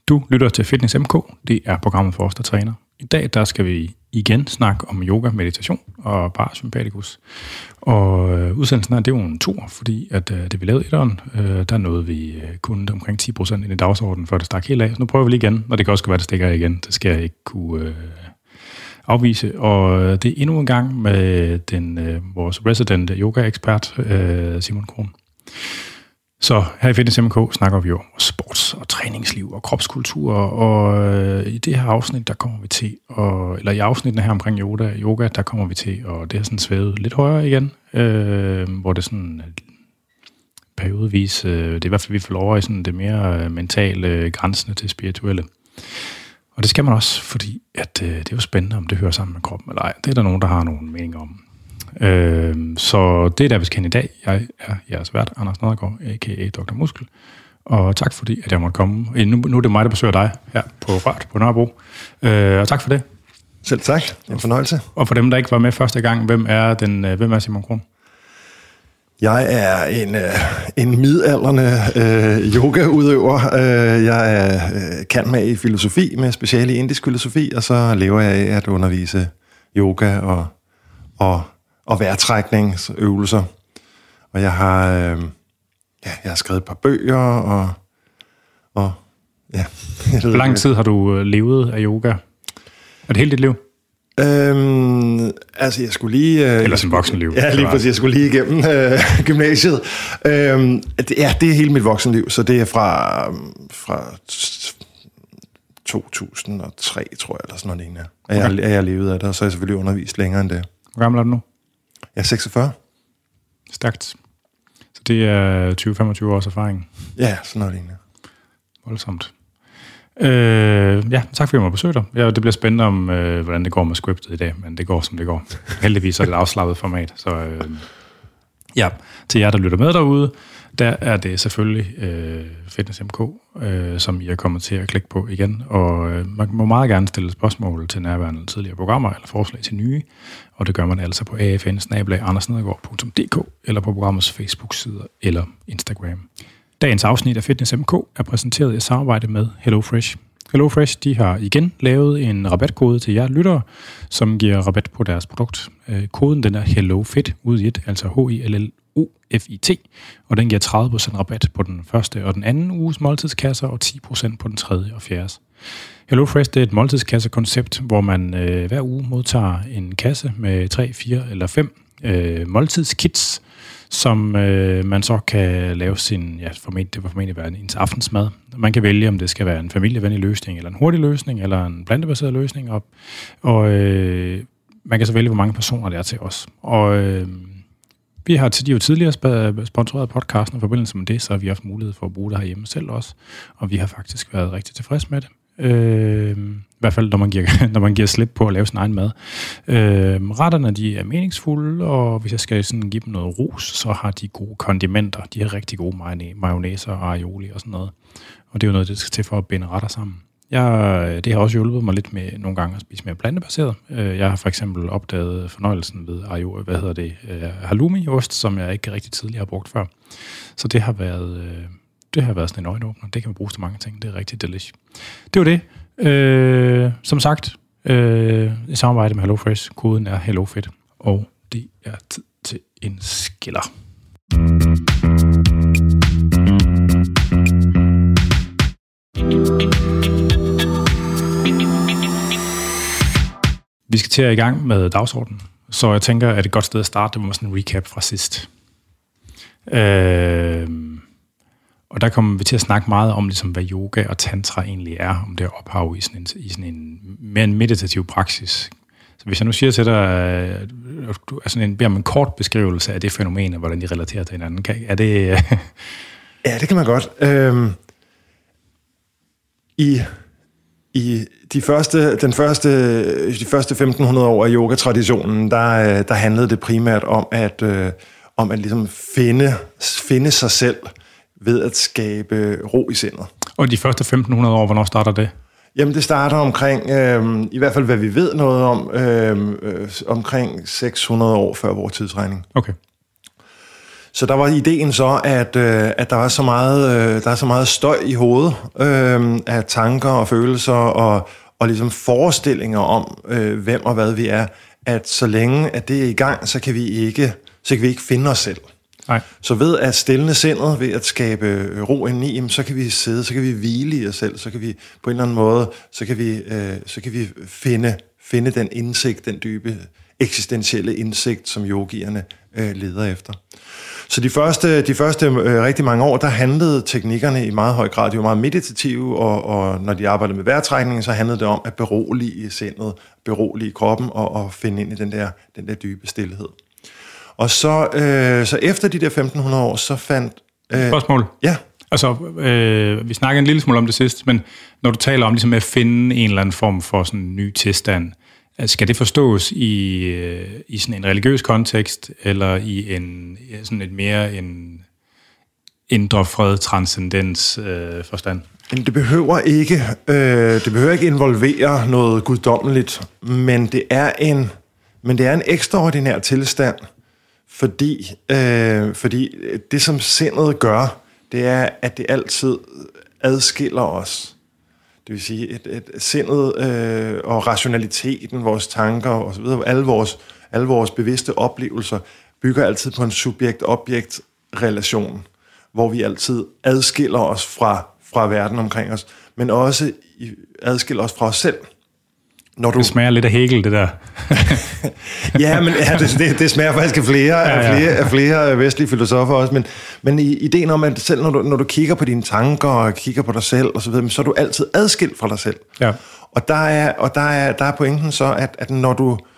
Du lytter til Fitness MK. Det er programmet for os, der træner. I dag der skal vi igen snakke om yoga, meditation og parasympatikus. Og udsendelsen her, det er jo en tur, fordi at det vi lavede i etteren, der nåede vi kun omkring 10% ind i dagsordenen, før det stak helt af. Så nu prøver vi lige igen, og det kan også være, at det stikker af igen. Det skal jeg ikke kunne afvise. Og det er endnu en gang med vores resident yoga-ekspert, Simon Krohn. Så her i Fitness MK snakker vi jo om sports- og træningsliv og kropskultur, og i det her afsnit, der kommer vi til, eller i afsnittene her omkring yoga, der kommer vi til, og det har sådan svævet lidt højere igen, hvor det sådan periodevis, det er i hvert fald vi får over i sådan det mere mentale grænsende til spirituelle. Og det skal man også, fordi at, det er jo spændende, om det hører sammen med kroppen eller ej. Det er der nogen, der har nogle meninger om. Så det er der, vi skal hen i dag. Jeg er jeres vært, Anders Nedergaard, a.k.a. Dr. Muskel. Og tak fordi, at jeg måtte komme. Nu er det mig, der besøger dig her på Rørt på Nørrebro. Og tak for det. Selv tak. Det er en fornøjelse. Og for dem, der ikke var med første gang, hvem er Simon Krohn? Jeg er en midaldrende yogaudøver. Jeg kan med i filosofi, med speciale i indisk filosofi, og så lever jeg af at undervise yoga og vejrtrækningsøvelser. Og jeg har skrevet et par bøger, og ja. Hvor lang tid har du levet af yoga? Er det hele dit liv? Altså, jeg skulle lige... Eller som voksenliv. Ja, lige præcis. Jeg skulle lige igennem gymnasiet. Det er hele mit voksenliv, så det er fra 2003, tror jeg, eller sådan noget lignende. Okay. Jeg levet af det, og så er jeg selvfølgelig undervist længere end det. Hvor gammel er du nu? Jeg er 46. Stærkt. Så det er 20-25 års erfaring? Ja, sådan noget lignende. Voldsomt. Ja, tak fordi jeg måtte besøge dig. Ja, det bliver spændende om, hvordan det går med scriptet i dag, men det går, som det går. Heldigvis er det et afslappet format. Så ja, til jer, der lytter med derude, der er det selvfølgelig Fitness MK, som I er kommet til at klikke på igen. Og man må meget gerne stille spørgsmål til nærværende tidligere programmer, eller forslag til nye. Og det gør man altså på afn@andersnedergaard.dk, eller på programmets Facebook-sider eller Instagram. Dagens afsnit af Fitness MK er præsenteret i samarbejde med HelloFresh. HelloFresh, de har igen lavet en rabatkode til jer lyttere, som giver rabat på deres produkt. Koden den er HelloFit ud i et, altså HELLOFIT, og den giver 30% rabat på den første og den anden uges måltidskasser og 10% på den tredje og fjerde. HelloFresh det er et måltidskassekoncept, hvor man hver uge modtager en kasse med 3, 4 eller 5 måltidskits, som man så kan lave sin, det vil formentlig være ens aftensmad. Man kan vælge, om det skal være en familievenlig løsning, eller en hurtig løsning, eller en plantebaseret løsning. Og man kan så vælge, hvor mange personer det er til os. Og vi har jo tidligere sponsoreret podcasten i forbindelse med det, så har vi haft mulighed for at bruge det herhjemme selv også. Og vi har faktisk været rigtig tilfredse med det. I hvert fald, når man giver slip på at lave sin egen mad. Retterne, de er meningsfulde, og hvis jeg skal sådan give dem noget ros, så har de gode kondimenter. De har rigtig gode mayonnaise og aioli og sådan noget. Og det er jo noget, det skal til for at binde retter sammen. Det har også hjulpet mig lidt med nogle gange at spise mere plantebaseret. Jeg har for eksempel opdaget fornøjelsen ved halloumi-ost, som jeg ikke rigtig tidligere har brugt før. Så det har været sådan en øjenåbner. Det kan man bruge til mange ting. Det er rigtig delish. Det var det. Som sagt, i samarbejde med HelloFresh. Koden er HelloFit, og det er tid til en skiller. Vi skal til at i gang med dagsordenen, så jeg tænker, at et godt sted at starte, det var sådan en recap fra sidst. Og der kommer vi til at snakke meget om, ligesom, hvad yoga og tantra egentlig er, om det er ophav i sådan en mere en meditativ praksis. Så hvis jeg nu siger til dig, beder om en kort beskrivelse af det fænomen, og hvordan de relaterer til hinanden, er det... Ja, det kan man godt. I de første 1500 år af yogatraditionen, der handlede det primært om at ligesom finde sig selv ved at skabe ro i sindet. Og de første 1500 år, hvornår starter det? Jamen, det starter omkring, i hvert fald hvad vi ved noget om, omkring 600 år før vores tidsregning. Okay. Så der var ideen så, at der er så meget støj i hovedet af tanker og følelser og ligesom forestillinger om, hvem og hvad vi er, at så længe at det er i gang, så kan vi ikke finde os selv. Nej. Så ved at stille sindet, ved at skabe ro indeni, så kan vi sidde, så kan vi hvile i os selv, så kan vi på en eller anden måde, så kan vi finde den indsigt, den dybe eksistentielle indsigt, som yogierne leder efter. Så de første rigtig mange år, der handlede teknikkerne i meget høj grad, de var meget meditative, og når de arbejdede med vejrtrækningen, så handlede det om at berolige sindet, berolige kroppen og finde ind i den der dybe stilhed. Og så efter de der 1500 år, så fandt... Spørgsmål? Ja. Altså, vi snakkede en lille smule om det sidst, men når du taler om ligesom at finde en eller anden form for sådan en ny tilstand, skal det forstås i sådan en religiøs kontekst, eller i sådan et mere en indre fred, transcendens forstand? Det behøver ikke involvere noget guddommeligt, men det er en ekstraordinær tilstand, fordi det, som sindet gør, det er, at det altid adskiller os. Det vil sige, at sindet og rationaliteten, vores tanker og så videre, alle vores bevidste oplevelser, bygger altid på en subjekt-objekt-relation, hvor vi altid adskiller os fra verden omkring os, men også adskiller os fra os selv. Det smager lidt af Hegel, det der. Ja, men det smager faktisk af flere vestlige filosofer også, men ideen om, at selv når du kigger på dine tanker og kigger på dig selv og så videre, så er du altid adskilt fra dig selv. Ja. Og der er pointen så, at når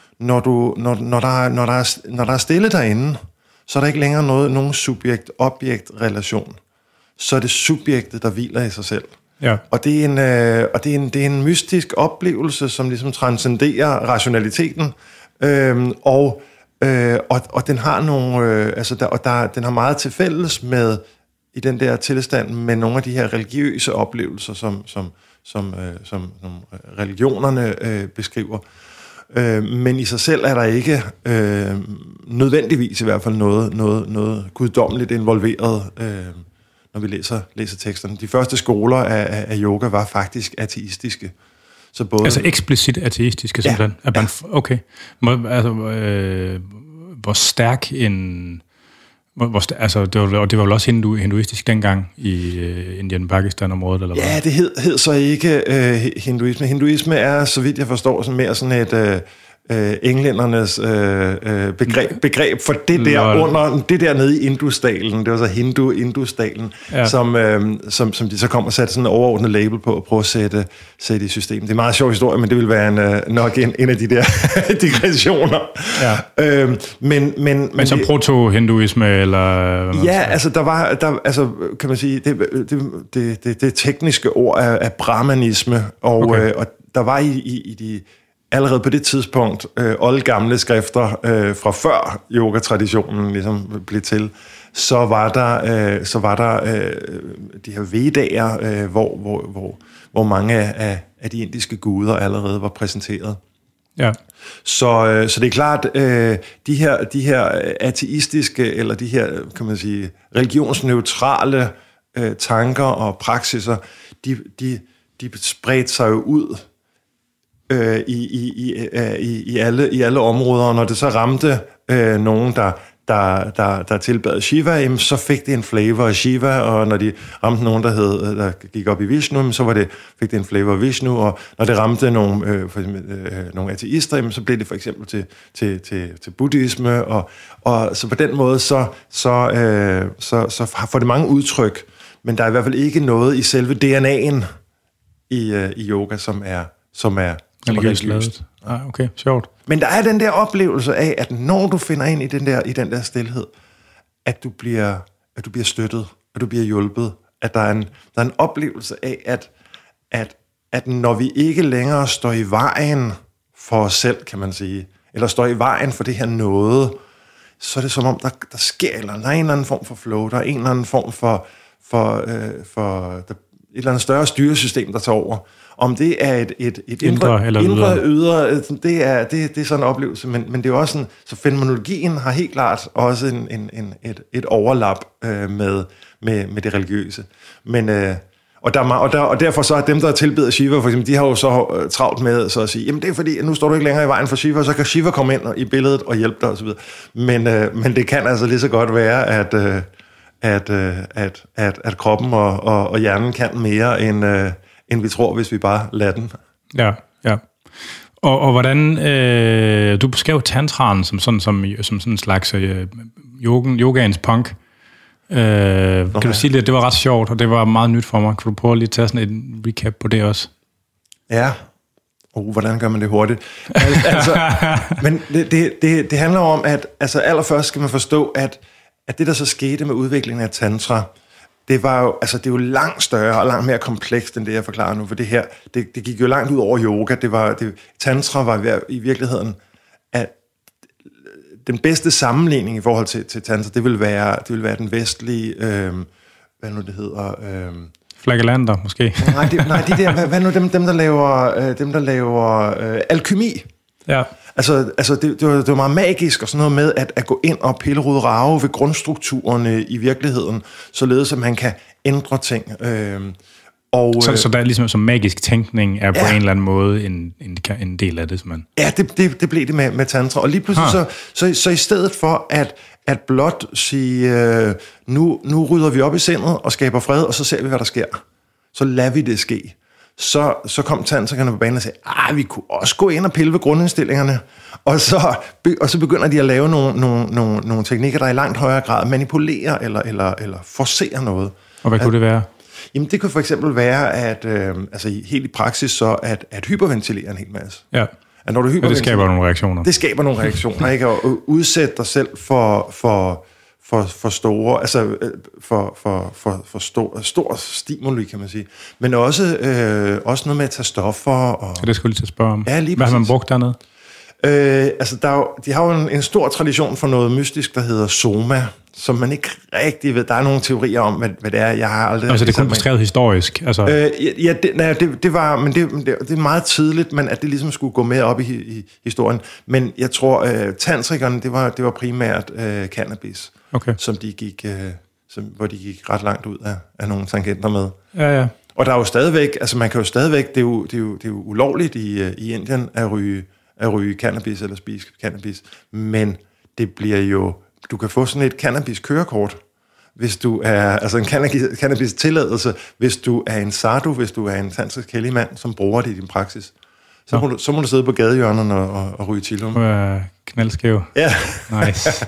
der er stille derinde, så er der ikke længere nogen subjekt-objekt-relation. Så er det subjektet, der hviler i sig selv. Ja. Og det er en mystisk oplevelse, som ligesom transcenderer rationaliteten, og den har nogle, den har meget til fælles med i den der tilstand med nogle af de her religiøse oplevelser, som religionerne beskriver. Men i sig selv er der ikke nødvendigvis i hvert fald noget guddommeligt involveret. Når vi læser teksterne. De første skoler af yoga var faktisk ateistiske. Så både altså eksplicit ateistiske, simpelthen? Ja. Okay. Hvor stærk en... det var vel også hinduistisk dengang i Indien-Pakistan-området, eller hvad? Ja, det hed så ikke hinduisme. Hinduisme er, så vidt jeg forstår, mere sådan et... englændernes begreb for det der under det der nede i Indusdalen. Det var så Indusdalen, ja. som de så kom og satte sådan en overordnet label på og prøve at sætte i systemet. Det er en meget sjov historie, men det vil være nok en af de der digressioner. Ja. Men som proto-hinduisme eller ja, altså der kan man sige det tekniske ord er brahmanisme, og okay. Og der var i de allerede på det tidspunkt, oldgamle skrifter fra før yogatraditionen ligesom blev til, så var der de her vedaer, hvor mange af de indiske guder allerede var præsenteret. Ja. Så det er klart, de her ateistiske, eller de her, kan man sige, religionsneutrale tanker og praksiser, de spredte sig jo ud i alle områder, og når det så ramte nogen, der tilbad Shiva, så fik det en flavor af Shiva, og når de ramte nogen, der gik op i Vishnu, så fik det en flavor af Vishnu, og når det ramte nogle ateister, så blev det for eksempel til buddhisme, og så på den måde, så får det mange udtryk, men der er i hvert fald ikke noget i selve DNA'en i yoga, som er religiøst. Ah, okay, sjovt. Men der er den der oplevelse af, at når du finder ind i den der stilhed, at du bliver støttet, at du bliver hjulpet, at der er en oplevelse af, at når vi ikke længere står i vejen for os selv, kan man sige, eller står i vejen for det her noget, så er det som om, der sker, eller der er en eller anden form for flow, der er en eller anden form for eller andet større styresystem, der tager over. Om det er et indre eller indre ydre, det er sådan en oplevelse, men det er også sådan, så fænomenologien har helt klart også et overlap med det religiøse. Men og derfor så er dem, der tilbeder Shiva, for eksempel, de har jo så travlt med så at sige, jamen det er fordi, nu står du ikke længere i vejen for Shiva, så kan Shiva komme ind i billedet og hjælpe dig osv. Men det kan altså lige så godt være, at kroppen og hjernen kan mere, end vi tror, hvis vi bare lader den. Ja. Og hvordan, du beskrev tantraen som sådan en slags yogaens punk. Kan du sige det? Det var ret sjovt, og det var meget nyt for mig. Kan du prøve lige at tage sådan en recap på det også? Ja. Hvordan gør man det hurtigt? Men det handler om, at allerførst skal man forstå, at det, der så skete med udviklingen af tantra, det var jo, det er jo langt større og langt mere komplekst, end det, jeg forklarer nu. For det her, det gik jo langt ud over yoga. Tantra var i virkeligheden, at den bedste sammenligning i forhold til tantra, det vil være den vestlige, hvad nu det hedder... Flagellander, måske? nej, de der, hvad nu dem der laver alkymi? Ja. Det var meget magisk og sådan noget med at gå ind og pille rode rave ved grundstrukturerne i virkeligheden, således at man kan ændre ting. Så der er ligesom som magisk tænkning er på en eller anden måde en del af det, simpelthen? Ja, det blev det med tantra. Og lige pludselig så i stedet for at blot sige, nu rydder vi op i sindet og skaber fred, og så ser vi, hvad der sker. Så lader vi det ske. Så kom tantrikerne på banen og sagde, vi kunne også gå ind og pille ved grundindstillingerne. Og så begynder de at lave nogle teknikker, der i langt højere grad manipulerer eller forcerer noget. Og hvad kunne det være? Jamen, det kunne for eksempel være, at helt i praksis så, at hyperventilere en hel masse. Ja, at når du det skaber nogle reaktioner. Det skaber nogle reaktioner, ikke? Og udsætte dig selv for store, stor stimuli, kan man sige. Men også noget med at tage stoffer. Og det skulle jeg lige til at spørge om. Ja, lige hvad har man brugt dernede? De har jo en stor tradition for noget mystisk, der hedder soma, som man ikke rigtig ved. Der er nogle teorier om, hvad det er. Jeg har aldrig... Altså, det er kun beskrevet historisk? Det var... Men det er meget tidligt, men at det ligesom skulle gå med op i historien. Men jeg tror, tantrikerne, det var primært cannabis, okay, som de gik... hvor de gik ret langt ud af nogle tangenter med. Ja. Og der er jo stadigvæk... man kan jo stadigvæk... Det er jo ulovligt i Indien at ryge cannabis eller spise cannabis, men det bliver jo... Du kan få sådan et cannabis-kørekort, hvis du er... en cannabis-tilladelse, hvis du er en sadhu, hvis du er en tantrisk hellig mand, som bruger det i din praksis. Så må du sidde på gadehjørnerne og ryge chillum. Knaldskæv. Ja. Nice.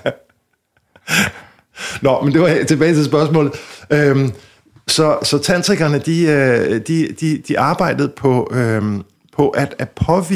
Nå, men det var tilbage til spørgsmålet. Så tantrikerne, de arbejdede på at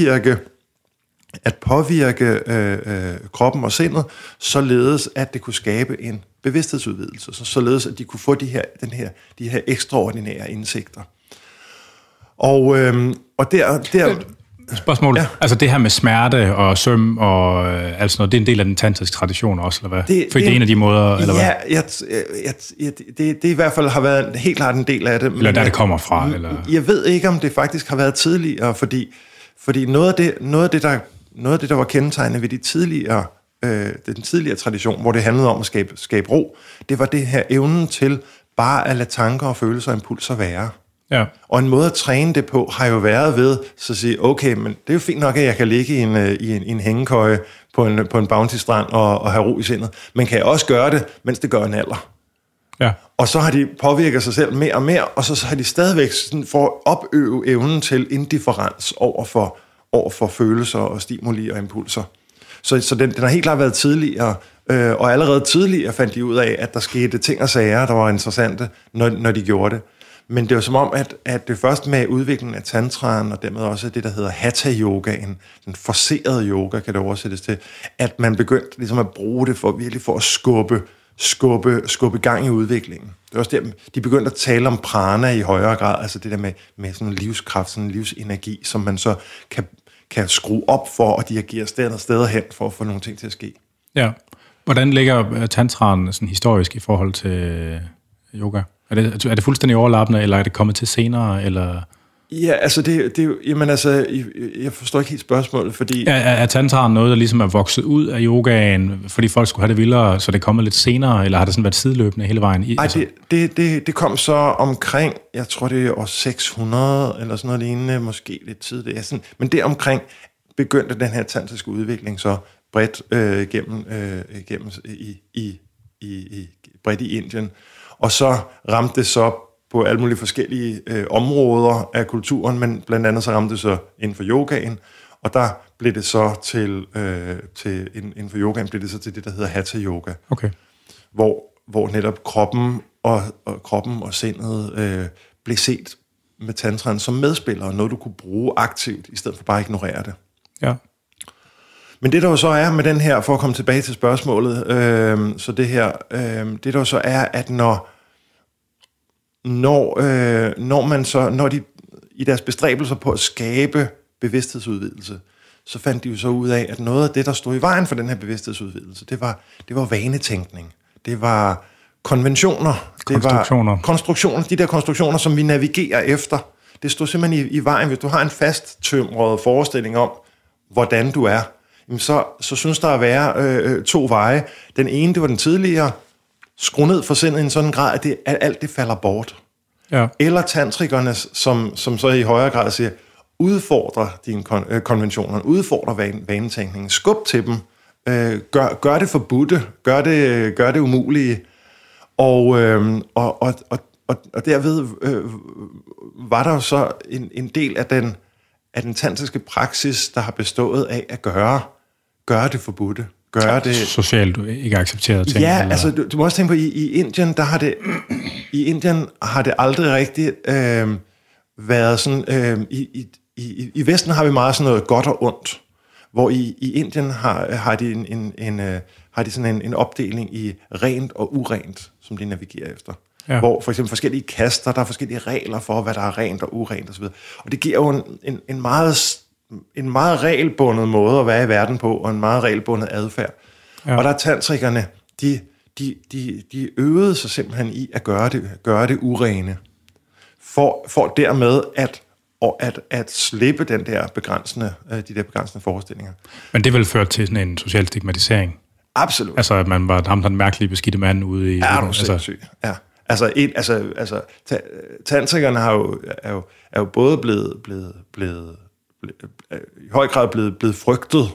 påvirke kroppen og sindet, således at det kunne skabe en bevidsthedsudvidelse, således at de kunne få de her ekstraordinære indsigter. Og der spørgsmål. Ja. Altså det her med smerte og søm og alt sådan noget, det er en del af den tantriske tradition også, eller hvad? For det er en af de måder, eller hvad? Ja, det i hvert fald har været helt klart en del af det. Eller der det kommer fra, eller? Jeg ved ikke, om det faktisk har været tidligere, fordi noget af det, der var kendetegnende ved den tidligere tradition, hvor det handlede om at skabe ro, det var det her evnen til bare at lade tanker og følelser og impulser være. Ja. Og en måde at træne det på har jo været ved så at sige, okay, men det er jo fint nok, at jeg kan ligge i en hængekøje på en bounty-strand og have ro i sindet, men kan jeg også gøre det, mens det gør en alder. Ja. Og så har de påvirket sig selv mere og mere, og så har de stadigvæk for at opøve evnen til indifferens over for følelser og stimuli og impulser. Så den har helt klart været tidligere, og allerede tidligere fandt de ud af, at der skete ting og sager, der var interessante, når de gjorde det. Men det var som om, at det først med udviklingen af tantraen, og dermed også det, der hedder hatha-yogaen, den forcerede yoga, kan det oversættes til, at man begyndte ligesom at bruge det for at skubbe gang i udviklingen. Det er også der, de begyndte at tale om prana i højere grad, altså det der med sådan en livskraft, sådan en livsenergi, som man så kan skrue op for og dirigere steder hen for at få nogle ting til at ske. Ja. Hvordan ligger tantraen sådan historisk i forhold til yoga? Er det fuldstændig overlappende, eller er det kommet til senere, eller... Ja, altså, jeg forstår ikke helt spørgsmålet, fordi... Er tantraen noget, der ligesom er vokset ud af yogaen, fordi folk skulle have det vildere, så det kommer lidt senere, eller har det sådan været sideløbende hele vejen? Nej, det kom så omkring, jeg tror det er år 600, eller sådan noget lignende, måske lidt tidligt. Men det omkring begyndte den her tantriske udvikling så bredt bredt i Indien. Og så ramte det så på alle mulige forskellige områder af kulturen, men blandt andet så ramte det så inden for yogaen, og der blev det så inden for yogaen blev det så til det, der hedder Hatha Yoga. Okay. Hvor netop kroppen og sindet blev set med tantraen som medspiller, noget du kunne bruge aktivt, i stedet for bare at ignorere det. Ja. Men det der jo så er med den her, for at komme tilbage til spørgsmålet, så det her, det der jo så er, at når de i deres bestræbelser på at skabe bevidsthedsudvidelse, så fandt de jo så ud af, at noget af det, der stod i vejen for den her bevidsthedsudvidelse, det var vanetænkning. Det var konventioner. Konstruktioner. Det var konstruktioner. De der konstruktioner, som vi navigerer efter. Det stod simpelthen i vejen. Hvis du har en fasttømret forestilling om, hvordan du er, så synes der at være to veje. Den ene, det var den tidligere, skru ned for sindet i en sådan grad, at alt det falder bort. Ja. Eller tantrikerne, som så i højere grad siger, udfordre dine konventioner, udfordre vanetænkningen, skub til dem, gør det forbudte, gør det umulige, og derved var der jo så en del af den tantriske praksis, der har bestået af at gøre det forbudte. Gøre det socialt ikke accepteret ting. Ja, eller? Altså du må også tænke på, i Indien, har det aldrig rigtigt været sådan, i Vesten har vi meget sådan noget godt og ondt, hvor i Indien har de sådan en opdeling i rent og urent, som de navigerer efter. Ja. Hvor for eksempel forskellige kaster, der er forskellige regler for, hvad der er rent og urent osv. Og det giver jo en meget regelbundet måde at være i verden på, og en meget regelbundet adfærd. Ja. Og der er tantrikerne, de øvede sig simpelthen i at gøre det urene, for dermed at slippe de der begrænsende forestillinger. Men det vil føre til sådan en social stigmatisering? Absolut. Altså, at man var ham den mærkelige beskidte mand ude i... Er du sindssyg? Ja. Altså, tantrikerne er jo både blevet i høj grad blevet frygtet,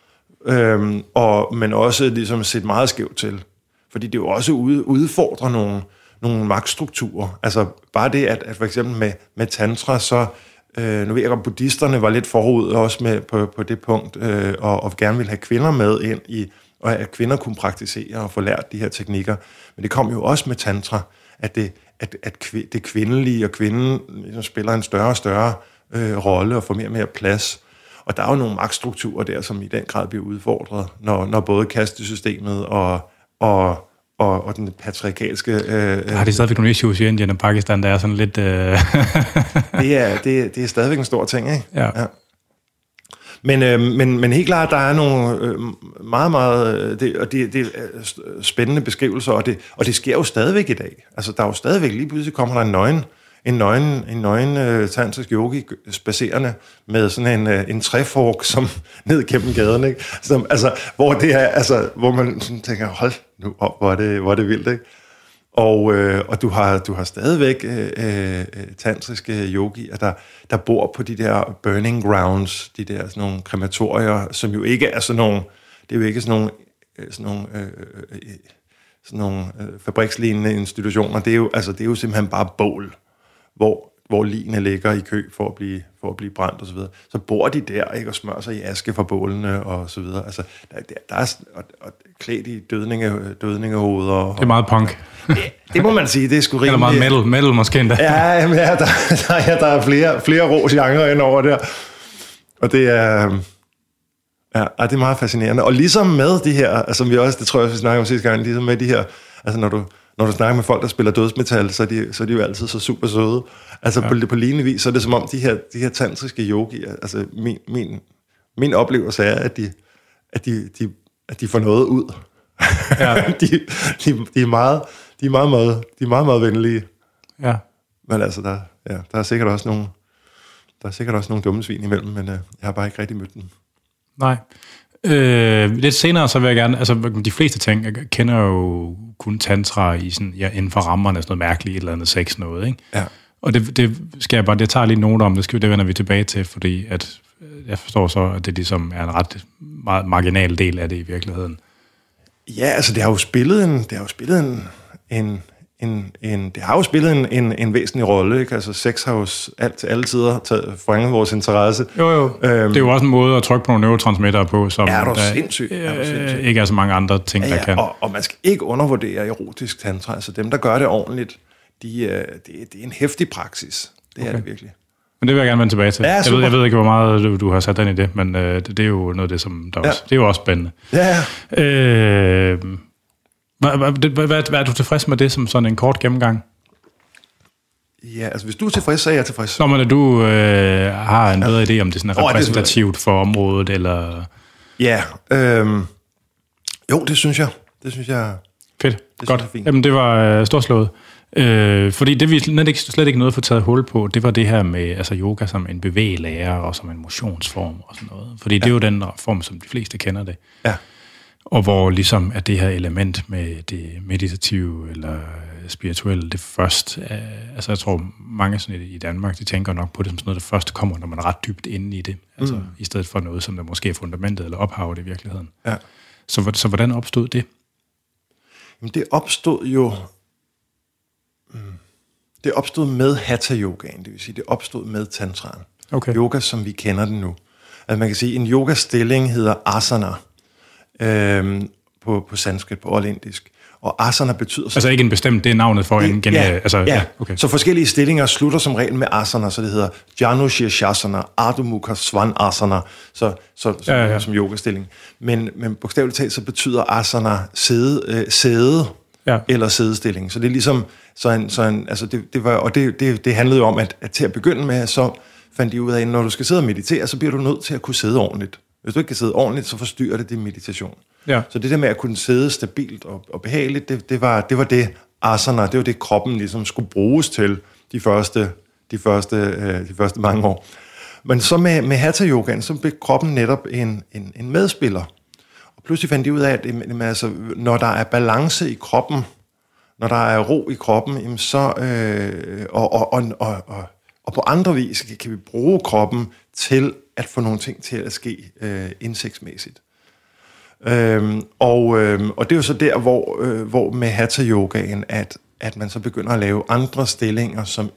men også ligesom set meget skævt til. Fordi det jo også udfordrer nogle magtstrukturer. Altså bare det, at for eksempel med tantra, så nu ved jeg godt, buddhisterne var lidt forud også med på det punkt, og gerne ville have kvinder med ind i, og at kvinder kunne praktisere og få lært de her teknikker. Men det kom jo også med tantra, at det kvindelige og kvinden ligesom spiller en større og større rolle og får mere og mere plads. Og der er jo nogle magtstrukturer der, som i den grad bliver udfordret, når både kastesystemet og den patriarkalske... Har de stadigvæk nogle issues i Indien og Pakistan, der er sådan lidt... Det er stadigvæk en stor ting, ikke? Ja. Men helt klart, der er nogle meget, meget... Det er spændende beskrivelser, og det sker jo stadigvæk i dag. Altså, der er jo stadigvæk, lige pludselig kommer der en nøgen tantrisk yogi spacerende med sådan en træfork som ned gennem gaden, ikke? Som, altså, hvor det er, altså, hvor man sådan tænker, hold nu op, hvor er det vildt, ikke? Og du har stadigvæk tantriske yogier, der bor på de der burning grounds, de der sådan nogle krematorier, som jo ikke er sådan nogle, det er jo ikke sådan nogle fabrikslignende institutioner. Det er jo simpelthen bare bål, hvor ligene ligger i kø for at blive brændt og så videre. Så bor de der, ikke, og smører sig i aske fra bålene og så videre. Altså der er og klædt i dødningehoveder. Det er meget punk. Det må man sige, det er sgu rimelig... Eller meget metal måske endda. Ja, der er flere rå genre ind over der. Og det er... Ja, det er meget fascinerende. Og ligesom med de her, altså vi også, det tror jeg, vi snakker om sidste gang, ligesom med de her, altså når du snakker med folk, der spiller dødsmetal, så er de jo altid så super søde. Altså på lignende vis, så er det som om de her tantriske yogier, altså min oplevelse er, at de får noget ud Ja. de er meget venlige. Ja. Men altså, der er sikkert også nogle dumme svin imellem, men jeg har bare ikke rigtig mødt dem. Nej. Lidt senere, så vil jeg gerne, altså de fleste ting, jeg kender jo kun tantra i sådan, inden for rammerne af sådan noget mærkeligt, et eller andet sex noget, ikke? Ja. Og det skal jeg bare, det tager lige noter om, det vender vi tilbage til, fordi at jeg forstår så, at det ligesom er en ret meget marginal del af det i virkeligheden. Ja, altså det har jo spillet en væsentlig rolle, ikke? Altså sex har jo til alle tider fanget vores interesse. Jo. Det er jo også en måde at trykke på nogle neurotransmittere på, som sindssygt. Ikke er så mange andre ting, der kan. Og man skal ikke undervurdere erotisk tantra. Altså dem, der gør det ordentligt, det er en heftig praksis. Det er det virkelig. Men det vil jeg gerne vende tilbage til. Ja, jeg ved ikke, hvor meget du har sat den i det, men det er jo noget af det, som der også, det er jo også spændende. Ja. Hvad er du tilfreds med det som sådan en kort gennemgang? Ja, altså hvis du er tilfreds, så er jeg tilfreds. Når man du har en bedre idé om det sådan er repræsentativt for området, eller... Ja, jo, det synes jeg. Fedt, det godt. Fint. Jamen, det var storslået. Fordi det vi slet ikke noget for taget hul på, det var det her med altså yoga som en bevægelære og som en motionsform og sådan noget. Fordi det er jo den form, som de fleste kender det. Ja. Og hvor ligesom er det her element med det meditative eller spirituelle, det først, altså jeg tror mange sådan i Danmark, de tænker nok på det som sådan noget, det første kommer, når man er ret dybt inde i det. Altså i stedet for noget, som der måske er fundamentet eller ophavet i virkeligheden. Ja. Så hvordan opstod det? Jamen det opstod jo... Det opstod med hatha-yogaen, det vil sige, det opstod med tantraen. Okay. Yoga, som vi kender den nu. Altså man kan sige, en yogastilling hedder asana på sanskrit, på oldindisk. Og asana betyder... Altså ikke en bestemt, det er navnet for en... Okay. Så forskellige stillinger slutter som regel med asana, så det hedder Janu Shirshasana, Ardha Mukha Svanasana, som yogastilling. Men bogstaveligt talt, så betyder asana sæde eller sædestilling. Så det er ligesom... Det handlede jo om, at til at begynde med, så fandt de ud af, at når du skal sidde og meditere, så bliver du nødt til at kunne sidde ordentligt. Hvis du ikke kan sidde ordentligt, så forstyrrer det din meditation. Ja. Så det der med at kunne sidde stabilt og behageligt, det var det asana, det var det kroppen ligesom skulle bruges til de første mange år. Men så med hatha yogaen, så blev kroppen netop en medspiller. Og pludselig fandt de ud af, at altså, når der er balance i kroppen, når der er ro i kroppen, jamen så og på andre vis kan vi bruge kroppen til at få nogle ting til at ske indsigtsmæssigt. Og det er jo så der, hvor med hatha yogaen, at man så begynder at lave andre stillinger, som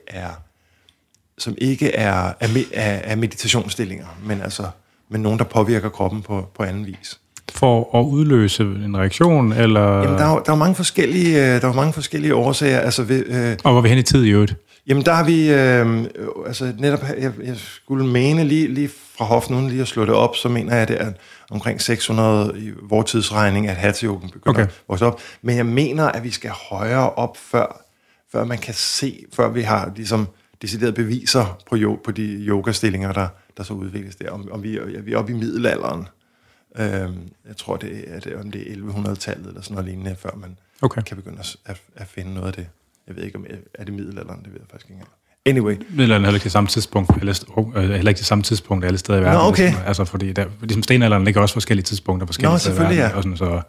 ikke er meditationsstillinger, men nogen, der påvirker kroppen på anden vis. For at udløse en reaktion, eller... Jamen, der er mange forskellige årsager. Altså, og hvor er vi hen i tid i øvrigt? Jamen, der har vi... netop... Jeg skulle mene lige fra hoften, uden lige at slå det op, så mener jeg, at det er omkring 600 i vores tidsregning, at hatha-yogaen begynder at vokse op. Men jeg mener, at vi skal højere op, før man kan se, før vi har ligesom deciderede beviser på de yogastillinger, der så udvikles der. Om vi er oppe i middelalderen. Jeg tror, det er 1100-tallet eller sådan noget lignende, før man kan begynde at finde noget af det. Jeg ved ikke, om er det middelalderen, det ved jeg faktisk ikke. Anyway. Middelalderen er heller ikke det samme tidspunkt, heller ikke det samme tidspunkt alle steder i verden. Okay. Ligesom, altså, fordi der, ligesom stenalderen ligger også forskellige tidspunkter forskellige steder i verden. Ja. Og sådan, så,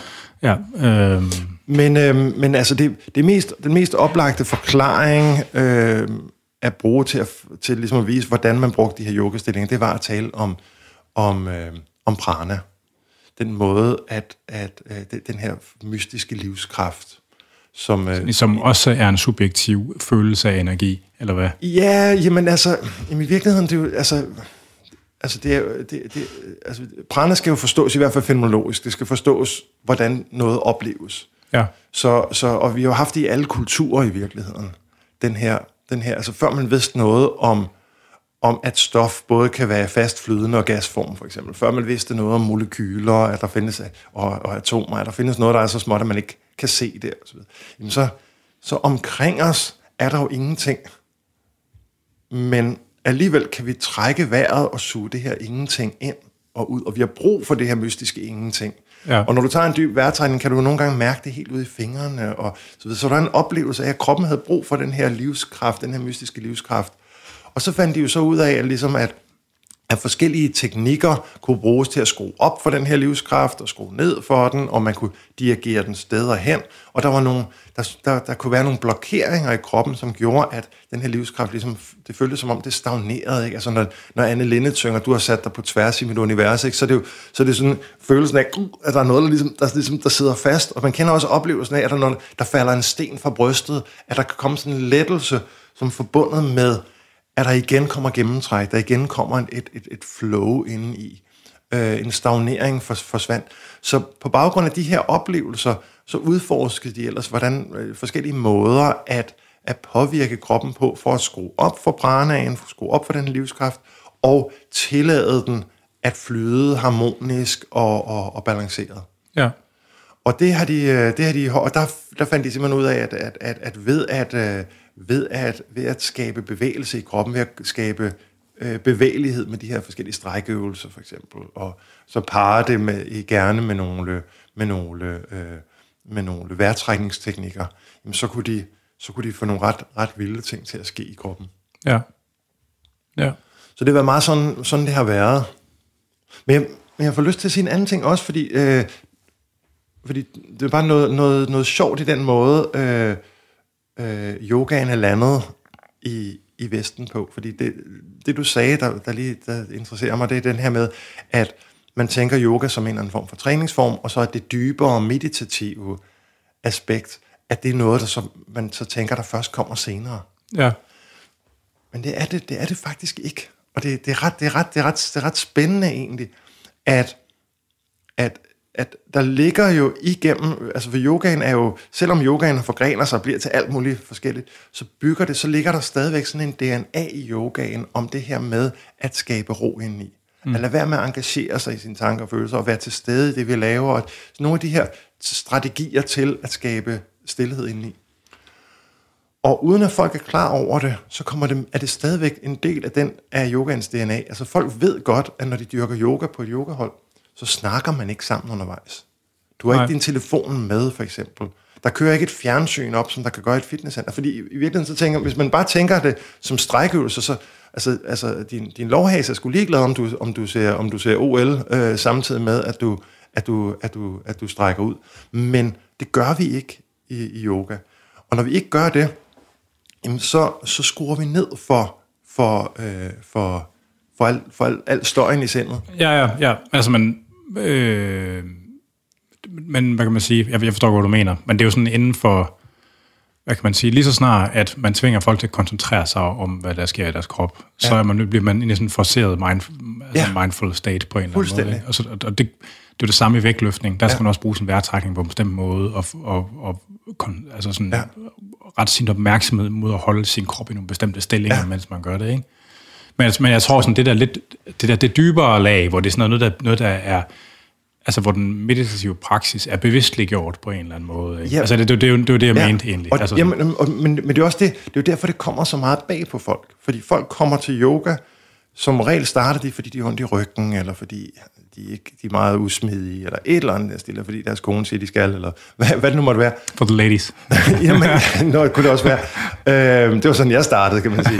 Men altså, den mest oplagte forklaring at bruge til ligesom at vise, hvordan man brugte de her yogastillinger, det var at tale om prana. Den måde, at den her mystiske livskraft, som også er en subjektiv følelse af energi, eller hvad? Ja, jamen altså, i virkeligheden, det er jo, prana skal jo forstås, i hvert fald fenomenologisk, det skal forstås, hvordan noget opleves. Ja. Og vi har jo haft det i alle kulturer i virkeligheden. Den her, altså før man vidste noget om at stof både kan være fastflydende og gasform, for eksempel. Før man vidste noget om molekyler, at der findes, og atomer, at der findes noget, der er så småt, at man ikke kan se det, og så videre. Jamen så omkring os er der jo ingenting. Men alligevel kan vi trække vejret og suge det her ingenting ind. og ud, og vi har brug for det her mystiske ingenting. Ja. Og når du tager en dyb vejrtrækning, kan du nogle gange mærke det helt ude i fingrene, og så videre. Så der er en oplevelse af, at kroppen havde brug for den her livskraft, den her mystiske livskraft. Og så fandt de jo så ud af, at forskellige teknikker kunne bruges til at skrue op for den her livskraft, og skrue ned for den, og man kunne dirigere den steder hen. Og der var der kunne være nogle blokeringer i kroppen, som gjorde, at den her livskraft, ligesom, det føltes som om, det stagnerede. Ikke? Altså når Anne Linnet synger, du har sat dig på tværs i mit univers, ikke? Så er det sådan følelsen af, at der er noget, der sidder fast. Og man kender også oplevelsen af, at der falder en sten fra brystet, at der kan komme sådan en lettelse, som er forbundet med, at der igen kommer gennemtræk, der igen kommer et flow indeni. En stagnering forsvandt. Så på baggrund af de her oplevelser, så udforskede de ellers, hvordan forskellige måder at påvirke kroppen på, for at skrue op for pranaen, for at skrue op for den livskraft, og tillade den at flyde harmonisk og balanceret. Ja. Og det har de, og der fandt de simpelthen ud af, at ved at skabe bevægelse i kroppen, ved at skabe bevægelighed med de her forskellige strækøvelser for eksempel, og så parre det gerne med nogle vejrtrækningsteknikker, jamen så kunne de få nogle ret vilde ting til at ske i kroppen. Ja. Ja. Så det var meget sådan det har været. Men jeg får lyst til at sige en anden ting også, fordi det er bare noget sjovt i den måde, yogaen er landet i Vesten på. Fordi det du sagde, der interesserer mig, det er den her med, at man tænker yoga som en eller anden form for træningsform, og så er det dybere meditative aspekt, at det er noget, man så tænker, der først kommer senere. Ja. Men det er det faktisk ikke. Og det er ret spændende egentlig, at der ligger jo igennem, altså for yogaen er jo, selvom yogaen forgrener sig og bliver til alt muligt forskelligt, så ligger der stadigvæk sådan en DNA i yogaen om det her med at skabe ro indeni. At lade være med at engagere sig i sine tanker og følelser, og være til stede i det, vi laver, og nogle af de her strategier til at skabe stilhed indeni. Og uden at folk er klar over det, så er det stadigvæk en del af yogaens DNA. Altså folk ved godt, at når de dyrker yoga på et yogahold, så snakker man ikke sammen undervejs. Du har ikke din telefon med, for eksempel. Der kører ikke et fjernsyn op, som der kan gøre et fitnesscenter. Fordi i virkeligheden så tænker, hvis man bare tænker det som strækøvelse, så altså din lovhase er sgu ligeglad, om du ser OL samtidig med, at du strækker ud. Men det gør vi ikke i yoga. Og når vi ikke gør det, jamen så skruer vi ned for al støjen i sindet. Ja. Altså, men hvad kan man sige? Jeg forstår, hvad du mener. Men det er jo sådan inden for, hvad kan man sige, lige så snart, at man tvinger folk til at koncentrere sig om, hvad der sker i deres krop, så bliver man i sådan en forceret mindful state på en eller anden måde. Og det er jo det samme i vægtløftning. Der skal man også bruge sin vejrtrækning på en bestemt måde, og altså sådan ret sin opmærksomhed mod at holde sin krop i nogle bestemte stillinger, mens man gør det, ikke? Men jeg tror sådan, det dybere lag, hvor det er sådan noget, der er, altså hvor den meditative praksis er bevidstliggjort på en eller anden måde. Ikke? Ja. Altså det er jo det, jeg mente egentlig. Men det er også det er jo derfor, det kommer så meget bag på folk. Fordi folk kommer til yoga, som regel starter de, fordi de har ondt i ryggen, eller fordi de er meget usmidige, eller et eller andet, eller fordi deres kone siger, de skal, eller hvad det nu måtte være. For the ladies. Jamen, det kunne det også være. Det var sådan, jeg startede, kan man sige.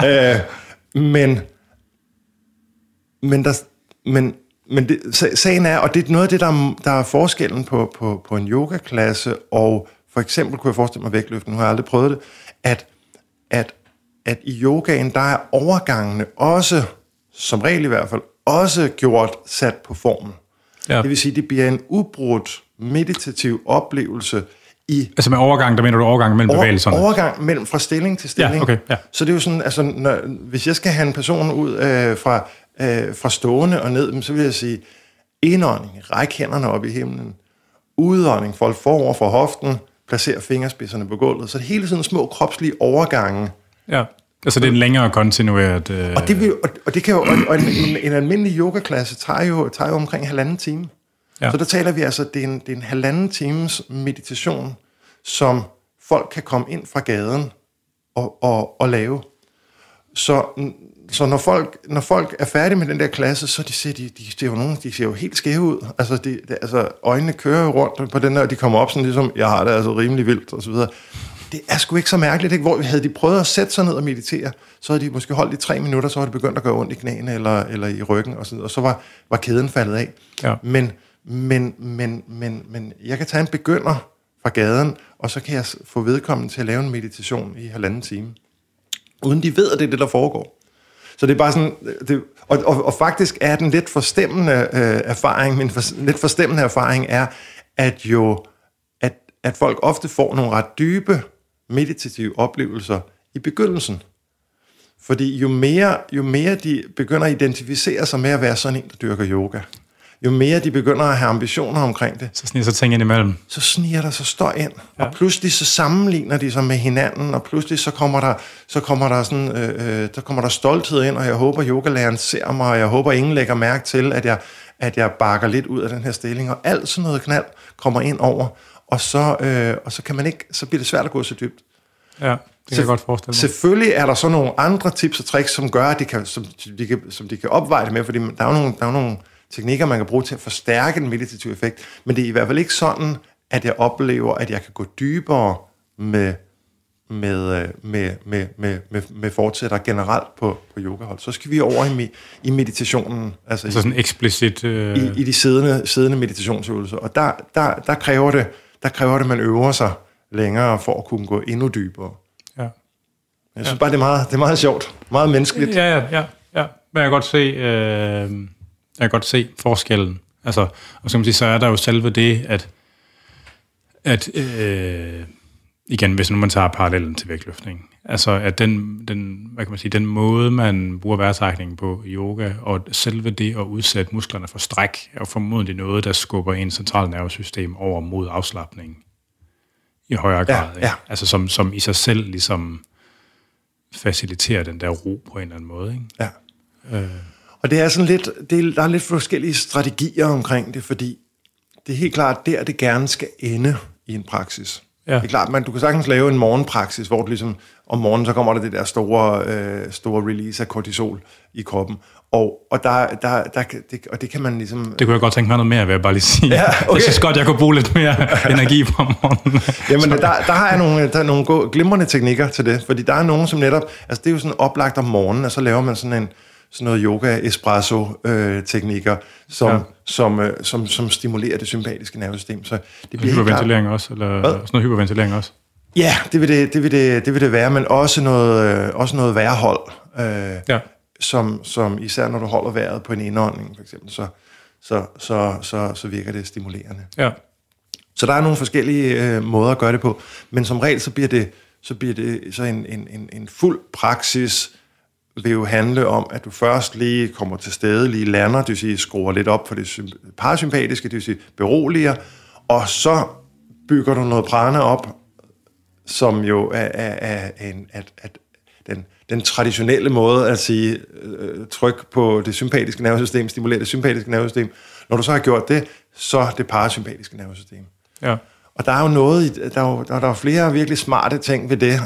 Men sagen er, og det er noget af det, der er forskellen på en yogaklasse, og for eksempel kunne jeg forestille mig vægtløften, nu har jeg aldrig prøvet det, at i yogaen, der er overgangene også, som regel i hvert fald, også sat på formen. Ja. Det vil sige, det bliver en ubrudt meditativ oplevelse i... Altså med overgang, der mener du overgang mellem bevægelserne? Overgang mellem fra stilling til stilling. Ja, okay, ja. Så det er jo sådan, altså, hvis jeg skal have en person ud fra stående og ned, så vil jeg sige, indånding, ræk hænderne op i himlen, udånding, fold forover for hoften, placer fingerspidserne på gulvet. Så det er hele tiden små kropslige overgange. Ja, altså det er en længere kontinueret... Og det kan jo, og en almindelig yogaklasse tager jo omkring 1,5 time. Ja. Så der taler vi altså, det er en 1,5 times meditation, som folk kan komme ind fra gaden og lave. Så Så når folk er færdige med den der klasse, så de ser jo helt skæve ud. Altså øjnene kører jo rundt på den der, og de kommer op sådan ligesom, jeg har det altså rimelig vildt, og så videre. Det er sgu ikke så mærkeligt, ikke? Hvor havde de prøvet at sætte sig ned og meditere, så havde de måske holdt i 3 minutter, så var det begyndt at gøre ondt i knæene eller i ryggen, og så var kæden faldet af. Ja. Men jeg kan tage en begynder fra gaden, og så kan jeg få vedkommende til at lave en meditation i 1,5 time. Uden de ved, at det er det, der foregår. Så det er bare sådan... Og faktisk er den lidt forstemmende erfaring, min lidt forstemmende erfaring er, at folk ofte får nogle ret dybe meditative oplevelser i begyndelsen. Fordi jo mere de begynder at identificere sig med at være sådan en, der dyrker yoga, jo mere de begynder at have ambitioner omkring det, så sniger sig ting ind imellem. Så sniger der så støj ind, ja. Og pludselig så sammenligner de sig med hinanden, og pludselig så kommer der stolthed ind, og jeg håber yogalæreren ser mig, og jeg håber ingen lægger mærke til, at jeg bakker lidt ud af den her stilling, og alt sådan noget knald kommer ind over, og så kan man ikke, så bliver det svært at gå så dybt. Ja, det kan jeg godt forestille mig. Selvfølgelig er der så nogle andre tips og tricks, som gør, at de kan opveje det med, fordi der er jo nogle teknikker, man kan bruge til at forstærke den meditative effekt, men det er i hvert fald ikke sådan, at jeg oplever, at jeg kan gå dybere med fortsætter generelt på yogahold. Så skal vi over i meditationen. Altså sådan eksplicit... I de siddende meditationsøvelser. Og der kræver det, at man øver sig længere for at kunne gå endnu dybere. Ja. Jeg synes bare, det er meget sjovt. Meget menneskeligt. Ja. Men jeg kan godt se forskellen. Altså, og som man siger, så er der jo selve det, at igen, hvis nu man tager parallellen til vægtløftning, altså at den måde, man bruger vejrtrækningen på i yoga, og selve det at udsætte musklerne for stræk, er jo formodentlig noget, der skubber en central nervesystem over mod afslapning i højere grad. Ja. Altså som i sig selv ligesom faciliterer den der ro på en eller anden måde. Ikke? Ja. Og det er sådan lidt, der er lidt forskellige strategier omkring det, fordi det er helt klart der, det gerne skal ende i en praksis. Ja. Det er klart, du kan sagtens lave en morgenpraksis, hvor du ligesom, om morgenen, så kommer der det der store release af kortisol i kroppen. Og det kan man ligesom... Det kunne jeg godt tænke mig noget mere, vil jeg bare lige sige. Ja, okay. Jeg synes godt, jeg kunne bruge lidt mere energi på morgenen. Jamen, der har jeg nogle glimrende teknikker til det, fordi der er nogen, som netop... Altså, det er jo sådan oplagt om morgenen, og så laver man sådan noget yoga-espresso-teknikker, som stimulerer det sympatiske nervesystem. Så det bliver hyperventilering også? Eller sådan noget hyperventilering også? Ja, det vil det være, men også noget vejrhold. Som især når du holder vejret på en indånding, for eksempel, så virker det stimulerende. Ja. Så der er nogle forskellige måder at gøre det på, men som regel så bliver det en fuld praksis, vil jo handle om, at du først lige kommer til stede, lige lander, det vil sige skruer lidt op for det parasympatiske, det vil sige beroliger, og så bygger du noget prana op, som jo er den traditionelle måde at sige tryk på det sympatiske nervesystem, stimulere det sympatiske nervesystem. Når du så har gjort det, så det parasympatiske nervesystem. Ja. Og der er jo noget, der er flere virkelig smarte ting ved det.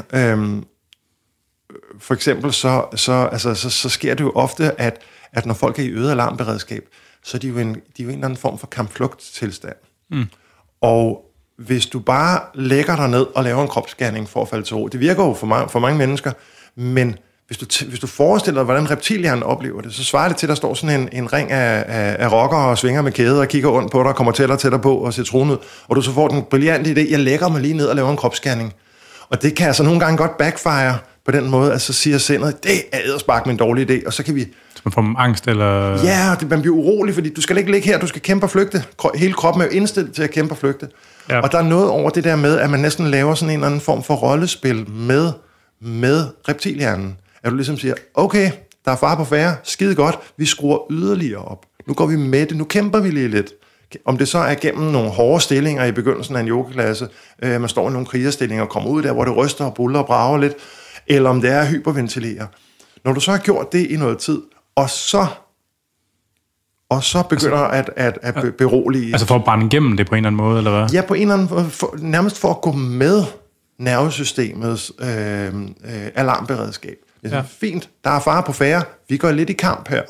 For eksempel så sker det jo ofte, at når folk er i øget alarmberedskab, så er de jo en eller anden form for kampflugttilstand. Mm. Og hvis du bare lægger dig ned og laver en kropsscanning for at falde til ro, det virker jo for mange mennesker, men hvis du forestiller dig, hvordan reptilhjernen oplever det, så svarer det til, at der står sådan en ring af rockere og svinger med kæder og kigger rundt på dig, kommer tættere på og ser truende ud, og du så får den brillante idé, jeg lægger mig lige ned og laver en kropsscanning. Og det kan altså nogle gange godt backfire på den måde, at så siger sindet, det er edderspark med en dårlig idé, og så kan vi... Så man får angst, eller... Ja, man bliver urolig, fordi du skal ikke ligge her, du skal kæmpe og flygte. Hele kroppen er jo indstillet til at kæmpe og flygte. Ja. Og der er noget over det der med, at man næsten laver sådan en eller anden form for rollespil med reptilhjernen. At du ligesom siger, okay, der er fare på færre, skide godt, vi skruer yderligere op. Nu går vi med det, nu kæmper vi lige lidt. Om det så er gennem nogle hårde stillinger i begyndelsen af en yogaklasse, man står i nogle krigerstillinger og kommer ud der, hvor det ryster og buller og brager lidt, eller om det er at hyperventilere. Når du så har gjort det i noget tid, og så begynder at berolige... Altså for at brænde igennem det på en eller anden måde, eller hvad? Ja, på en eller anden måde, nærmest for at gå med nervesystemets alarmberedskab. Jeg siger, fint, der er fare på færre, vi går lidt i kamp her.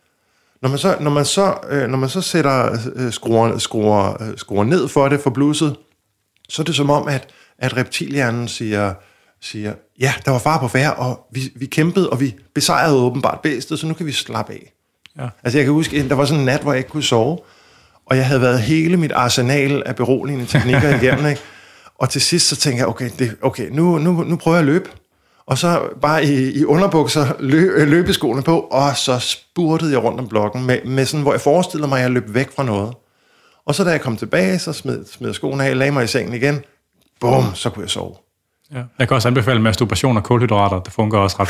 Når man så sætter skruer ned for det, for blusset, så er det som om, at reptilhjernen siger, ja, der var fare på færre, og vi kæmpede, og vi besejrede åbenbart bæstet, så nu kan vi slappe af. Ja. Altså jeg kan huske, der var sådan en nat, hvor jeg ikke kunne sove, og jeg havde været hele mit arsenal af beroligende teknikker igennem, ikke? Og til sidst så tænkte jeg, okay, nu prøver jeg at løbe. Og så bare i underbukser, løbeskoene på, og så spurtede jeg rundt om blokken, med sådan, hvor jeg forestillede mig, at jeg løb væk fra noget. Og så da jeg kom tilbage, så smed jeg skoene af, lagde mig i sengen igen, bum, så kunne jeg sove. Ja. Jeg kan også anbefale masturbation og kulhydrater, det fungerer også ret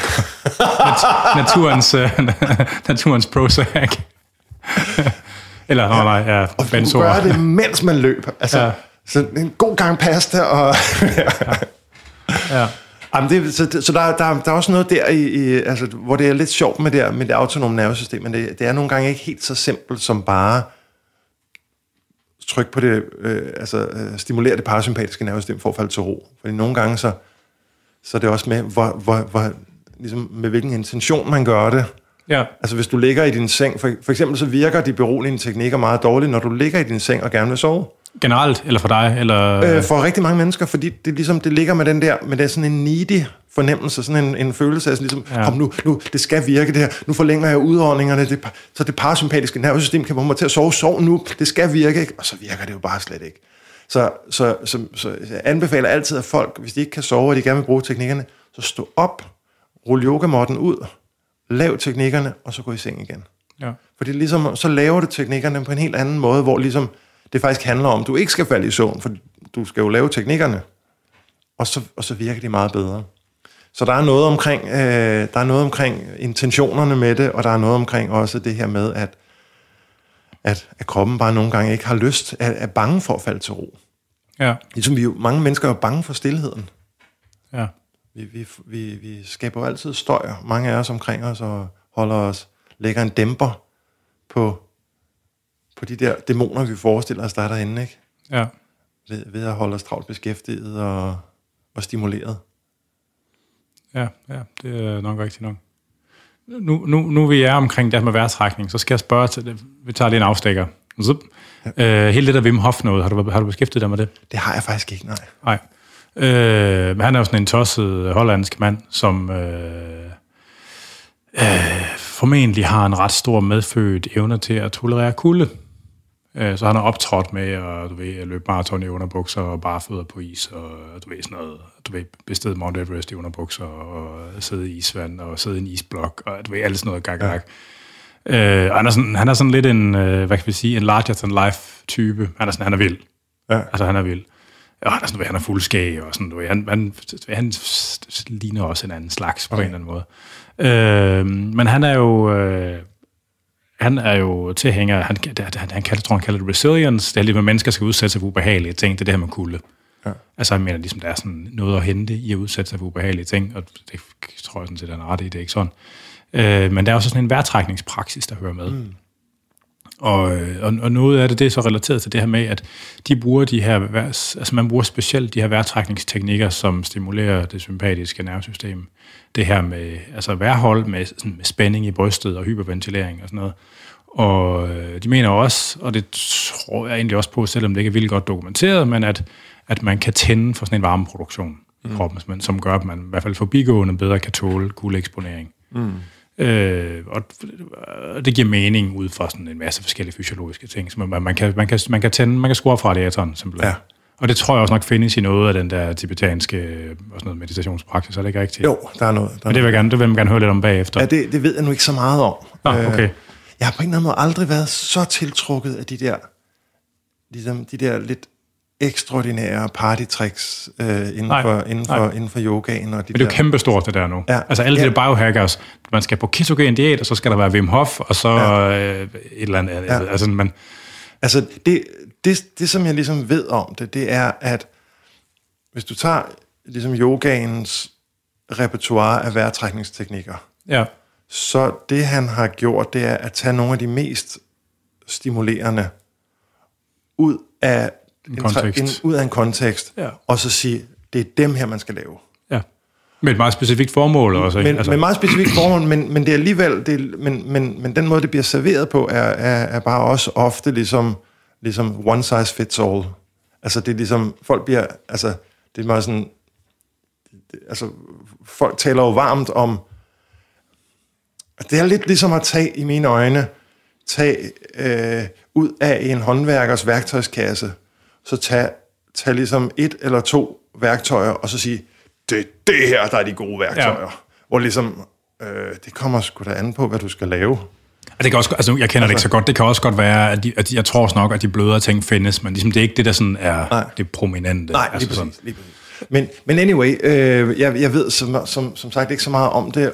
naturens Prozac. Eller, nej, ja, og du gør det, mens man løber. Altså, ja. Så en god gang pasta, og... ja. Jamen så der er også noget der, altså, hvor det er lidt sjovt med det autonome nervesystem, men det er nogle gange ikke helt så simpelt som bare tryk på det, stimulere det parasympatiske nervesystem for at falde til ro. Fordi nogle gange så er det også med, hvor ligesom med hvilken intention man gør det. Ja. Altså hvis du ligger i din seng, for eksempel så virker de beroligende teknikker meget dårligt, når du ligger i din seng og gerne vil sove. Generelt, eller for dig? Eller? For rigtig mange mennesker, fordi det ligesom, det ligger med den der, med det sådan en needy fornemmelse, sådan en følelse af sådan ligesom, ja. Kom nu, det skal virke det her, nu forlænger jeg udåndingerne, så det parasympatiske nervesystem kan få mig til at sove nu, det skal virke, ikke? Og så virker det jo bare slet ikke. Så jeg anbefaler altid, at folk, hvis de ikke kan sove, og de gerne vil bruge teknikkerne, så stå op, rul yogamåtten ud, lav teknikkerne, og så gå i seng igen. Ja. Fordi ligesom, så laver du teknikkerne på en helt anden måde, hvor ligesom det faktisk handler om, at du ikke skal falde i søvn, for du skal jo lave teknikkerne, og så virker de meget bedre. Så der er noget omkring intentionerne med det, og der er noget omkring også det her med, at kroppen bare nogle gange ikke har lyst, er bange for at falde til ro. Ja. Ligesom mange mennesker er bange for stilheden. Ja. Vi skaber jo altid støj, mange af os omkring os, og lægger en dæmper på de der dæmoner, vi forestiller os, der er derinde, ikke? Ja. Ved at holde os travlt beskæftiget og stimuleret. Ja, det er nok rigtigt nok. Nu vi er omkring det med vejrtrækning, så skal jeg spørge til det. Vi tager lige en afstikker. Ja. Hele det der Wim Hof noget, har du beskæftiget dig med det? Det har jeg faktisk ikke, nej. Men han er jo sådan en tosset hollandsk mand, som formentlig har en ret stor medfødt evne til at tolerere kulde. Så han har optrådt med at løbe maraton i underbukser og barefødder på is, og sådan noget, bestedet Mount Everest i underbukser, og sidde i isvand, og sidde i en isblok, og alt sådan noget gag. Ja. Han er sådan lidt en, hvad kan vi sige, en larger-than-life type. Han er vild. Ja. Altså, han er vild. Og han er fuldskæg, og sådan, han ligner også en anden slags på en eller anden måde. Men han er jo tilhænger, han kalder det resilience, det er lidt med, mennesker skal udsætte sig for ubehagelige ting, det er det her med kulde. Ja. Altså jeg mener ligesom, der er sådan noget at hente i at udsætte sig for ubehagelige ting, og det tror jeg sådan set, der er en ret i, det er ikke sådan. Men der er også sådan en vejrtrækningspraksis, der hører med. Mm. Og noget af det er så relateret til det her med, at de bruger de her, altså man bruger specielt de her vejrtrækningsteknikker, som stimulerer det sympatiske nervesystem. Det her med altså vejrhold med spænding i brystet og hyperventilering og sådan noget. Og de mener også, og det tror jeg egentlig også på, selvom det ikke er vildt godt dokumenteret, men at man kan tænde for sådan en varmeproduktion i kroppen, som gør, at man i hvert fald forbigående bedre kan tåle kuldeeksponering. Mm. Og det giver mening ud fra sådan en masse forskellige fysiologiske ting. Så man kan tænde, man kan skrue fra radiatoren simpelthen. Ja. Og det tror jeg også nok findes i noget af den der tibetanske og sådan noget meditationspraksis, er det ikke rigtigt? Jo, der er noget. Men det vil man gerne høre lidt om bagefter. Ja, det ved jeg nu ikke så meget om. Okay. Jeg har på en eller anden måde aldrig været så tiltrukket af de der lidt ekstraordinære partytricks inden for yogaen. Og men det er jo kæmpestort, det der nu. Ja. Altså alle de der biohackers, man skal på ketogen diæt, og så skal der være Wim Hof, og så et eller andet. Ja. Altså, det, som jeg ligesom ved om det er, at hvis du tager ligesom yogaens repertoire af vejrtrækningsteknikker, så det, han har gjort, det er at tage nogle af de mest stimulerende ud af en kontekst, og så sige, det er dem her, man skal lave. Ja. Med et meget specifikt formål også, ikke? Med meget specifikt formål, men det er alligevel, men den måde, det bliver serveret på, er bare også ofte ligesom one size fits all. Altså, det er ligesom, folk bliver, altså, det er meget sådan, altså, folk taler jo varmt om, det er lidt ligesom at tage, i mine øjne, ud af en håndværkers værktøjskasse, så tage ligesom 1 eller 2 værktøjer, og så sige, det her, der er de gode værktøjer. Ja. Hvor ligesom, det kommer sgu da an på, hvad du skal lave. Det kan også, altså, jeg kender det ikke så godt. Det kan også godt være, at jeg tror også nok, at de blødere ting findes, men ligesom, det er ikke det, der sådan er det prominente. Nej, altså, lige præcis. Men anyway, jeg ved som sagt ikke så meget om det,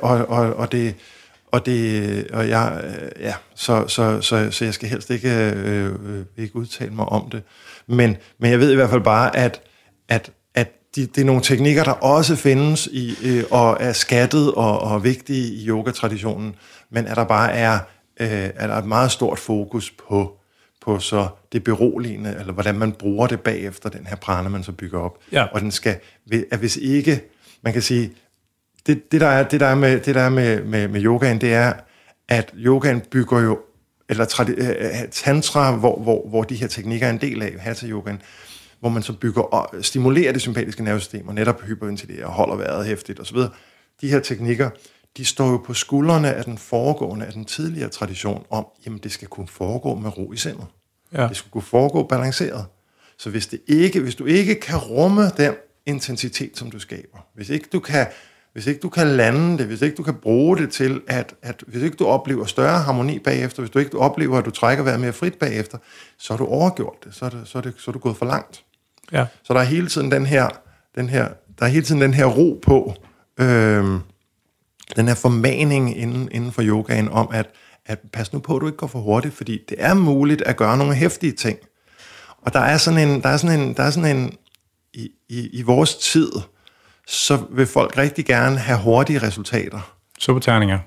så jeg skal helst ikke udtale mig om det. Men jeg ved i hvert fald bare, at det er nogle teknikker, der også findes og er skattet og vigtige i yogatraditionen, men at der bare er et meget stort fokus på så det beroligende, eller hvordan man bruger det bagefter, den her prana, man så bygger op. Ja. Og den skal, at hvis ikke, man kan sige, det der er med yogaen, det er, at yogaen bygger jo, eller tantra, hvor de her teknikker er en del af, hatha-yogaen, hvor man så stimulerer det sympatiske nervesystem, og netop hyperventilerer og holder vejret hæftigt osv. De her teknikker, de står jo på skuldrene af den tidligere tradition om, jamen det skal kunne foregå med ro i sindet. Ja. Det skal kunne foregå balanceret. Så hvis du ikke kan rumme den intensitet, som du skaber, hvis ikke du kan lande det, hvis ikke du kan bruge det til, at hvis ikke du oplever større harmoni bagefter, hvis du ikke oplever, at du trækker vejret mere frit bagefter, så har du overgjort det, så er du gået for langt. Ja. Så der er hele tiden den her ro på, den her formaning inden for yogaen om, at pas nu på, at du ikke går for hurtigt, fordi det er muligt at gøre nogle heftige ting. Og der er sådan en i vores tid, så vil folk rigtig gerne have hurtige resultater. Superterninger.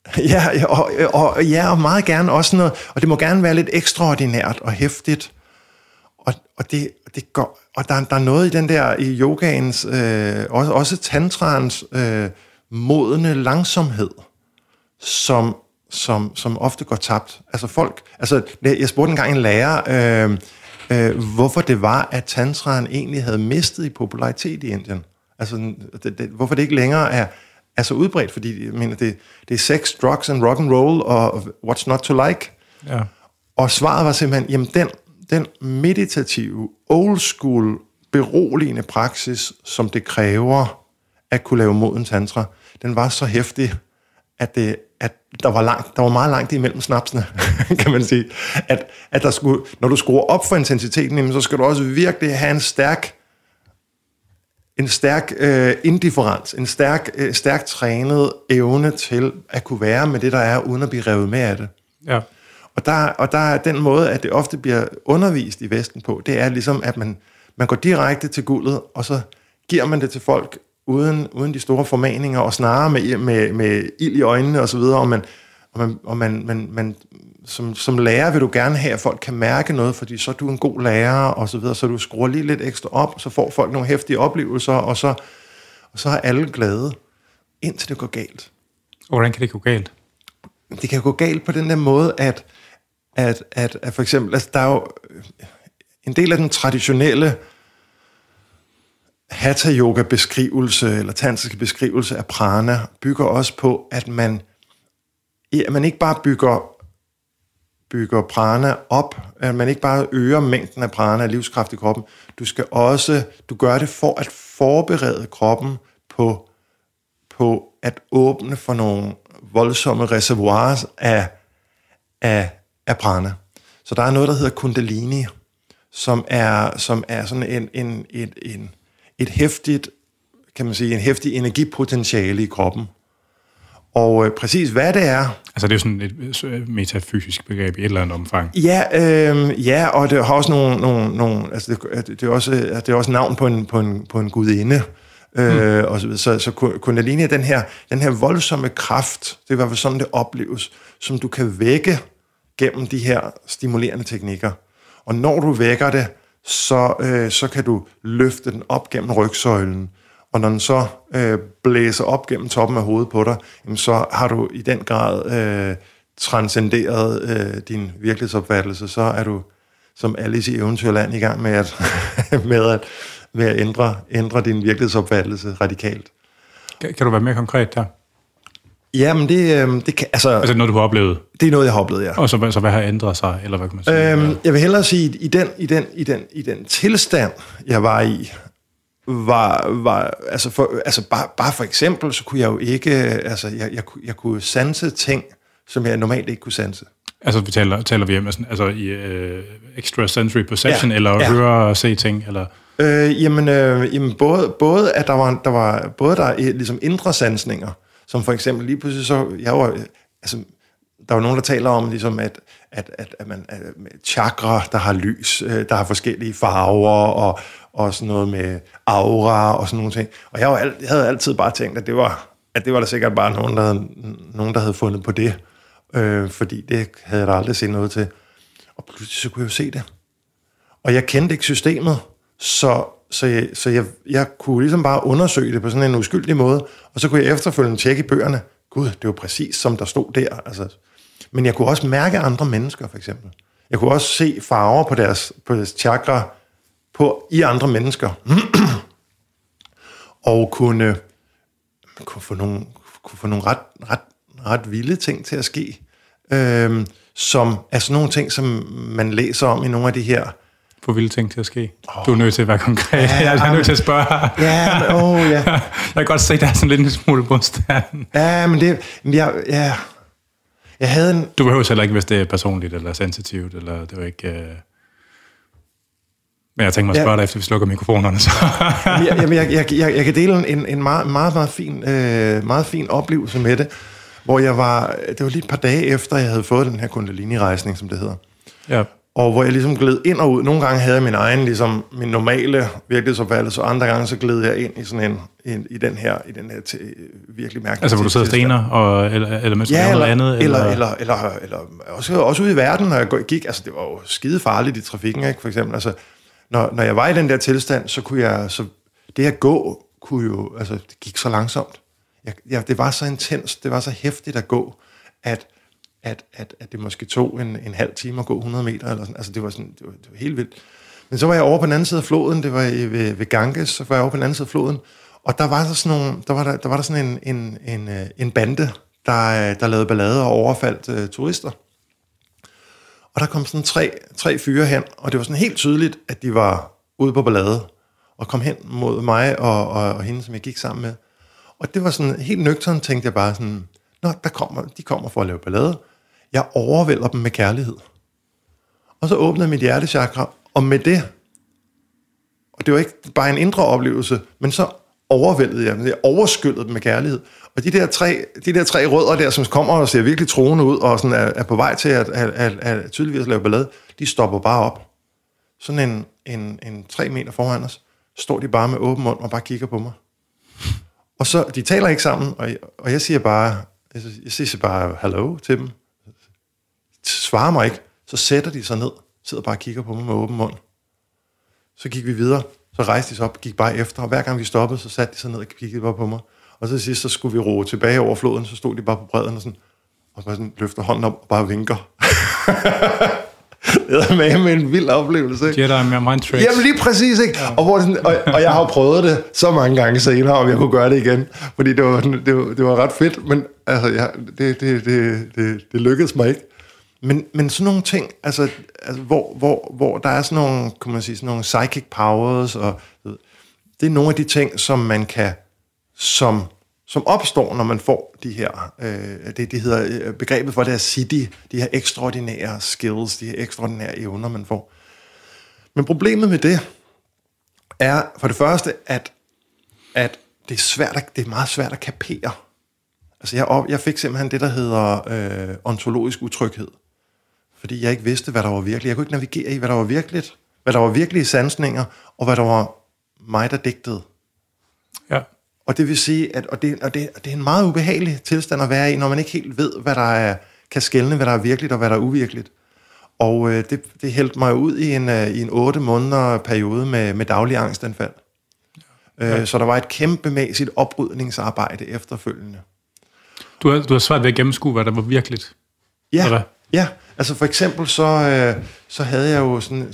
Og meget gerne også noget, og det må gerne være lidt ekstraordinært og heftigt. Og det går, og der er noget i den der, i yogaens, også tantrans modne langsomhed, som ofte går tabt. Jeg spurgte engang en lærer, hvorfor det var, at tantraen egentlig havde mistet i popularitet i Indien. Altså, hvorfor det ikke længere er så udbredt, fordi jeg mener, det er sex, drugs and rock and roll og what's not to like. Ja. Og svaret var simpelthen, jamen den meditative, old school, beroligende praksis, som det kræver at kunne lave moden tantra, den var så heftig, at der var meget langt imellem snapsene, kan man sige. At der skulle, når du skruer op for intensiteten, så skal du også virkelig have en stærk indifferens, en stærk trænet evne til at kunne være med det, der er, uden at blive revet med af det. Ja. Og der er den måde, at det ofte bliver undervist i Vesten på, det er ligesom, at man går direkte til guldet, og så giver man det til folk, uden de store formaninger, og snarere med ild i øjnene og så videre, og man som lærer vil du gerne have, at folk kan mærke noget, fordi så er du en god lærer, og så videre, så du skruer lige lidt ekstra op, så får folk nogle heftige oplevelser, og så er alle glade, indtil det går galt. Og hvordan kan det gå galt? Det kan gå galt på den der måde, at for eksempel, altså der er jo en del af den traditionelle hatha-yoga-beskrivelse, eller tantriske beskrivelse af prana, bygger også på, at man ikke bare bygger prana op, at man ikke bare øger mængden af prana, livskraft i kroppen, du gør det for at forberede kroppen på at åbne for nogle voldsomme reservoirs af prana. Så der er noget, der hedder kundalini, som er sådan et heftigt, kan man sige, en heftig energipotentiale i kroppen. Og præcis hvad det er... Altså det er jo sådan et metafysisk begreb i et eller andet omfang. Ja, og det har også nogle altså det er også navn på en gudinde. Og så kundalini er den her voldsomme kraft, det er i hvert fald sådan, det opleves, som du kan vække gennem de her stimulerende teknikker. Og når du vækker det, så kan du løfte den op gennem rygsøjlen, Og når den så blæser op gennem toppen af hovedet på dig, jamen, så har du i den grad transcenderet din virkelighedsopfattelse. Så er du som Alice i Eventyrland i gang med at ændre din virkelighedsopfattelse radikalt. Kan du være mere konkret der? Jamen, det kan... Altså noget, du har oplevet? Det er noget, jeg har oplevet, ja. Og så hvad har ændret sig, eller hvad kan man sige? Jeg vil hellere sige, i den tilstand, jeg var i, bare for eksempel, så kunne jeg jo ikke... jeg kunne sanse ting, som jeg normalt ikke kunne sanse. Altså, vi taler vi altså i extrasensory perception, eller høre og se ting, eller... Jamen både at der var ligesom indre sansninger, som for eksempel lige pludselig så... der var nogen, der taler om, ligesom at man chakra, der har lys, der har forskellige farver, og sådan noget med aura og sådan nogle ting. Og jeg havde altid bare tænkt, at det var der sikkert bare nogen, der havde fundet på det. Fordi det havde jeg da aldrig set noget til. Og pludselig så kunne jeg jo se det. Og jeg kendte ikke systemet, så jeg kunne ligesom bare undersøge det på sådan en uskyldig måde, og så kunne jeg efterfølgende tjekke i bøgerne. Gud, det var præcis som der stod der. Altså. Men jeg kunne også mærke andre mennesker, for eksempel. Jeg kunne også se farver på deres chakra i andre mennesker. Og kunne få nogle ret vilde ting til at ske, som er sådan nogle ting, som man læser om i nogle af de her... Få vilde ting til at ske. Du er nødt til at være konkret. Jeg er nødt til at spørge. Jeg kan godt se, der er sådan lidt en smule modstand. Ja, men jeg havde en... Du behøver heller ikke, hvis det er personligt eller sensitivt, eller det var ikke... Men jeg tænker mig at spørge dig, efter vi slukker mikrofonerne. Så. Jeg kan dele en meget fin oplevelse med det, hvor det var lige et par dage efter, jeg havde fået den her kundalini-rejsning, som det hedder. Ja. Og hvor jeg ligesom gled ind og ud. Nogle gange havde jeg min egen, ligesom min normale virkelighedsopfattelse, og andre gange så gled jeg ind i sådan i den her virkelig mærkelige... Altså hvor du sidder og stener, eller mens du laver noget andet? Eller også ude i verden, når jeg gik. Altså det var jo skide farligt i trafikken, ikke? For eksempel, altså når jeg var i den der tilstand, så kunne jeg... det at gå kunne jo... Altså det gik så langsomt. Det var så intenst, det var så hæftigt at gå, at det måske tog en halv time at gå 100 meter, eller sådan. Altså det var helt vildt. Men så var jeg over på den anden side af floden, det var ved Ganges, så var jeg over på den anden side af floden, og der var der sådan en bande, der lavede ballade og overfaldt turister. Og der kom sådan tre fyre hen, og det var sådan helt tydeligt, at de var ude på ballade, og kom hen mod mig og hende, som jeg gik sammen med. Og det var sådan helt nøgtern, tænkte jeg bare sådan, de kommer for at lave ballade. Jeg overvælder dem med kærlighed. Og så åbnede mit hjertechakra, og med det, og det var ikke bare en indre oplevelse, men så overvældede jeg dem, jeg overskyllede dem med kærlighed. Og de der tre rødder der, som kommer og ser virkelig troende ud, og sådan er på vej til at tydeligvis lave ballade, de stopper bare op. Sådan en 3 meter foran os, står de bare med åben mund og bare kigger på mig. Og så, de taler ikke sammen, og jeg siger bare hallo til dem. Svarer mig ikke. Så sætter de sig ned, sidder bare og kigger på mig med åben mund. Så gik vi videre, så rejste de sig op, gik bare efter, og hver gang vi stoppede, så satte de sig ned og kiggede bare på mig. Og så sidst, så skulle vi roe tilbage over floden, så stod de bare på bredden og bare sådan løfter hånden op og bare vinker. Det er med en vild oplevelse, ikke? Jedi med mind tricks. Jamen lige præcis, ikke? Ja. Og jeg har jo prøvet det så mange gange senere, om jeg kunne gøre det igen. Fordi det var ret fedt, men altså, det lykkedes mig ikke. Men sådan nogle ting, altså hvor der er sådan nogle, kan man sige, sådan nogle psychic powers, og det er nogle af de ting, som man kan, som opstår, når man får de her, det hedder begrebet for det er siddhi, de her ekstraordinære skills, de her ekstraordinære evner, man får. Men problemet med det er for det første, at det er meget svært at kapere. Altså jeg fik simpelthen det, der hedder ontologisk utryghed. Fordi jeg ikke vidste, hvad der var virkeligt. Jeg kunne ikke navigere i, hvad der var virkeligt. Hvad der var virkelige sansninger, og hvad der var mig, der digtede. Ja. Og det vil sige, at det er en meget ubehagelig tilstand at være i, når man ikke helt ved, hvad der er, kan skelne, hvad der er virkeligt og hvad der er uvirkeligt. Og det hældte mig ud i en 8 måneder periode med daglig angstanfald. Så der var et kæmpemæssigt oprydningsarbejde efterfølgende. Du har svært ved at gennemskue, hvad der var virkeligt? Ja, eller? Ja. Altså for eksempel så havde jeg jo sådan,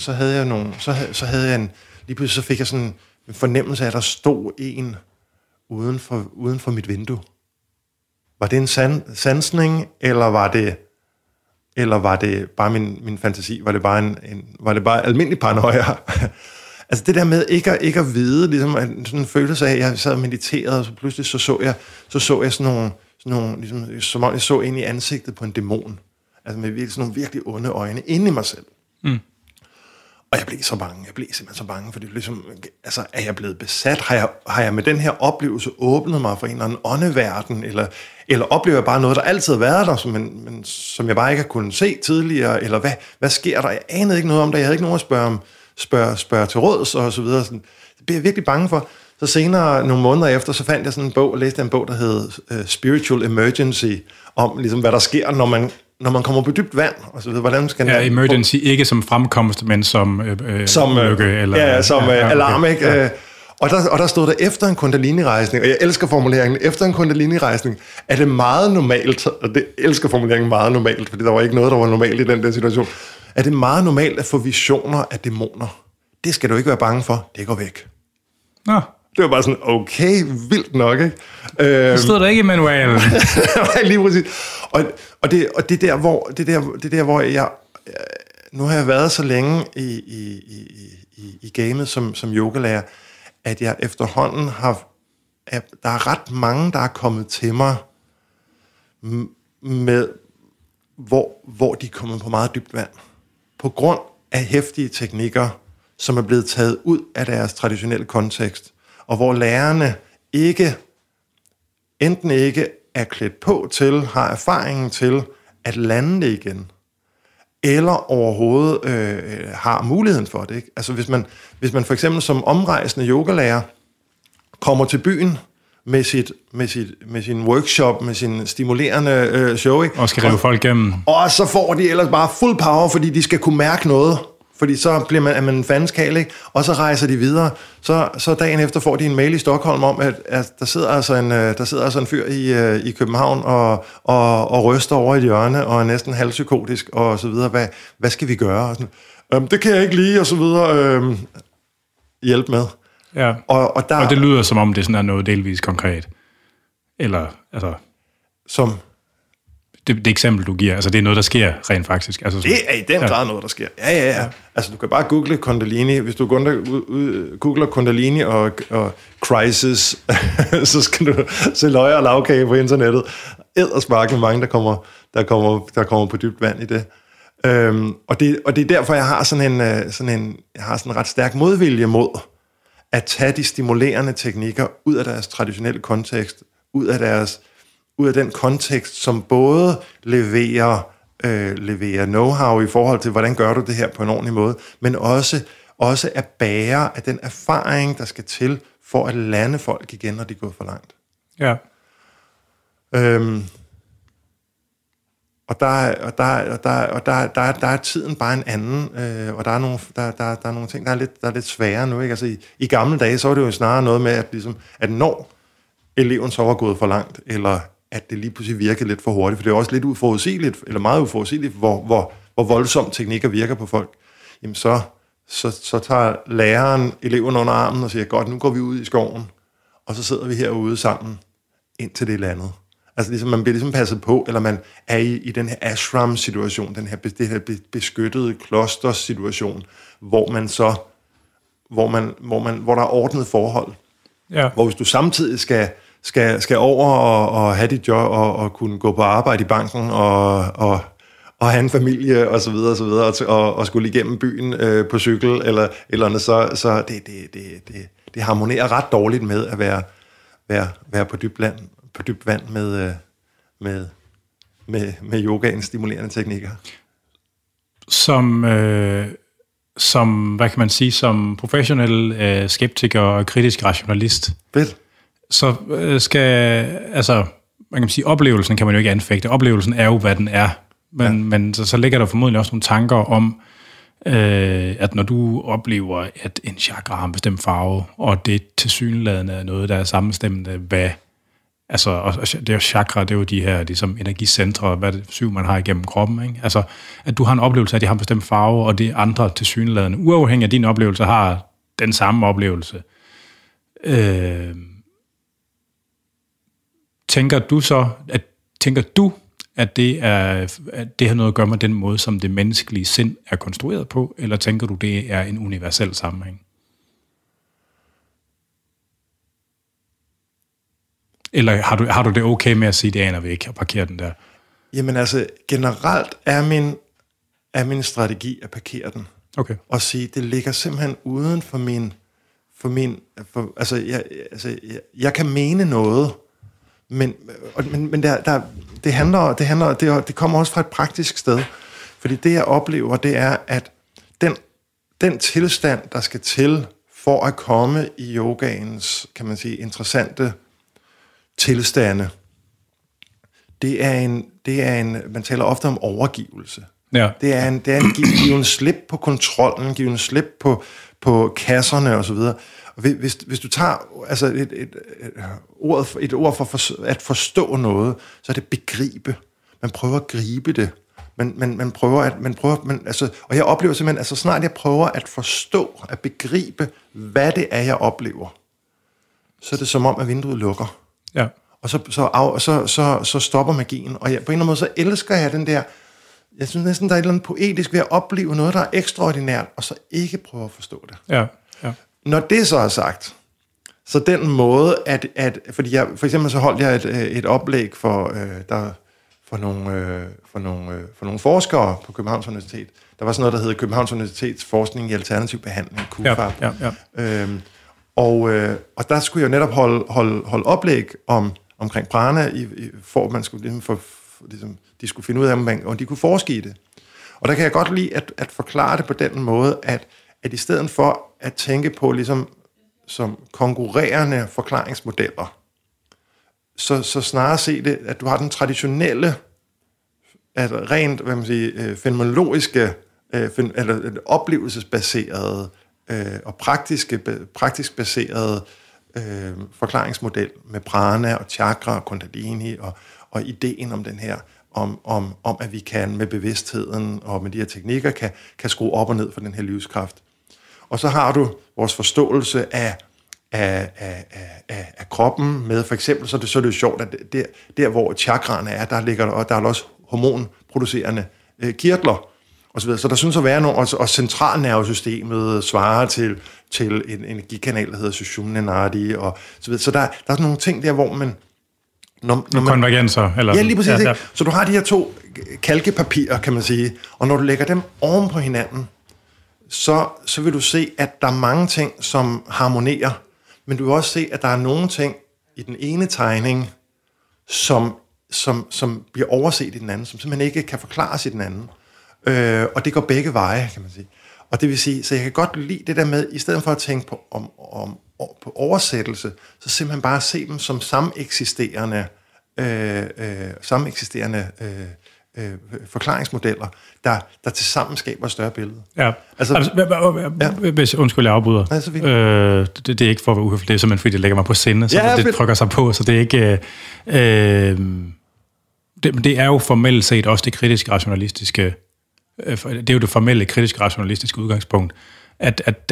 lige pludselig så fik jeg sådan en fornemmelse af, at der stod en uden for mit vindue. Var det en sansning, eller var det bare min fantasi? Var det bare almindelig paranoia? Altså det der med ikke at vide, ligesom sådan en følelse af, at jeg sad og mediterede, og så pludselig så jeg sådan nogle ligesom, som om jeg så ind i ansigtet på en dæmon. Altså med virkelig, sådan nogle virkelig onde øjne inde i mig selv. Mm. Og jeg blev simpelthen så bange, fordi ligesom, altså, er jeg blevet besat? Har jeg med den her oplevelse åbnet mig for en eller anden åndeverden? Eller oplever jeg bare noget, der altid har været der, men som jeg bare ikke har kunnet se tidligere? Eller hvad sker der? Jeg anede ikke noget om det. Jeg havde ikke nogen at spørge til råds og så videre. Sådan, det blev jeg virkelig bange for. Så senere, nogle måneder efter, så fandt jeg sådan en bog, og læste en bog, der hed Spiritual Emergency, om ligesom, hvad der sker, når man kommer på dybt vand, og så videre. Hvordan skal emergency, ikke som fremkomst, men som lykke, eller... Ja, som alarm, ikke? Ja. Og der stod der, efter en kundalini-rejsning, og jeg elsker formuleringen, efter en kundalini-rejsning, er det meget normalt, og det elsker formuleringen meget normalt, fordi der var ikke noget, der var normalt i den situation, er det meget normalt at få visioner af dæmoner. Det skal du ikke være bange for, det går væk. Nå. Det var bare sådan, okay, vildt nok, ikke? Det stod der ikke i manualen. Lige præcis. Og det er der, hvor jeg... Nu har jeg været så længe i gamet som yogalærer, at jeg efterhånden der er ret mange, der er kommet til mig med, hvor de er kommet på meget dybt vand. På grund af heftige teknikker, som er blevet taget ud af deres traditionelle kontekst, og hvor lærerne enten ikke er klædt på til, har erfaringen til at lande det igen, eller overhovedet har muligheden for det. Ikke? Altså hvis man for eksempel som omrejsende yogalærer kommer til byen med sin workshop, med sin stimulerende show, ikke? Og skal rive folk igennem. Og så får de ellers bare fuld power, fordi de skal kunne mærke noget. Fordi så er man en fanskal, ikke? Og så rejser de videre. Så dagen efter får de en mail i Stockholm om, at der sidder altså en fyr i København og ryster over i et hjørne og er næsten halvpsykotisk og så videre. Hvad skal vi gøre? Og sådan, det kan jeg ikke lide, og så videre. Hjælp med. Ja. Og det lyder som om det sådan er noget delvis konkret. Eller altså som det eksempel, du giver, altså det er noget, der sker rent faktisk. Altså, det er i den grad noget, der sker. Ja. Altså du kan bare google Kundalini. Hvis du googler Kundalini og crisis, så skal du se løg og lavkage på internettet. Edderspark med mange, der kommer på dybt vand i det. Og det er derfor, jeg har sådan en ret stærk modvilje mod at tage de stimulerende teknikker ud af deres traditionelle kontekst, ud af den kontekst, som både leverer know-how i forhold til, hvordan gør du det her på en ordentlig måde, men også er bærer af den erfaring, der skal til for at lande folk igen, når de går for langt. Ja. Og der er tiden bare en anden, og der er nogle ting, der er lidt svære nu, ikke? Altså i gamle dage, så var det jo snarere noget med, at når eleven så var gået for langt, eller at det lige pludselig virkede lidt for hurtigt, for det er også lidt uforudsigeligt, eller meget uforudsigeligt, hvor voldsomt teknikker virker på folk. Jamen så tager læreren eleven under armen og siger, godt, nu går vi ud i skoven, og så sidder vi herude sammen, indtil det er landet. Altså ligesom, man bliver ligesom passet på, eller man er i den her ashram-situation, det her beskyttede kloster-situation, hvor der er ordnet forhold. Ja. Hvor hvis du samtidig skal over og have dit job og kunne gå på arbejde i banken og have en familie og så videre og skulle igennem byen på cykel eller andet, så det harmonerer ret dårligt med at være på dybt vand med yogaens stimulerende teknikker. Som hvad kan man sige, som professionel skeptiker og kritisk rationalist. Fedt. Så man kan sige, oplevelsen kan man jo ikke anfægte. Oplevelsen er jo, hvad den er. Men så ligger der formodentlig også nogle tanker om, at når du oplever, at en chakra har en bestemt farve, og det tilsyneladende er noget, der er sammenstemmende, hvad... Altså, og det er jo chakra, det er jo de her ligesom energicentre, hvad det 7, man har igennem kroppen, ikke? Altså, at du har en oplevelse af, at de har en bestemt farve, og det andre tilsyneladende, uafhængig af din oplevelse, har den samme oplevelse. Tænker du, at det har noget at gøre med den måde, som det menneskelige sind er konstrueret på, eller tænker du, det er en universel sammenhæng? Eller har du det okay med at sige, det aner vi ikke, og parkere den der? Jamen altså, generelt er min strategi at parkere den. Okay. Og sige, det ligger simpelthen uden for jeg kan mene noget, men det kommer også fra et praktisk sted. Fordi det, jeg oplever, det er, at den tilstand, der skal til for at komme i yogaens, kan man sige, interessante tilstande, det er en man taler ofte om overgivelse. Ja. Det er en give en slip på kontrollen, give en slip på kasserne og så videre. Og hvis du tager altså et ord for at forstå noget, så er det begribe. Man prøver at gribe det. Og jeg oplever simpelthen, altså snart jeg prøver at forstå, at begribe, hvad det er, jeg oplever, så er det som om, at vinduet lukker. Ja. Og så stopper magien. Og på en eller anden måde, så elsker jeg den der, jeg synes næsten, der er et eller andet poetisk ved at opleve noget, der er ekstraordinært, og så ikke prøve at forstå det. Ja. Ja. Når det så er sagt, så den måde, at fordi for eksempel så holdt jeg et oplæg for nogle forskere på Københavns Universitet. Der var sådan noget, der hedder Københavns Universitets Forskning i Alternativ Behandling, KUFAB. Ja. Og der skulle jeg netop holde oplæg omkring prana, for man skulle de skulle finde ud af, om de kunne forske i det. Og der kan jeg godt lide at forklare det på den måde, at i stedet for at tænke på ligesom som konkurrerende forklaringsmodeller, så snarere se det, at du har den traditionelle, at rent fænomenologiske, eller oplevelsesbaserede og praktisk baserede forklaringsmodel med prana og chakra og kundalini og ideen om den her, om at vi kan med bevidstheden og med de her teknikker kan skrue op og ned for den her livskraft. Og så har du vores forståelse af kroppen med, for eksempel, så er det jo sjovt, at der hvor chakraerne er, der er også hormonproducerende kirtler og så videre. Så der synes at være nogle, og centralnervesystemet svarer til en energikanal, der hedder Sushumna Nadi og så videre. Så der er nogle ting der, hvor man konvergenser, eller? Ja, lige præcis. Ja. Så du har de her 2 kalkepapirer, kan man sige, og når du lægger dem oven på hinanden, så vil du se, at der er mange ting, som harmonerer, men du vil også se, at der er nogle ting i den ene tegning, som bliver overset i den anden, som simpelthen ikke kan forklares i den anden. Og det går begge veje, kan man sige. Og det vil sige, så jeg kan godt lide det der med, i stedet for at tænke på oversættelse, så simpelthen bare se dem som sameksisterende forklaringsmodeller, der tilsammen skaber et større billede. Ja. Hvis undskyld, jeg afbryder. Nej, det er ikke for at være uhøfligt, det er simpelthen fordi, det lægger mig på sinde, så det trykker sig på, så det er ikke... Det er jo formelt set også det kritisk rationalistiske, det er jo det formelle kritisk rationalistiske udgangspunkt, at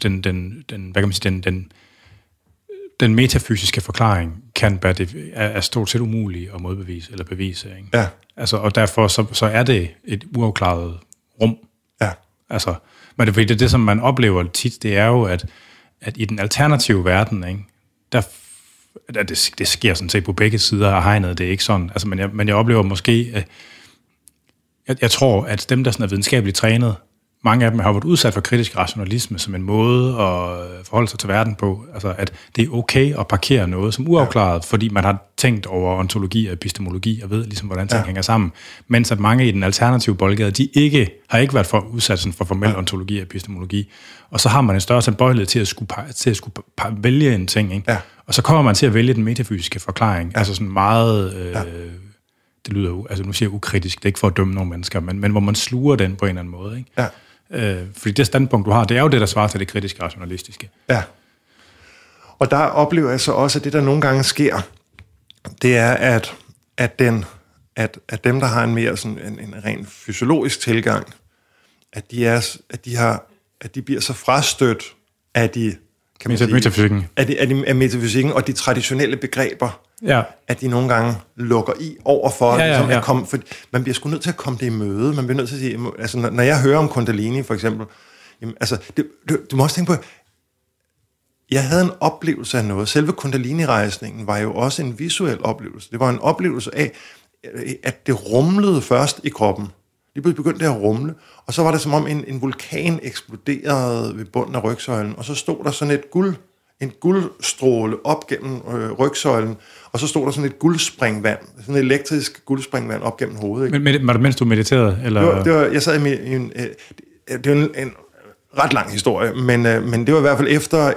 den metafysiske forklaring er stort set umulig at modbevise eller bevise. Ikke? Ja. Altså, og derfor så er det et uafklaret rum. Ja. Altså, men det som man oplever tit, det er jo, at i den alternative verden, ikke, det sker sådan set på begge sider af hegnet, det er ikke sådan. Altså, men jeg oplever måske, jeg tror, at dem, der sådan er videnskabeligt trænet, mange af dem har været udsat for kritisk rationalisme som en måde at forholde sig til verden på. Altså, at det er okay at parkere noget som uafklaret, fordi man har tænkt over ontologi og epistemologi og ved ligesom, hvordan ting hænger sammen. Mens at mange i den alternative boldgade, de har ikke været udsat for formel ontologi og epistemologi. Og så har man en større tilbøjelighed til at skulle vælge en ting, ikke? Ja. Og så kommer man til at vælge den metafysiske forklaring. Ja. Altså sådan meget... det lyder nu siger jeg ukritisk, det er ikke for at dømme nogle mennesker, men hvor man sluger den på en eller anden måde, ikke? Ja. Fordi det standpunkt, du har, det er jo det, der svarer til det kritiske rationalistiske. Ja. Og der oplever jeg så også, at det, der nogle gange sker, det er, at dem, der har en mere sådan en ren fysiologisk tilgang, at de bliver så frastødt af de metafysikken. Af metafysikken og de traditionelle begreber, ja. At de nogle gange lukker i overfor, ja. At komme, for man bliver sgu nødt til at komme det i møde. Man bliver nødt til at sige, altså når jeg hører om Kundalini for eksempel, jamen, altså, du må også tænke på, jeg havde en oplevelse af noget. Selve Kundalini-rejsningen var jo også en visuel oplevelse. Det var en oplevelse af, at det rumlede først i kroppen. Lige pludselig begyndte det at rumle, og så var det som om en vulkan eksploderede ved bunden af rygsøjlen, og så stod der sådan en guldstråle op gennem rygsøjlen, og så stod der sådan et guldspringvand, sådan et elektrisk guldspringvand op gennem hovedet. Ikke? Men var det mens du mediterede? Eller? Jeg sad i en en ret lang historie, men det var i hvert fald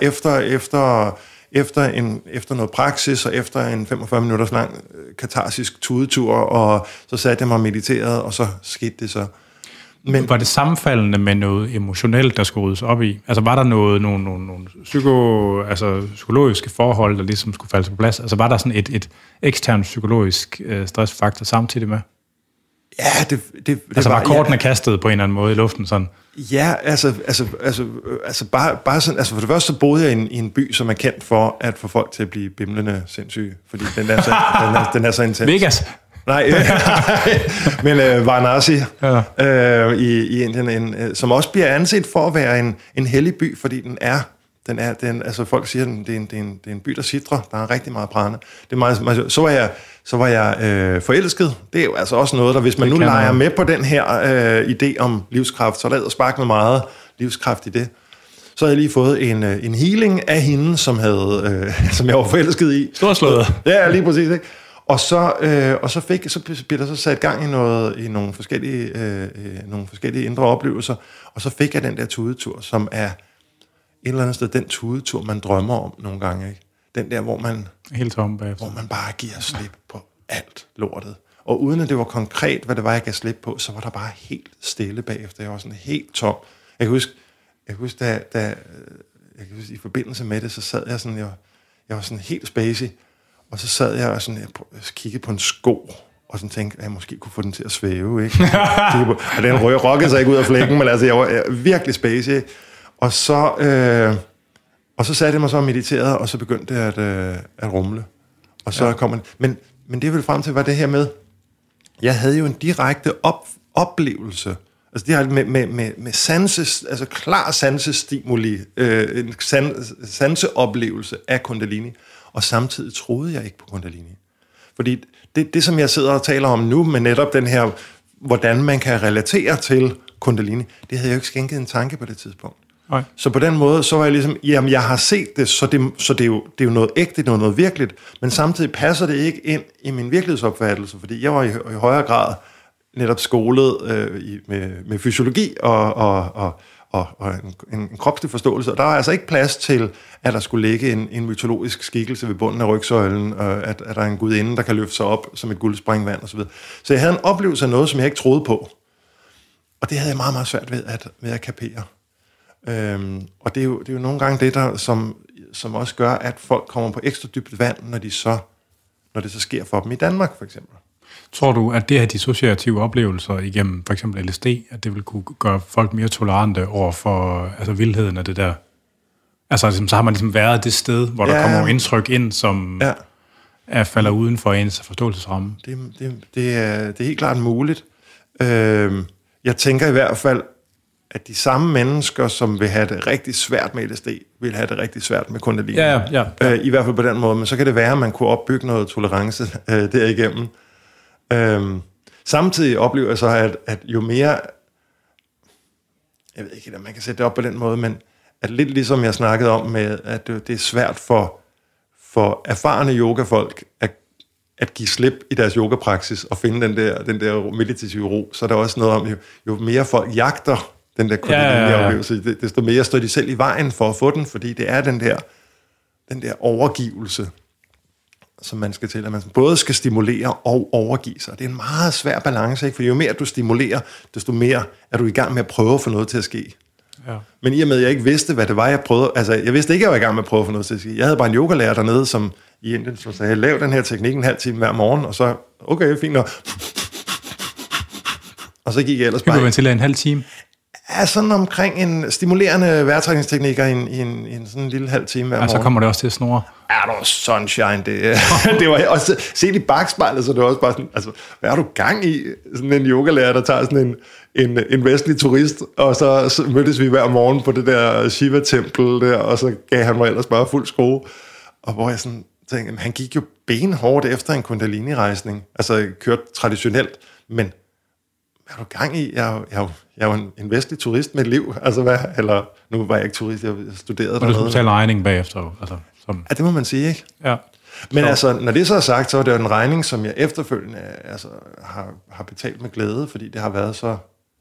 efter noget praksis, og efter en 45 minutters lang katarsisk tudetur, og så satte jeg mig og mediterede, og så skete det så. Men var det sammenfaldende med noget emotionelt, der skulle ryddes op i? Altså var der nogle psykologiske forhold, der ligesom skulle falde på plads? Altså var der sådan et ekstern psykologisk stressfaktor samtidig med? Ja, det altså var kortene kastet på en eller anden måde i luften sådan? Ja, altså bare sådan, altså for det første så boede jeg i en by, som er kendt for at få folk til at blive bimlende sindssyge, fordi den er så intens. Vegas? Nej, men Varanasi i Indien, som også bliver anset for at være en hellig by, fordi den altså folk siger, at det er en by, der sitrer. Der er rigtig meget prana. Det er meget, så var jeg forelsket. Det er jo altså også noget, der hvis man nu leger med på den her idé om livskraft, så er der sparket med meget livskraft i det. Så havde jeg lige fået en healing af hende, som jeg var forelsket i. Storslået. Ja, lige præcis, ikke? Og så bliver der så sat gang i nogle forskellige indre oplevelser, og så fik jeg den der tudetur, som er et eller andet sted den tudetur, man drømmer om nogle gange, ikke? Den der, hvor man bare giver slip på alt lortet. Og uden at det var konkret, hvad det var, jeg gav slip på, så var der bare helt stille bagefter. Jeg var sådan helt tom. Jeg kan huske, i forbindelse med det, så sad jeg sådan, jeg var sådan helt spacey, og så sad jeg og sådan, jeg kiggede på en sko, og sådan tænkte, at jeg måske kunne få den til at svæve, ikke? Og den rokkede sig ikke ud af flækken, men altså, jeg var virkelig spacey. Og så satte jeg mig så og mediterede, og så begyndte det at rumle. Og så kom man... Men det vil frem til, var det her med... Jeg havde jo en direkte oplevelse, altså direkte med sanses, altså klar sansestimuli, en sanseoplevelse af Kundalini, og samtidig troede jeg ikke på Kundalini. Fordi det, som jeg sidder og taler om nu, med netop den her, hvordan man kan relatere til Kundalini, det havde jeg jo ikke skænket en tanke på det tidspunkt. Nej. Så på den måde, så var jeg ligesom, jamen jeg har set det, så det er jo noget ægte, det er noget virkeligt, men samtidig passer det ikke ind i min virkelighedsopfattelse, fordi jeg var i højere grad netop skolet med fysiologi og en kropslig forståelse, og der var altså ikke plads til, at der skulle ligge en mytologisk skikkelse ved bunden af rygsøjlen, at der er en gudinde, der kan løfte sig op som et guldspringvand osv. Så jeg havde en oplevelse af noget, som jeg ikke troede på, og det havde jeg meget, meget svært ved at kapere. Og det er jo nogle gange det, der, som også gør, at folk kommer på ekstra dybt vand, når det så sker for dem i Danmark, for eksempel. Tror du, at det her dissociative oplevelser igennem for eksempel LSD, at det vil kunne gøre folk mere tolerante over for vildheden af det der? Altså, så har man ligesom været det sted, hvor der kommer indtryk ind, som falder uden for ens forståelsesramme. Det er helt klart muligt. Jeg tænker i hvert fald, at de samme mennesker, som vil have det rigtig svært med LSD, vil have det rigtig svært med Kundalini. Ja. I hvert fald på den måde. Men så kan det være, at man kunne opbygge noget tolerance derigennem. Samtidig oplever jeg så, at jo mere... Jeg ved ikke, om man kan sætte det op på den måde, men at lidt ligesom jeg snakkede om med, at det er svært for erfarne yogafolk at give slip i deres yogapraksis og finde den der meditative ro, så er der også noget om, jo mere folk jagter den der Kundalini-oplevelse, desto mere står de selv i vejen for at få den, fordi det er den der overgivelse, som man skal til, at man både skal stimulere og overgive sig. Det er en meget svær balance, ikke? For jo mere du stimulerer, desto mere er du i gang med at prøve at få noget til at ske. Ja. Men i og med, at jeg ikke vidste, hvad det var, jeg prøvede... Altså, jeg vidste ikke, at jeg var i gang med at prøve at få noget til at ske. Jeg havde bare en yogalærer dernede, som i Indien, som sagde, lav den her teknik en halv time hver morgen, og så, okay, fint nok. Og så gik jeg ellers bare... Hyperventilere en halv time? Ja, sådan omkring en stimulerende vejrtrækningsteknikker i en sådan en lille halv time hver morgen. Så kommer det også til at snurre. Ja, det var sunshine, det var også set i bagspejlet, så det var også bare sådan, altså, hvad har du gang i? Sådan en yogalærer, der tager sådan en vestlig turist, og så mødtes vi hver morgen på det der Shiva-tempel der, og så gav han mig ellers bare fuld skrue. Og hvor jeg sådan tænkte, han gik jo benhårdt efter en kundalini-rejsning, altså kørt traditionelt, men hvad har du gang i? Jeg er jo en vestlig turist med et liv, altså hvad, eller nu var jeg ikke turist, jeg studerede dernede. Og du skulle betale regning bagefter, altså. Som... Ja, det må man sige, ikke? Ja. Men altså, når det så er sagt, så er det jo en regning, som jeg efterfølgende altså, har betalt med glæde, fordi det har været så,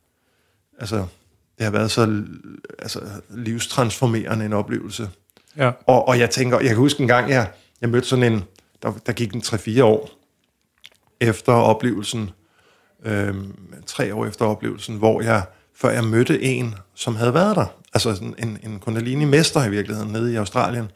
livstransformerende en oplevelse. Ja. Og jeg tænker, jeg kan huske en gang, jeg mødte sådan en, der gik en 3-4 år efter oplevelsen, 3 år efter oplevelsen, før jeg mødte en, som havde været der, altså sådan en kundalini-mester i virkeligheden, nede i Australien.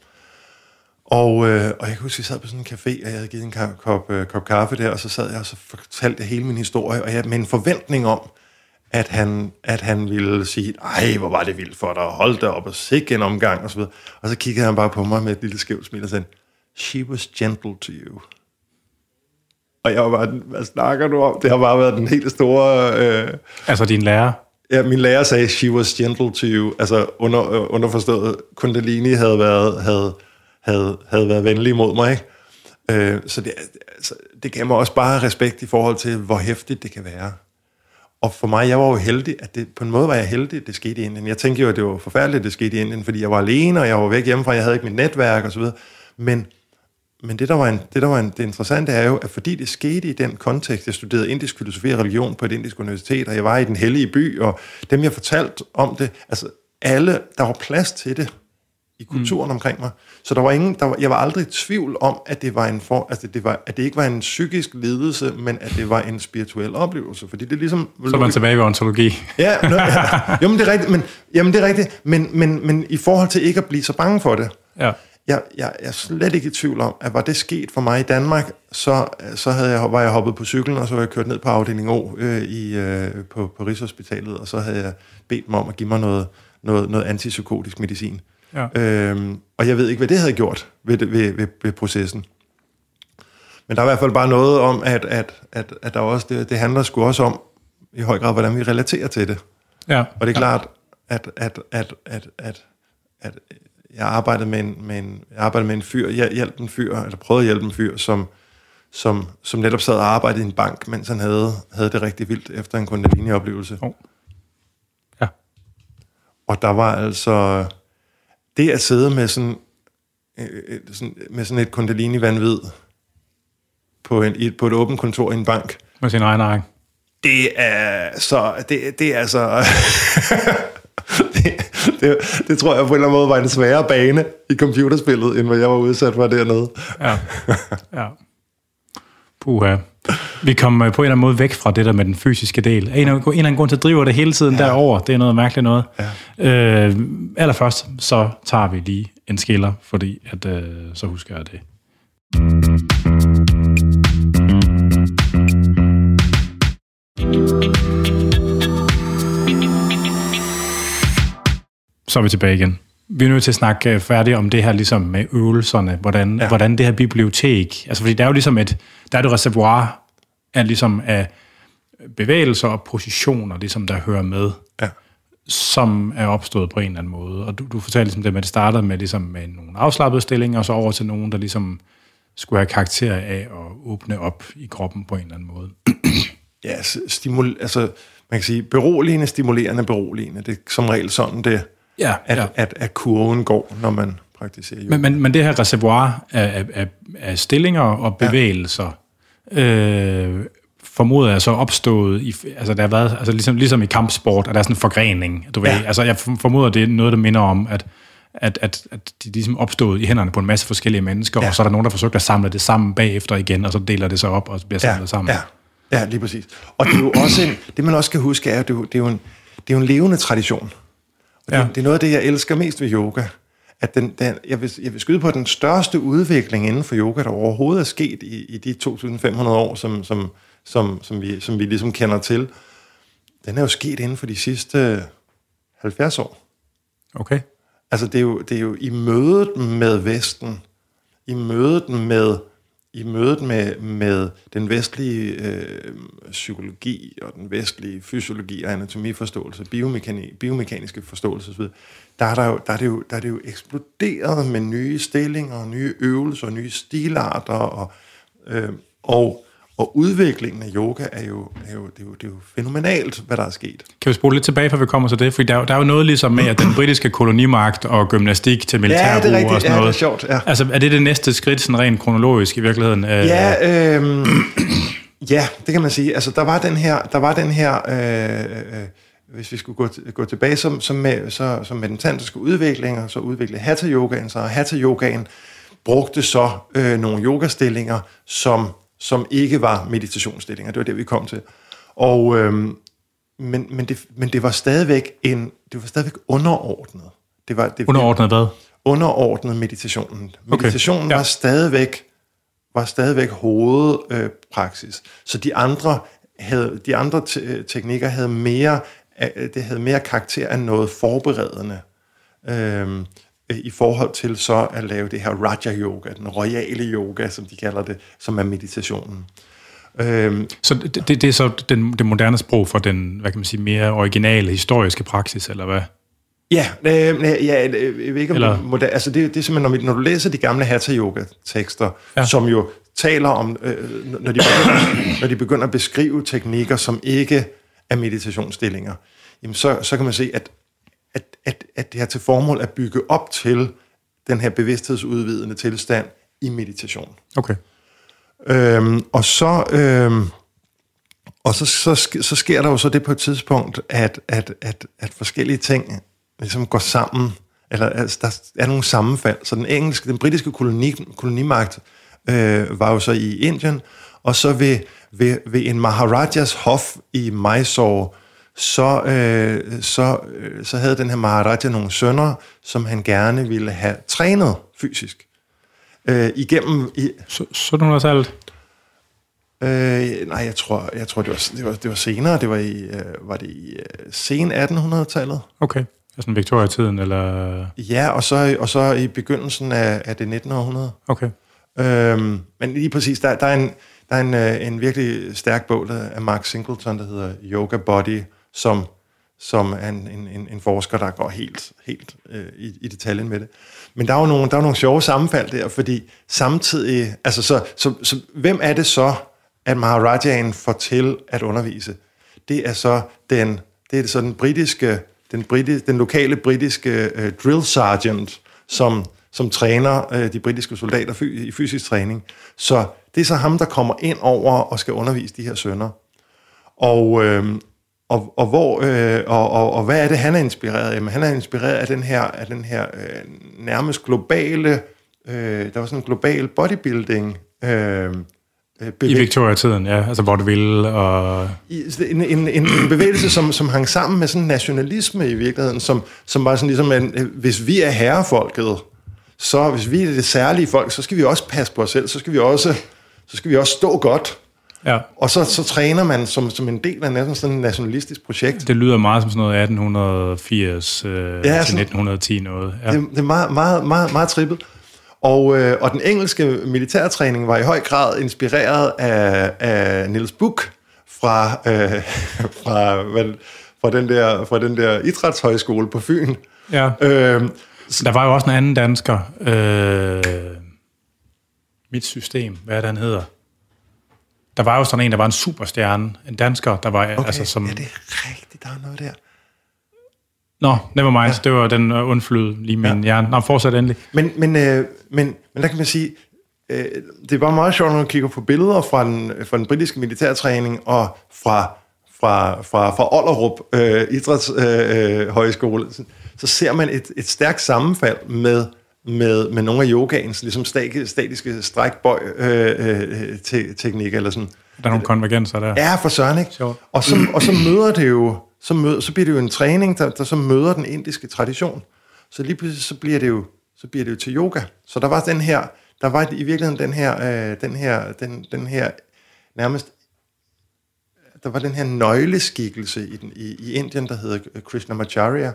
Og jeg kan huske, at vi sad på sådan en café, og jeg havde givet en kop kaffe der, og så sad jeg og så fortalte hele min historie, og jeg med en forventning om, at han ville sige, ej, hvor var det vildt for dig, hold da op og sikke en omgang, og så videre. Og så kiggede han bare på mig med et lille skævt smil og sagde, she was gentle to you. Og jeg var bare, hvad snakker du om? Det har bare været den helt store... Altså din lærer? Ja, min lærer sagde, she was gentle to you. Altså underforstået, Kundalini havde været venlig mod mig, ikke? Så det gav mig også bare respekt i forhold til, hvor hæftigt det kan være. Og for mig, jeg var jo heldig, på en måde var jeg heldig, det skete i Indien. Jeg tænkte jo, at det var forfærdeligt, det skete i Indien, fordi jeg var alene, og jeg var væk hjemmefra, jeg havde ikke mit netværk og så videre. Men det interessante er jo, at fordi det skete i den kontekst, jeg studerede indisk filosofi og religion på et indisk universitet, og jeg var i den hellige by, og dem, jeg fortalte om det, altså alle, der var plads til det i kulturen omkring mig. Så der var jeg var aldrig i tvivl om, at det var at det ikke var en psykisk lidelse, men at det var en spirituel oplevelse, fordi det er ligesom... Så er man tilbage ved ontologi. Ja, jo, men det er rigtigt, men i forhold til ikke at blive så bange for det. Ja. Jeg er slet ikke i tvivl om, at var det sket for mig i Danmark, så var jeg hoppet på cyklen, og så var jeg kørt ned på afdeling O på Rigshospitalet, og så havde jeg bedt dem om at give mig noget antipsykotisk medicin. Ja. Og jeg ved ikke, hvad det havde gjort ved processen. Men der er i hvert fald bare noget om, at der også, det handler sgu også om, i høj grad, hvordan vi relaterer til det. Ja. Og det er klart, at jeg arbejdede med en fyr, prøvede at hjælpe en fyr, som netop sad og arbejdede i en bank, mens han havde det rigtig vildt efter en kundalini-oplevelse. Oh. Ja. Og der var altså det at sidde med sådan et kundalini-vanvid på et åbent kontor i en bank. Med sin egen egen. Det er så det tror jeg på en eller anden måde var en sværere bane i computerspillet, end hvad jeg var udsat for dernede. Ja. Puha. Vi kom på en eller anden måde væk fra det der med den fysiske del. En eller anden grund til at drive det hele tiden derover. Det er noget mærkeligt noget. Ja. Allerførst, så tager vi lige en skiller, fordi at, så husker jeg det. Så er vi tilbage igen. Vi er nødt til at snakke færdigt om det her ligesom med øvelserne, hvordan det her bibliotek, altså fordi der er jo ligesom der er et reservoir af bevægelser og positioner, ligesom der hører med, som er opstået på en eller anden måde. Og du fortalte ligesom det med, at det startede med, ligesom med nogle afslappede stillinger, og så over til nogen, der ligesom skulle have karakter af at åbne op i kroppen på en eller anden måde. Ja, altså man kan sige beroligende, stimulerende. Det er som regel sådan det. At kurven går, når man praktiserer yoga. Men det her reservoir af stillinger og bevægelser, formoder jeg så opstået i, altså der har været, altså ligesom i kampsport, at der er sådan en forgrening, du ved. Altså jeg formoder, det er noget, der minder om, at de ligesom opstod i hænderne på en masse forskellige mennesker, og så er der nogen, der forsøger at samle det sammen bagefter igen, og så deler det sig op, og bliver samlet sammen. Ja, lige præcis. Og det er jo også det man også skal huske, er, at det er jo en levende tradition. Og det er noget af det, jeg elsker mest ved yoga. At jeg vil skyde på, at den største udvikling inden for yoga, der overhovedet er sket i de 2.500 år, som vi ligesom kender til, den er jo sket inden for de sidste 70 år. Okay. Altså det er jo i mødet med Vesten, i mødet med den vestlige psykologi og den vestlige fysiologi og anatomiforståelse, biomekaniske forståelse osv., der er det jo eksploderet med nye stillinger, nye øvelser, nye stilarter og udviklingen af yoga er jo fænomenalt, hvad der er sket. Kan vi spole lidt tilbage, før vi kommer til det? For der er jo noget ligesom med, at den britiske kolonimagt og gymnastik til militærbrug og sådan noget. Ja, det er sjovt. Ja. Altså, er det næste skridt, sådan rent kronologisk i virkeligheden? Ja, det kan man sige. Altså, der var den her hvis vi skulle gå tilbage, som med den tantriske udvikling, så udviklede Hatha-yogaen sig, og Hatha-yogaen brugte så nogle yogastillinger, som ikke var meditationsstillinger. Det var det, vi kom til. Og men det var stadigvæk underordnet. Underordnet hvad? Underordnet meditationen. Meditationen var stadigvæk hovedpraksis. Så de andre teknikker havde mere karakter af noget forberedende i forhold til så at lave det her Raja Yoga, den royale yoga, som de kalder det, som er meditationen. Så det er så det moderne sprog for den, hvad kan man sige, mere originale historiske praksis, eller hvad? Ja, jeg ved ikke om altså det er simpelthen, når du læser de gamle Hatha-yoga-tekster, som jo taler om, når de begynder at beskrive teknikker, som ikke er meditationsstillinger, jamen så kan man se, at det har til formål at bygge op til den her bevidsthedsudvidende tilstand i meditation. Okay. Og så sker der jo så det på et tidspunkt, at forskellige ting ligesom går sammen, eller altså, der er nogle sammenfald. Så den britiske kolonimagt var jo så i Indien, og så ved en Maharajas hof i Mysore, så havde den her Maharaja nogle sønner, som han gerne ville have trænet fysisk. Igennem... 1700-tallet? Nej, jeg tror det var senere. Var det i sen 1800-tallet? Okay. Altså Victoria-tiden, eller... Ja, og så i begyndelsen af det 1900. Okay. Men lige præcis, der er en virkelig stærk bog af Mark Singleton, der hedder Yoga Body, som er en forsker, der går helt i detaljen med det. Men der er jo nogle sjove sammenfald der, fordi samtidig... Altså, så hvem er det så, at Maharajaen får til at undervise? Det er så den lokale britiske drill sergeant, som træner de britiske soldater i fysisk træning. Så det er så ham, der kommer ind over og skal undervise de her sønner. Og hvad er det, han er inspireret af? Jamen, han er inspireret af den her nærmest globale... der var sådan en global bodybuilding... I Victoria-tiden, ja. Altså vaudeville og... En bevægelse, som hang sammen med sådan en nationalisme i virkeligheden, som var sådan ligesom, hvis vi er herrefolket, så hvis vi er det særlige folk, så skal vi også passe på os selv, så skal vi også stå godt. Ja. Og så træner man som en del af sådan et nationalistisk projekt. Det lyder meget som sådan noget 1880 til 1910 noget. Ja. Det er meget, meget, meget, meget trippet. Og den engelske militærtræning var i høj grad inspireret af Niels Buch fra den der idrætshøjskole på Fyn. Ja. Der var jo også en anden dansker. Mit system, hvad er det, han hedder? Der var jo sådan en, der var en superstjerne, en dansker, der var... Okay, altså, som... ja, det er rigtigt, der er noget der. Nå, never mind, det var den undflød lige min hjerne. Nå, fortsæt endelig. Men der kan man sige, det var meget sjovt, når man kigger på billeder fra den britiske militærtræning, og fra Ollerup Idrætshøjskole, så ser man et stærkt sammenfald med nogle af yogaens ligesom statiske strækbøj-teknikker eller sådan. Der er nogle konvergenser der. Ja, for søren, ikke? Sure. Og så møder det jo, så bliver det jo en træning, der så møder den indiske tradition. Så lige pludselig så bliver det jo til yoga. Så der var i virkeligheden den her nærmest, der var den her nøgleskikkelse i Indien, der hedder Krishnamacharya,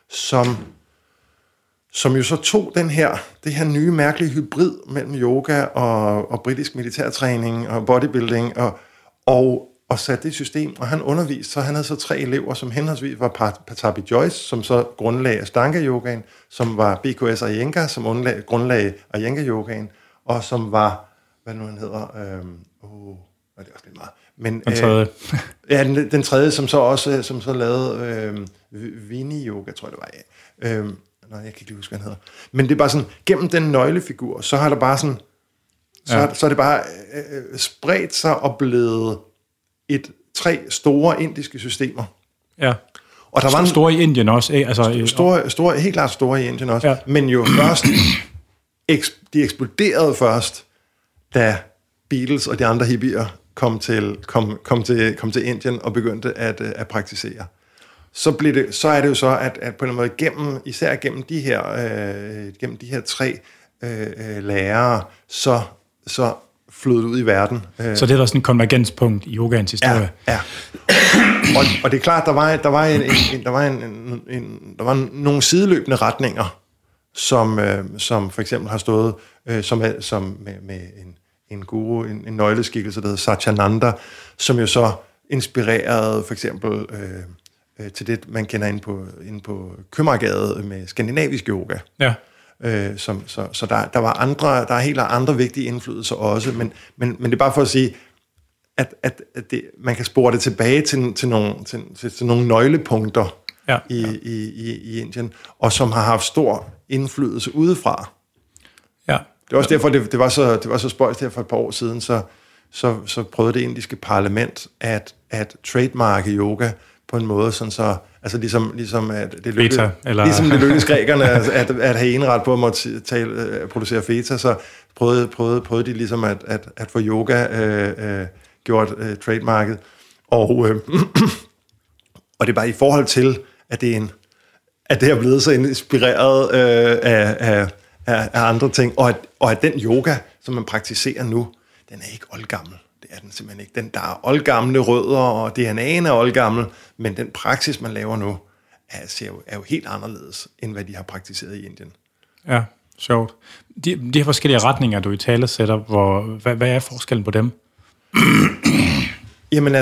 som jo så tog det her nye mærkelige hybrid mellem yoga og britisk militærtræning og bodybuilding og satte det i system, og han underviste, så han havde så 3 elever, som henholdsvis var Patabi Joyce, som så grundlagde Ashtanga-yogaen, som var BKS Iyengar, som grundlagde Iyengar-yogaen, og som var, hvad nu han hedder, det er også lidt meget. Men, den tredje. Den tredje, som så lavede Vini-yoga, tror jeg det var, ja. Jeg kan ikke huske, hvad han hedder. Men det er bare sådan, gennem den nøglefigur, så har der bare sådan, så er det bare spredt sig og blevet 3 store indiske systemer. Ja. Og der var store i Indien også, ikke? Altså, store, helt klart store i Indien også. Ja. Men jo først, de eksploderede først, da Beatles og de andre hippier kom til Indien og begyndte at praktisere. Så er det jo så, at på en måde især gennem de her 3 lærere, så flød ud i verden. Så det var sådan et konvergenspunkt i yogaens historie. Ja. Og det er klart, der var nogle sideløbende retninger, som for eksempel har stået som med en guru, en nøgleskikkelse, der hedder Satyananda, som jo så inspirerede for eksempel til det, man kender inde på Købmagergade med skandinavisk yoga. Ja. Så der er helt andre vigtige indflydelser også, men det er bare for at sige, at man kan spore det tilbage til nogle nøglepunkter i Indien, og som har haft stor indflydelse udefra. Ja. Det var også derfor, det var så spøjst her for et par år siden, så prøvede det indiske parlament at trademarke yoga på en måde, sådan så, altså ligesom at det lykkedes grækerne at have eneret på at måtte producere feta, så prøvede de ligesom at få yoga gjort trademarket, og det er bare i forhold til, at det er blevet så inspireret af andre ting, og at den yoga, som man praktiserer nu, den er ikke oldgammel. Det er den simpelthen ikke. Der er oldgamle rødder, og DNA'en er oldgammel, men den praksis, man laver nu, er jo helt anderledes, end hvad de har praktiseret i Indien. Ja, sjovt. De her forskellige retninger, du i tale sætter, hvad er forskellen på dem? Jamen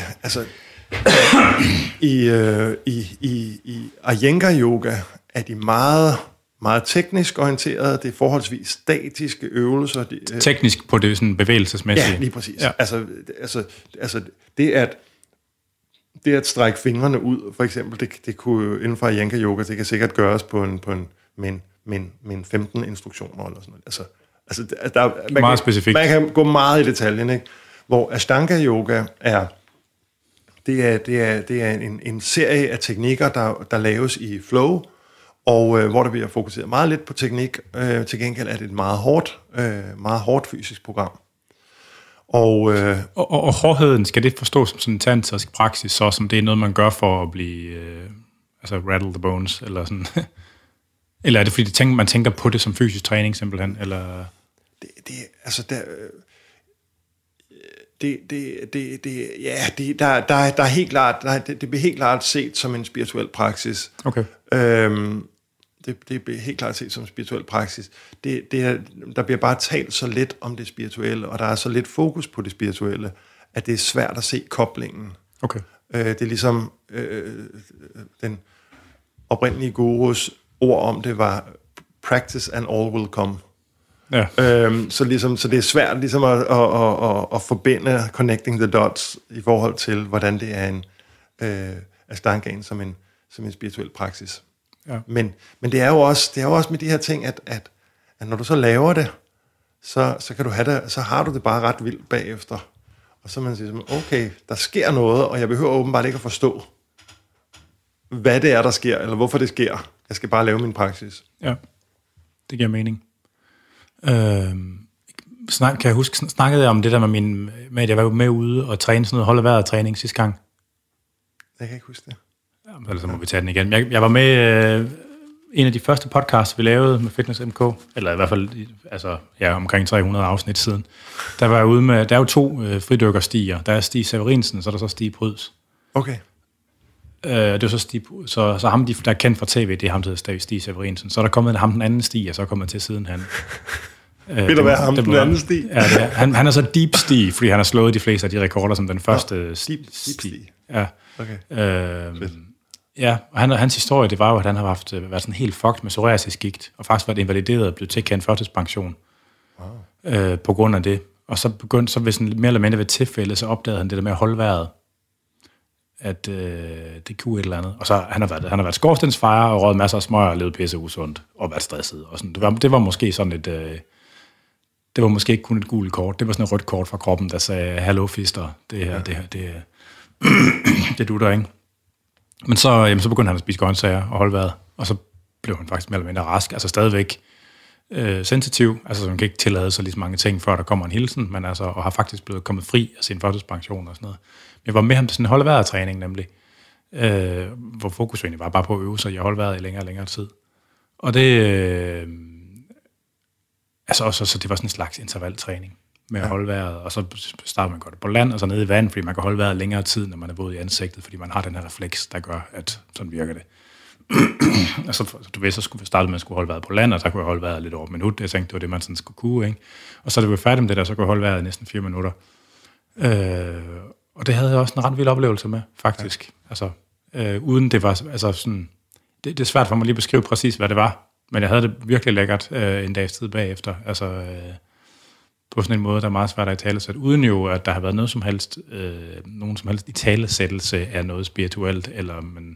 i Iyengar yoga er de meget, meget teknisk orienterede. Det er forholdsvis statiske øvelser. Teknisk på det sådan bevægelsesmæssige. Ja, lige præcis. Ja. Altså det at strække fingrene ud, for eksempel, det kunne inden for Iyengar yoga, det kan sikkert gøres med 15 instruktioner eller sådan noget. Meget specifikt. Man kan gå meget i detaljen, ikke? Hvor Ashtanga yoga er en serie af teknikker, der laves i flow, og hvor der bliver fokuseret meget lidt på teknik. Til gengæld er det et meget hårdt fysisk program. Og hårdheden, skal det forstås som sådan en tantrisk praksis, så som det er noget, man gør for at blive, rattle the bones, eller sådan? Eller er det fordi, man tænker på det som fysisk træning, simpelthen? Eller? Der er helt klart, det bliver helt klart set som en spirituel praksis. Okay. Det bliver helt klart set som en spirituel praksis. Der bliver bare talt så lidt om det spirituelle, og der er så lidt fokus på det spirituelle, at det er svært at se koblingen. Okay. Det er ligesom den oprindelige gurus ord om det var practice and all will come. Ja. Så det er svært ligesom at forbinde connecting the dots i forhold til, hvordan det er en Ashtangaen som en spirituel praksis. Ja. Men det er jo også med de her ting, at når du så laver det, så kan du have det, så har du det bare ret vildt bagefter. Og så man siger, okay, der sker noget, og jeg behøver åbenbart ikke at forstå, hvad det er, der sker, eller hvorfor det sker. Jeg skal bare lave min praksis. Ja, det giver mening. Kan jeg huske, snakkede jeg om det der med at jeg var med ude og træne sådan noget holde vejret træning sidste gang? Jeg kan ikke huske det. Ja, eller så må vi tage den igen. Jeg var med en af de første podcasts, vi lavede med Fitness MK, eller i hvert fald omkring 300 afsnit siden. Der var jeg ude med, der er jo 2 fridykkerstier. Der er Stig Severinsen, så er der så Stig Bryds. Okay. Det er så Stig, så ham, der er kendt fra tv, det er ham, der hedder Stig Severinsen. Så er der kommet ham den anden Stig, og så er kommet til siden han. Vil der være ham den anden Stig? Ja, han er så Deep Stig, fordi han har slået de fleste af de rekorder som den første Deep Stig. Ja. Okay. Ja, og hans historie, det var jo, at han har været sådan helt fucked med psoriasisgigt, og faktisk været invalideret og blevet tilkendt førtidspension på grund af det. Og så begyndte, så ved sådan mere eller mindre ved tilfælde, så opdagede han det der med at holde vejret, at det kunne et eller andet. Og så han har været skorstensfejer og røget masser af smøger og levet pisse usundt og været stresset. Og sådan. Det var måske sådan et... det var måske ikke kun et gult kort. Det var sådan et rødt kort fra kroppen, der sagde, hallo fister, det dutter, ikke? Men så begyndte han at spise grøntsager og holde vejret, og så blev han faktisk mere eller mindre rask. Altså stadigvæk sensitiv, altså så han kan ikke tillade sig lige så mange ting, før der kommer en hilsen, men altså, og har faktisk blevet kommet fri af sin førtidspension og sådan noget. Men jeg var med ham til sådan en holde vejret træning nemlig, hvor fokus egentlig var bare på at øve sig i at holde vejret i længere og længere tid. Og det... så det var sådan en slags intervaltræning med at holde vejret, og så starter man godt på land, og så nede i vand, fordi man kan holde vejret længere tid, når man er våd i ansigtet, fordi man har den her refleks, der gør, at sådan virker det. Og så, du ved, så skulle vi starte med at skulle holde vejret på land, og så kunne jeg holde vejret lidt over et minut. Jeg tænkte, det var det, man sådan skulle kunne, ikke? Og så da vi var færdige med det der, så kunne jeg holde vejret i næsten 4 minutter. Og det havde jeg også en ret vild oplevelse med, faktisk. Ja. Altså, uden det var, altså sådan, det er svært for mig lige at beskrive præcis, hvad det var, men jeg havde det virkelig lækkert en dags tid bagefter, altså på sådan en måde, der er meget svært at italesætte, uden jo, at der har været noget som helst, nogen som helst italesættelse af noget spirituelt, eller, men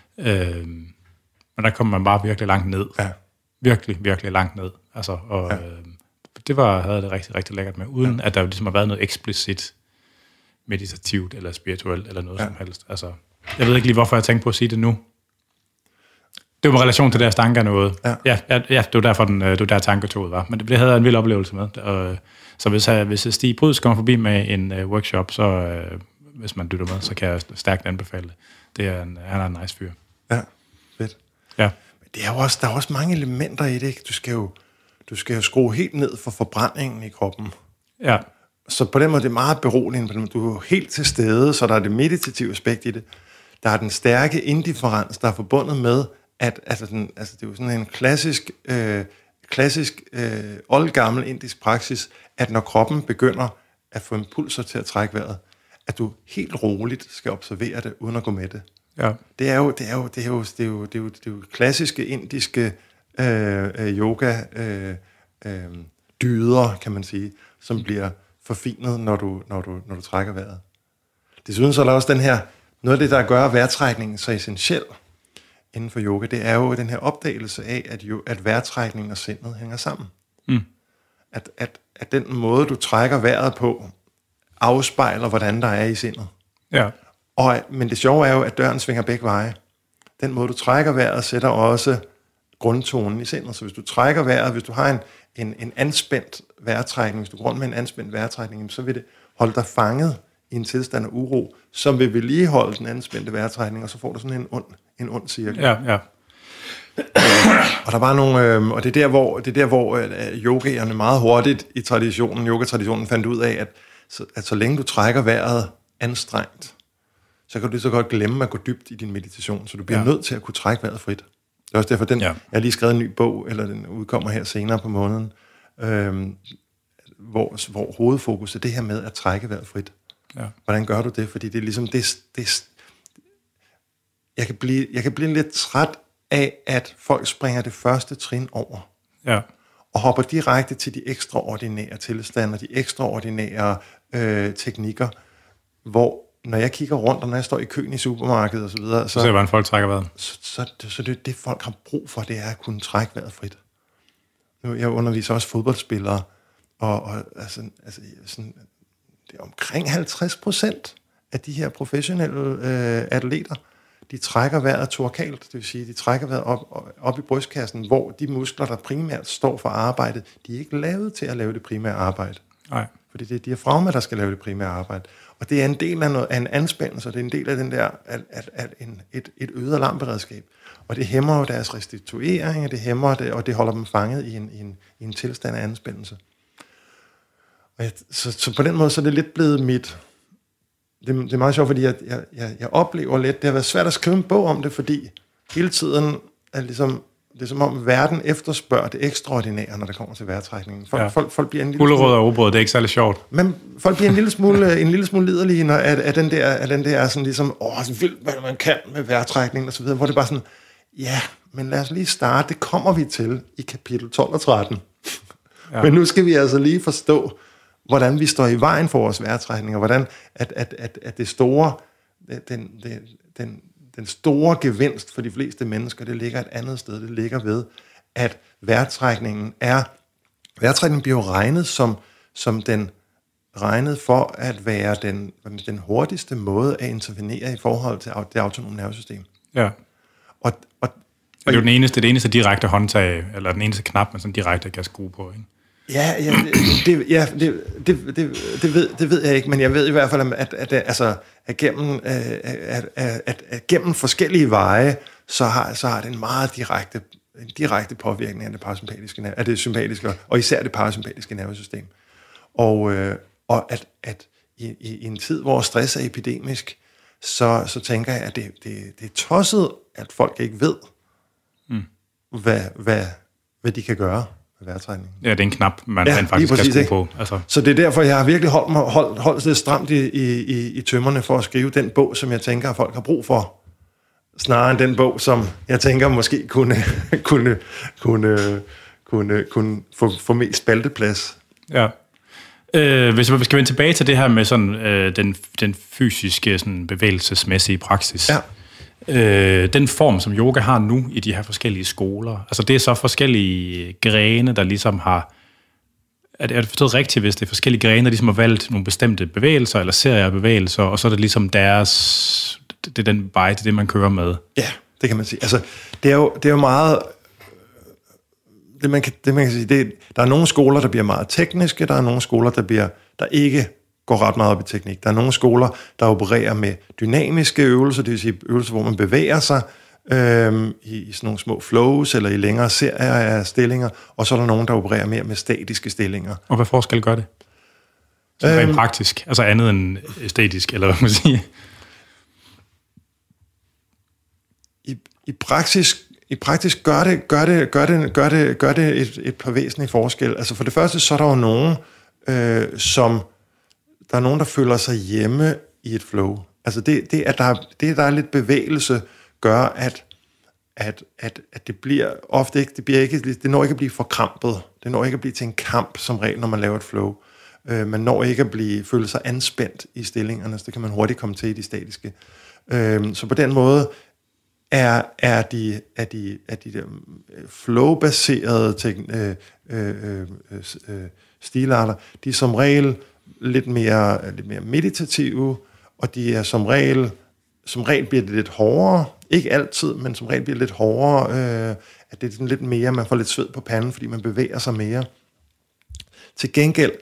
der kom man bare virkelig langt ned. Ja. Virkelig, virkelig langt ned. Altså, og havde det rigtig, rigtig lækkert med, uden at der ligesom har været noget eksplicit meditativt, eller spirituelt, eller noget som helst. Altså, jeg ved ikke lige, hvorfor jeg tænkte på at sige det nu. Det var med relation til deres tanker noget. Ja, det var derfor det var der tanketoget var. Men det havde jeg en vild oplevelse med. Og, så hvis Stig Bryds kommer forbi med en workshop, så hvis man lytter med, så kan jeg stærkt anbefale det. Han er en nice fyr. Ja, fedt. Ja. Men det er jo også, der er også mange elementer i det, ikke? Du skal jo skrue helt ned for forbrændingen i kroppen. Ja. Så på den måde det er meget beroligende. Du er jo helt til stede, så der er det meditative aspekt i det. Der er den stærke indifferens, der er forbundet med, at det er jo sådan en klassisk oldgammel indisk praksis, at når kroppen begynder at få impulser til at trække vejret, at du helt roligt skal observere det, uden at gå med det. Ja. Det er jo klassiske indiske yoga dyder, kan man sige, som bliver forfinet, når du trækker vejret. Desuden så er der også den her, noget af det, der gør vejrtrækningen så essentiel inden for yoga, det er jo den her opdagelse af, at vejrtrækningen og sindet hænger sammen. Mm. At den måde, du trækker vejret på, afspejler, hvordan der er i sindet. Ja. Men det sjove er jo, at døren svinger begge veje. Den måde, du trækker vejret, sætter også grundtonen i sindet. Så hvis du trækker vejret, hvis du har en anspændt vejrtrækning, hvis du går rundt med en anspændt vejrtrækning, så vil det holde dig fanget i en tilstand af uro, som vil vedligeholde den anspændte vejrtrækning, og så får du sådan en ond cirkel. Ja, ja. Og der var nogle, og det er der, hvor yogaerne meget hurtigt i yogatraditionen fandt ud af, at så længe du trækker vejret anstrengt, så kan du lige så godt glemme at gå dybt i din meditation, så du bliver nødt til at kunne trække vejret frit. Det er også derfor, jeg har lige skrevet en ny bog, eller den udkommer her senere på måneden, hvor hovedfokus er det her med at trække vejret frit. Ja. Hvordan gør du det? Fordi det er ligesom jeg kan blive lidt træt af, at folk springer det første trin over. Ja. Og hopper direkte til de ekstraordinære tilstande, de ekstraordinære teknikker, hvor når jeg kigger rundt, og når jeg står i køen i supermarkedet og så videre, så ser hvordan folk trækker vejret. Så det folk har brug for, det er at kunne trække vejret frit. Nu, jeg underviser også fodboldspillere, og sådan, det er omkring 50% af de her professionelle atleter, de trækker vejret torkalt, det vil sige, de trækker vejret op i brystkassen, hvor de muskler, der primært står for arbejdet, de er ikke lavet til at lave det primære arbejde. Nej. Fordi det er diafragma, der skal lave det primære arbejde. Og det er en del af en anspændelse, og det er en del af den der, et øget alarmberedskab. Og det hæmmer jo deres restituering, og det hæmmer det, og det holder dem fanget i en tilstand af anspændelse. Og så på den måde, så er det lidt blevet mit... Det er meget sjovt, fordi jeg oplever lidt, det har været svært at skrive en bog om det, fordi hele tiden er ligesom, det er som om verden efterspørger det ekstraordinære, når det kommer til vejrtrækningen. Folk bliver en lille smule... og ubrød, det er ikke særlig sjovt. Men folk bliver en lille smule liderlige, når af den der sådan ligesom, så vildt, hvad man kan med vejrtrækningen og så videre, hvor det bare sådan, ja, men lad os lige starte, det kommer vi til i kapitel 12 og 13. Ja. Men nu skal vi altså lige forstå, hvordan vi står i vejen for vores vejrtrækning, og hvordan at det store, den store gevinst for de fleste mennesker, det ligger et andet sted. Det ligger ved, at vejrtrækningen bliver jo regnet som den regnet for at være den hurtigste måde at intervenere i forhold til det autonome nervesystem. Ja. Og det er jo det eneste direkte håndtag, eller den eneste knap, man sådan direkte kan skrue på, ikke? Det ved jeg ikke, men jeg ved i hvert fald, at gennem forskellige veje, så har det en meget direkte påvirkning af det parasympatiske, af det sympatiske, og især det parasympatiske nervesystem. Og at i en tid, hvor stress er epidemisk, så tænker jeg, at det er tosset, at folk ikke ved, hvad de kan gøre. Ja, det er en knap, man faktisk kan skrue på. Altså. Så det er derfor, jeg har virkelig holdt det stramt i tømmerne for at skrive den bog, som jeg tænker, at folk har brug for. Snarere end den bog, som jeg tænker måske kunne få mest spalteplads. Ja. Hvis vi skal vende tilbage til det her med sådan, den fysiske sådan, bevægelsesmæssige praksis. Ja. Den form, som yoga har nu i de her forskellige skoler, altså det er så forskellige grene, der ligesom har... Er det forstået rigtigt, hvis det er forskellige grene, der ligesom har valgt nogle bestemte bevægelser, eller serier af bevægelser, og så er det ligesom deres... Det er den vej, det er det, man kører med? Ja, det kan man sige. Altså, det er jo meget... Det man kan sige, der er nogle skoler, der bliver meget tekniske, der er nogle skoler, der ikke går ret meget op i teknik. Der er nogle skoler, der opererer med dynamiske øvelser, det vil sige øvelser, hvor man bevæger sig i sådan nogle små flows, eller i længere serier af stillinger, og så er der nogen, der opererer mere med statiske stillinger. Og hvad forskel gør det? Så rent praktisk, altså andet end æstetisk, eller hvad man siger? I praksis gør det et par væsentlige forskel. Altså for det første, så er der jo nogen, der er nogen, der føler sig hjemme i et flow. Altså at der er lidt bevægelse, gør, at det bliver ofte ikke, det når ikke at blive forkrampet. Det når ikke at blive til en kamp, som regel, når man laver et flow. Man når ikke at føle sig anspændt i stillingerne, så det kan man hurtigt komme til i de statiske. Så på den måde er de der flow-baserede stilarter, de er som regel lidt mere meditative, og de er som regel bliver det lidt hårdere, ikke altid, men som regel bliver det lidt hårdere, at det er sådan lidt mere, man får lidt sved på panden, fordi man bevæger sig mere. Til gengæld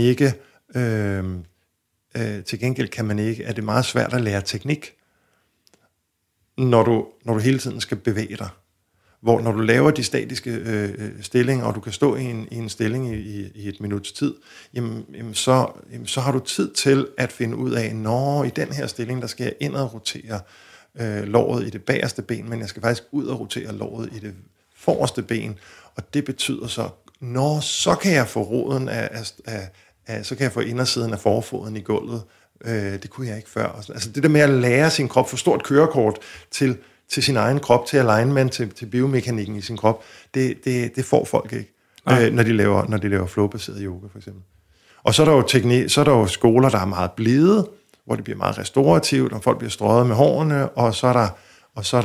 er det meget svært at lære teknik, når du hele tiden skal bevæge dig. Hvor når du laver de statiske stillinger, og du kan stå i en stilling i et minuts tid, så har du tid til at finde ud af, i den her stilling, der skal jeg ind og rotere låret i det bagerste ben, men jeg skal faktisk ud og rotere låret i det forreste ben, og det betyder så, så kan jeg få roden så kan jeg få indersiden af forfoden i gulvet. Det kunne jeg ikke før. Altså det der med at lære sin krop, få stort kørekort til sin egen krop, til alignment, til biomekanikken i sin krop, det får folk ikke, når de laver flow-baseret yoga, for eksempel. Og så er der jo skoler, der er meget blide, hvor det bliver meget restaurativt, og folk bliver strøget med hårene, og så er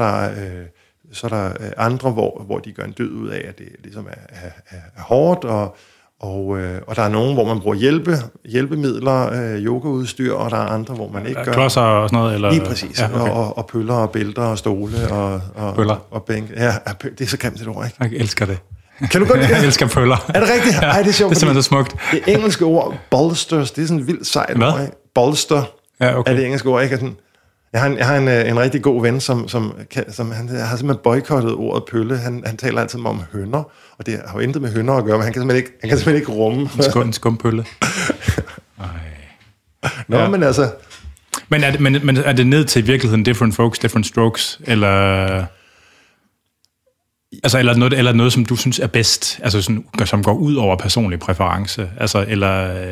der andre, hvor de gør en dyd ud af, at det ligesom er hårdt, Og der er nogen, hvor man bruger hjælpemidler, yogaudstyr, og der er andre, hvor man ikke gør. Klodser og sådan noget? Eller? Lige præcis. Ja, okay. og pøller og bælter og stole og bænke. Ja, det er så grimt et ord, ikke? Jeg elsker det. Kan du godt lide det? Jeg elsker pøller. Er det rigtigt? Ej, det er sjovt. Det er simpelthen så smukt. Det engelske ord, bolsters, det er sådan et vildt sejt ord, ikke? Bolster er det engelske ord, ikke? Jeg har en rigtig god ven, som han har simpelthen boykottet ordet pølle. Han taler altid om hønner, og det har jo intet med hønner at gøre, men han kan simpelthen ikke rumme. En skumpølle. Nå, men altså... Men er det ned til i virkeligheden different folks, different strokes, eller... Altså, eller noget, som du synes er bedst, altså sådan, som går ud over personlig præference, altså, eller...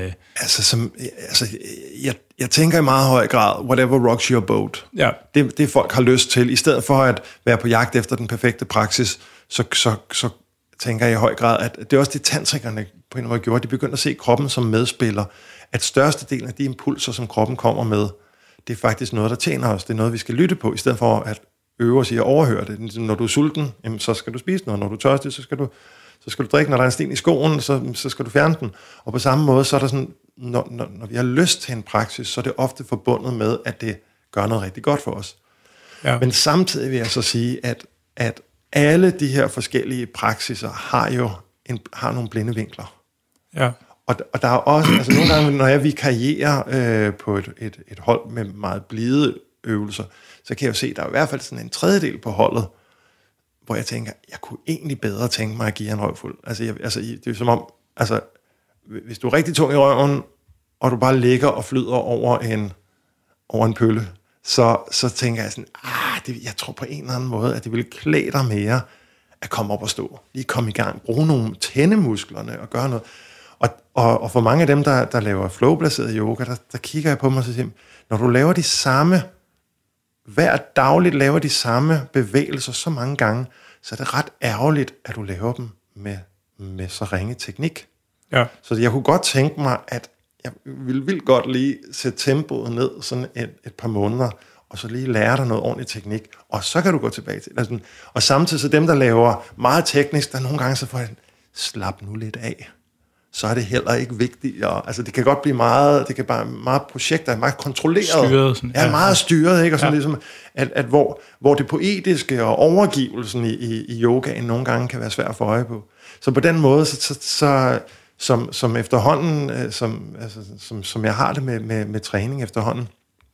Jeg tænker i meget høj grad, whatever rocks your boat. Ja. Det folk har lyst til, i stedet for at være på jagt efter den perfekte praksis, så tænker jeg i høj grad, at det er også det tantrikerne på en måde gjorde, de begyndte at se kroppen som medspiller, at størstedelen af de impulser, som kroppen kommer med, det er faktisk noget, der tjener os, det er noget, vi skal lytte på, i stedet for at øve os i at overhøre det. Når du er sulten, jamen, så skal du spise noget. Når du er tørstig, så skal du drikke. Når der er en sten i skoen, så skal du fjerne den. Og på samme måde, så er der sådan, når vi har lyst til en praksis, så er det ofte forbundet med, at det gør noget rigtig godt for os. Ja. Men samtidig vil jeg så sige, at alle de her forskellige praksiser har nogle blinde vinkler. Ja. Og der er også, altså nogle gange, når jeg vikarierer på et hold med meget blide øvelser, så kan jeg jo se, at der er i hvert fald sådan en tredjedel på holdet, hvor jeg tænker, jeg kunne egentlig bedre tænke mig at give en røvfuld. Altså, det er jo som om, altså, hvis du er rigtig tung i røven, og du bare ligger og flyder over en pølle, så tænker jeg sådan, jeg tror på en eller anden måde, at det ville klæde dig mere at komme op og stå. Lige komme i gang, bruge nogle tændemusklerne og gøre noget. Og for mange af dem, der laver flow-baseret yoga, der kigger jeg på mig og siger, når du laver de samme hver dagligt laver de samme bevægelser så mange gange, så er det ret ærgerligt, at du laver dem med så ringe teknik. Ja. Så jeg kunne godt tænke mig, at jeg ville godt lige sætte tempoet ned sådan et par måneder, og så lige lære dig noget ordentlig teknik, og så kan du gå tilbage til det. Og samtidig så dem, der laver meget teknisk, der nogle gange så får jeg slap nu lidt af. Så er det heller ikke vigtigt. Altså det kan godt blive meget, det kan bare meget projekter, meget kontrolleret. Styret. Sådan, ja, meget styret, ikke? Og sådan ligesom, at hvor det poetiske og overgivelsen i yogaen nogle gange kan være svært at få øje på. Så på den måde, som efterhånden, som jeg har det med træning efterhånden,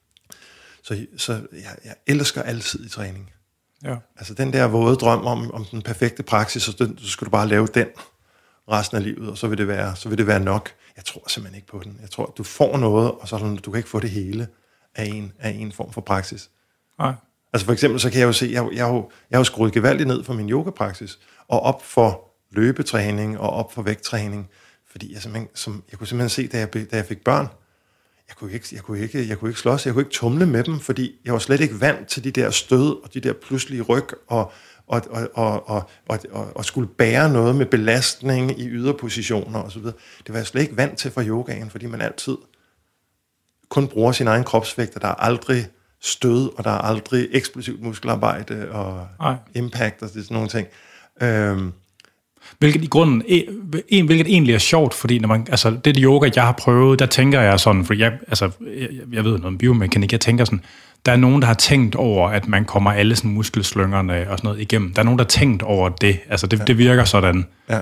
så jeg elsker altid i træning. Ja. Altså den der våde drøm om den perfekte praksis, så skal du bare lave den resten af livet, og så vil det være nok. Jeg tror simpelthen ikke på den. Jeg tror, at du får noget, og så du kan ikke få det hele af en form for praksis. Nej. Altså for eksempel, så kan jeg jo se, jeg har jo skruet gevaldigt ned for min yogapraksis, og op for løbetræning, og op for vægttræning, fordi jeg kunne simpelthen se, da jeg fik børn, jeg kunne ikke slås, jeg kunne ikke tumle med dem, fordi jeg var slet ikke vant til de der stød, og de der pludselige ryg, og skulle bære noget med belastning i yderpositioner og så videre. Det var jeg slet ikke vant til fra yogaen, fordi man altid kun bruger sin egen kropsvægt, og der er aldrig stød, og der er aldrig eksplosivt muskelarbejde og impact og sådan nogle ting. Hvilket i grunden, hvilket egentlig er sjovt, fordi når man, altså det yoga, jeg har prøvet, der tænker jeg sådan, for jeg ved noget om biomekanik, jeg tænker sådan, der er nogen, der har tænkt over, at man kommer alle sådan muskelslyngerne og sådan noget igennem. Der er nogen, der har tænkt over det. Altså det virker sådan. Ja.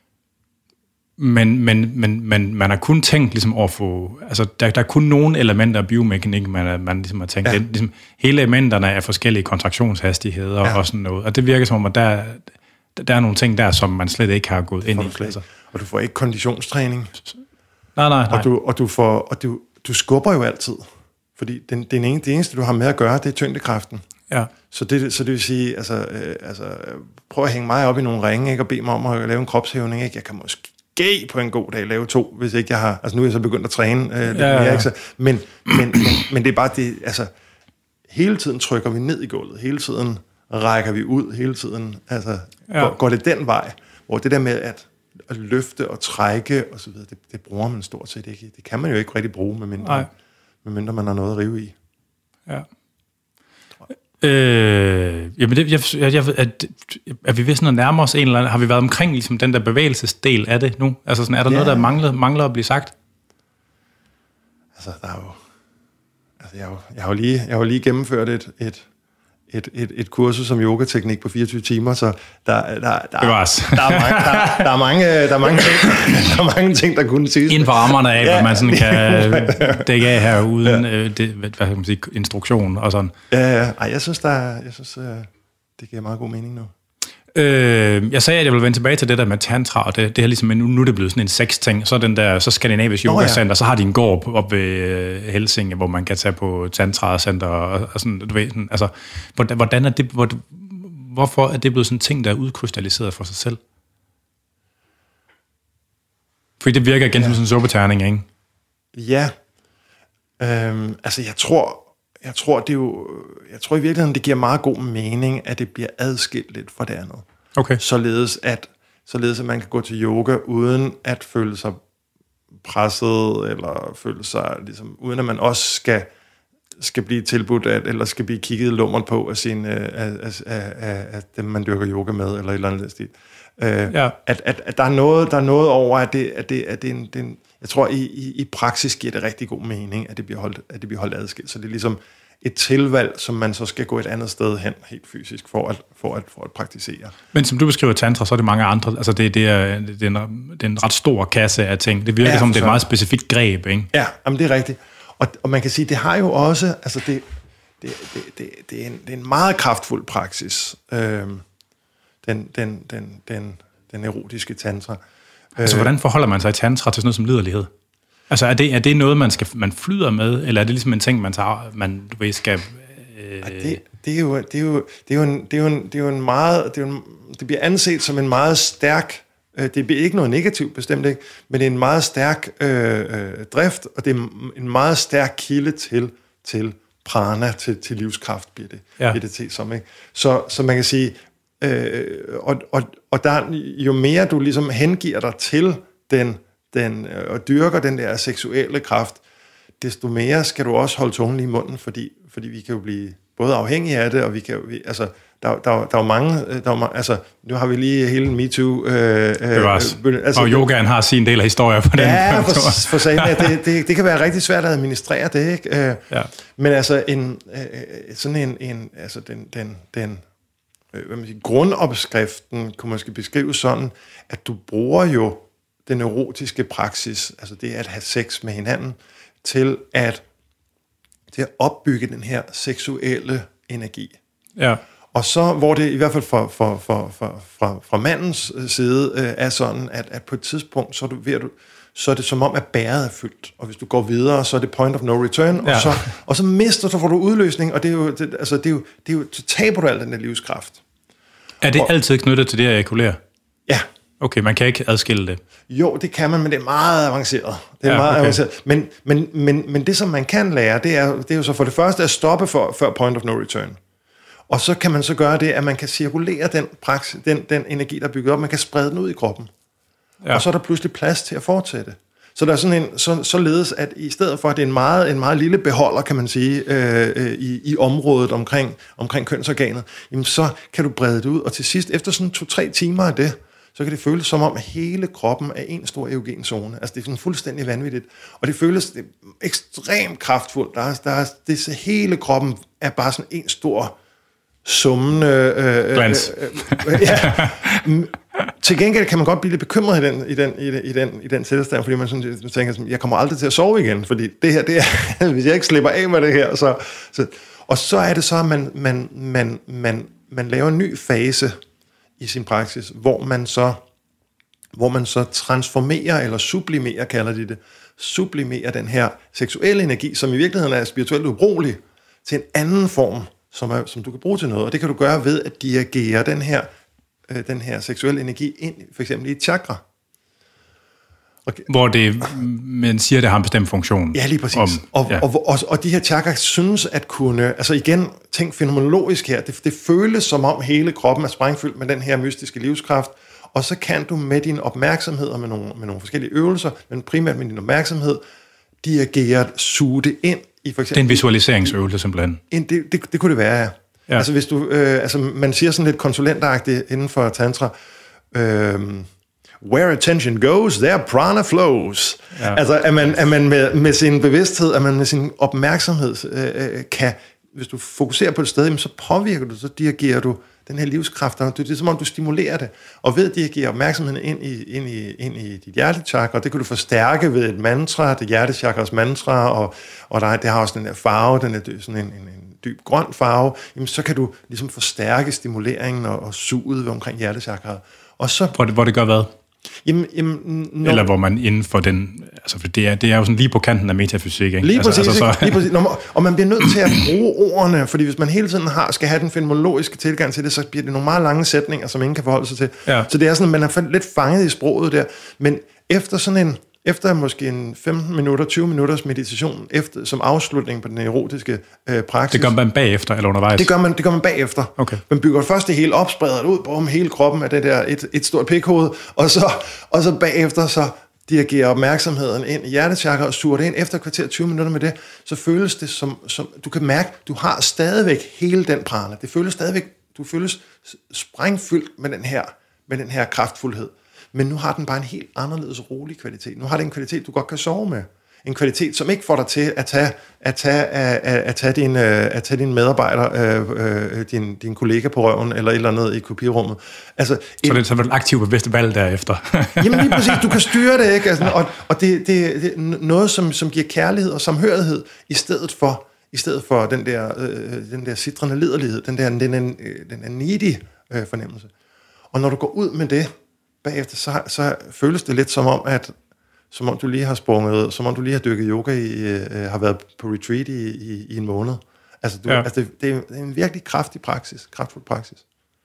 Men man har kun tænkt ligesom over for, altså der er kun nogle elementer af biomekanik, man ligesom har tænkt. Ja. Ligesom, hele elementerne er forskellige kontraktionshastigheder og sådan noget. Og det virker som om, at der er nogle ting der, som man slet ikke har gået ind i. Altså. Og du får ikke konditionstræning. Nej. Og du skubber jo altid. Fordi det eneste, du har med at gøre, det er tyngdekraften. Ja. Så det vil sige, altså prøv at hænge mig op i nogle ringe, ikke, og bede mig om at lave en kropshævning. Ikke? Jeg kan måske på en god dag lave 2, hvis ikke jeg har... Altså nu er jeg så begyndt at træne lidt mere, ikke? Så, men det er bare det... Altså, hele tiden trykker vi ned i gulvet, hele tiden rækker vi ud, hele tiden... Altså, går det den vej, hvor det der med at løfte og trække og så videre, det bruger man stort set ikke. Det kan man jo ikke rigtig bruge, medmindre man har noget at rive i. Ja. Jamen er vi ved sådan at nærme os en eller anden, har vi været omkring ligesom den der bevægelsesdel af det nu? Altså sådan, er der noget, der mangler at blive sagt? Altså, der er jo... Altså, jeg har jo lige gennemført et kursus som yogateknik på 24 timer, så der er mange ting, der kunne siges. Inden for rammerne af, hvad man sådan kan dække af her uden hvad kan man sige, instruktion og sådan. Ja. Ej, jeg synes, det giver meget god mening nu. Jeg sagde, at jeg ville vende tilbage til det der med tantra, og det her ligesom, nu er det blevet sådan en sexting, så Skandinavisk Yoga-center, så har de en gård op ved Helsinge, hvor man kan tage på tantra-center, og sådan, du ved, altså, hvordan er det, hvorfor er det blevet sådan en ting, der er udkrystalliseret for sig selv? Fordi det virker igen som sådan en suppeterning, ikke? Ja, altså jeg tror i virkeligheden, det giver meget god mening, at det bliver adskilt lidt fra det andet. Okay. Således at man kan gå til yoga uden at føle sig presset, eller føle sig ligesom, uden at man også skal blive tilbudt, eller skal blive kigget lummert på af dem, man dyrker yoga med, eller et eller andet stil. At der er noget over, at det er en jeg tror, i praksis giver det rigtig god mening, at det bliver holdt adskilt. Så det er ligesom et tilvalg, som man så skal gå et andet sted hen, helt fysisk, for at praktisere. Men som du beskriver tantra, så er det mange andre. Altså det er en ret stor kasse af ting. Det virker som, det er et meget specifikt greb, ikke? Ja, jamen det er rigtigt. Og man kan sige, det har jo også, altså det er en meget kraftfuld praksis, den erotiske tantra. Altså, hvordan forholder man sig i tantra til sådan noget som liderlighed? Altså, er det noget, man flyder med, eller er det ligesom en ting, det bliver anset som en meget stærk, det bliver ikke noget negativt, bestemt ikke, men det er en meget stærk drift, og det er en meget stærk kilde til prana, til livskraft, bliver det til som, ikke? Så man kan sige, og der, jo mere du ligesom hengiver dig til den og dyrker den der seksuelle kraft, desto mere skal du også holde tungen i munden, fordi vi kan jo blive både afhængige af det, og der er jo mange, altså nu har vi lige hele MeToo. Og yogaen har sin del af historier på den. Ja, for sagen, det kan være rigtig svært at administrere det, ikke? Men altså grundopskriften kunne måske beskrives sådan, at du bruger jo den erotiske praksis, altså det at have sex med hinanden, til at opbygge den her seksuelle energi. Ja. Og så, hvor det i hvert fald fra mandens side er sådan, at på et tidspunkt, så er det som om, at bæret er fyldt. Og hvis du går videre, så er det point of no return, og så mister du, får du udløsning, og så taber du al den der livskraft. Er det altid knyttet til det at ejakulere? Ja. Okay, man kan ikke adskille det. Jo, det kan man, men det er meget avanceret. Avanceret. Men det, som man kan lære, det er jo så for det første at stoppe før point of no return. Og så kan man så gøre det, at man kan cirkulere den energi, der er bygget op, man kan sprede den ud i kroppen. Ja. Og så er der pludselig plads til at fortsætte. Så der er sådan således, at i stedet for, at det er en meget lille beholder, kan man sige, i området omkring kønsorganet, jamen så kan du brede det ud, og til sidst, efter sådan 2-3 timer af det, så kan det føles som om, at hele kroppen er en stor erogen zone. Altså det er sådan fuldstændig vanvittigt. Og det føles ekstremt kraftfuldt. Hele kroppen er bare sådan en stor summende... glans. Til gengæld kan man godt blive lidt bekymret i den tilstand, fordi man tænker, jeg kommer aldrig til at sove igen, fordi det her, det er, hvis jeg ikke slipper af med det her, og så er det så, at man laver en ny fase i sin praksis, hvor man så transformerer, eller sublimerer, kalder de det, sublimerer den her seksuelle energi, som i virkeligheden er spirituelt ubrugelig, til en anden form, som du kan bruge til noget, og det kan du gøre ved at dirigere den her seksuelle energi ind, for eksempel i et chakra. Okay. Hvor man siger, det har en bestemt funktion. Ja, lige præcis. Og de her chakras synes at kunne, altså igen, tænk fænomenologisk her, det føles som om hele kroppen er sprængfyldt med den her mystiske livskraft, og så kan du med din opmærksomhed og med nogle forskellige øvelser, men primært med din opmærksomhed, dirigere, suge det ind i for eksempel... Det er en visualiseringsøvelse simpelthen. Det kunne det være, ja. Ja. Altså hvis du, man siger sådan lidt konsulentagtigt inden for tantra, where attention goes, there prana flows. Ja. Altså at man med sin bevidsthed, at man med sin opmærksomhed kan, hvis du fokuserer på et sted, så påvirker du, så dirigerer du den her livskraft. Det er som om, du stimulerer det, og ved at dirigere opmærksomheden ind i dit hjertechakra, det kan du forstærke ved et mantra, det hjertechakras mantra, og det har også den her farve, den er sådan en dyb grøn farve, jamen så kan du ligesom forstærke stimuleringen og suget omkring hjertechakraet. Og så, hvor det gør hvad? Jamen, eller hvor man inden for den, altså for det er jo sådan lige på kanten af metafysik, ikke? Lige præcis, lige præcis. Og man bliver nødt til at bruge ordene, fordi hvis man hele tiden skal have den fenomenologiske tilgang til det, så bliver det nogle meget lange sætninger, som ingen kan forholde sig til. Ja. Så det er sådan, at man er lidt fanget i sproget der, men efter måske en 15 minutter, 20 minutters meditation, som afslutning på den erotiske praksis. Det gør man bagefter, eller undervejs? Det gør man bagefter. Okay. Man bygger først det hele op, spreder det ud på hele kroppen af det der et stort pikhoved, og så bagefter så dirigerer opmærksomheden ind i hjertechakra og suger det ind. Efter kvarter 20 minutter med det, så føles det som du kan mærke, du har stadigvæk hele den prana. Det føles stadigvæk, du føles sprængfyldt med den her kraftfuldhed. Men nu har den bare en helt anderledes rolig kvalitet. Nu har det en kvalitet, du godt kan sove med. En kvalitet, som ikke får dig til at tage din medarbejder, din kollega på røven, eller et eller andet i kopirummet. Altså, så det er aktiv bevidst valg derefter. Jamen lige præcis, du kan styre det, ikke? Altså, og det er noget, som giver kærlighed og samhørighed, i stedet for den der sitrende liderlighed, den er needy fornemmelse. Og når du går ud med det, bagefter, så føles det lidt som om du lige har sprunget, som om du lige har dykket yoga har været på retreat i en måned. Altså, det er en virkelig kraftfuld praksis.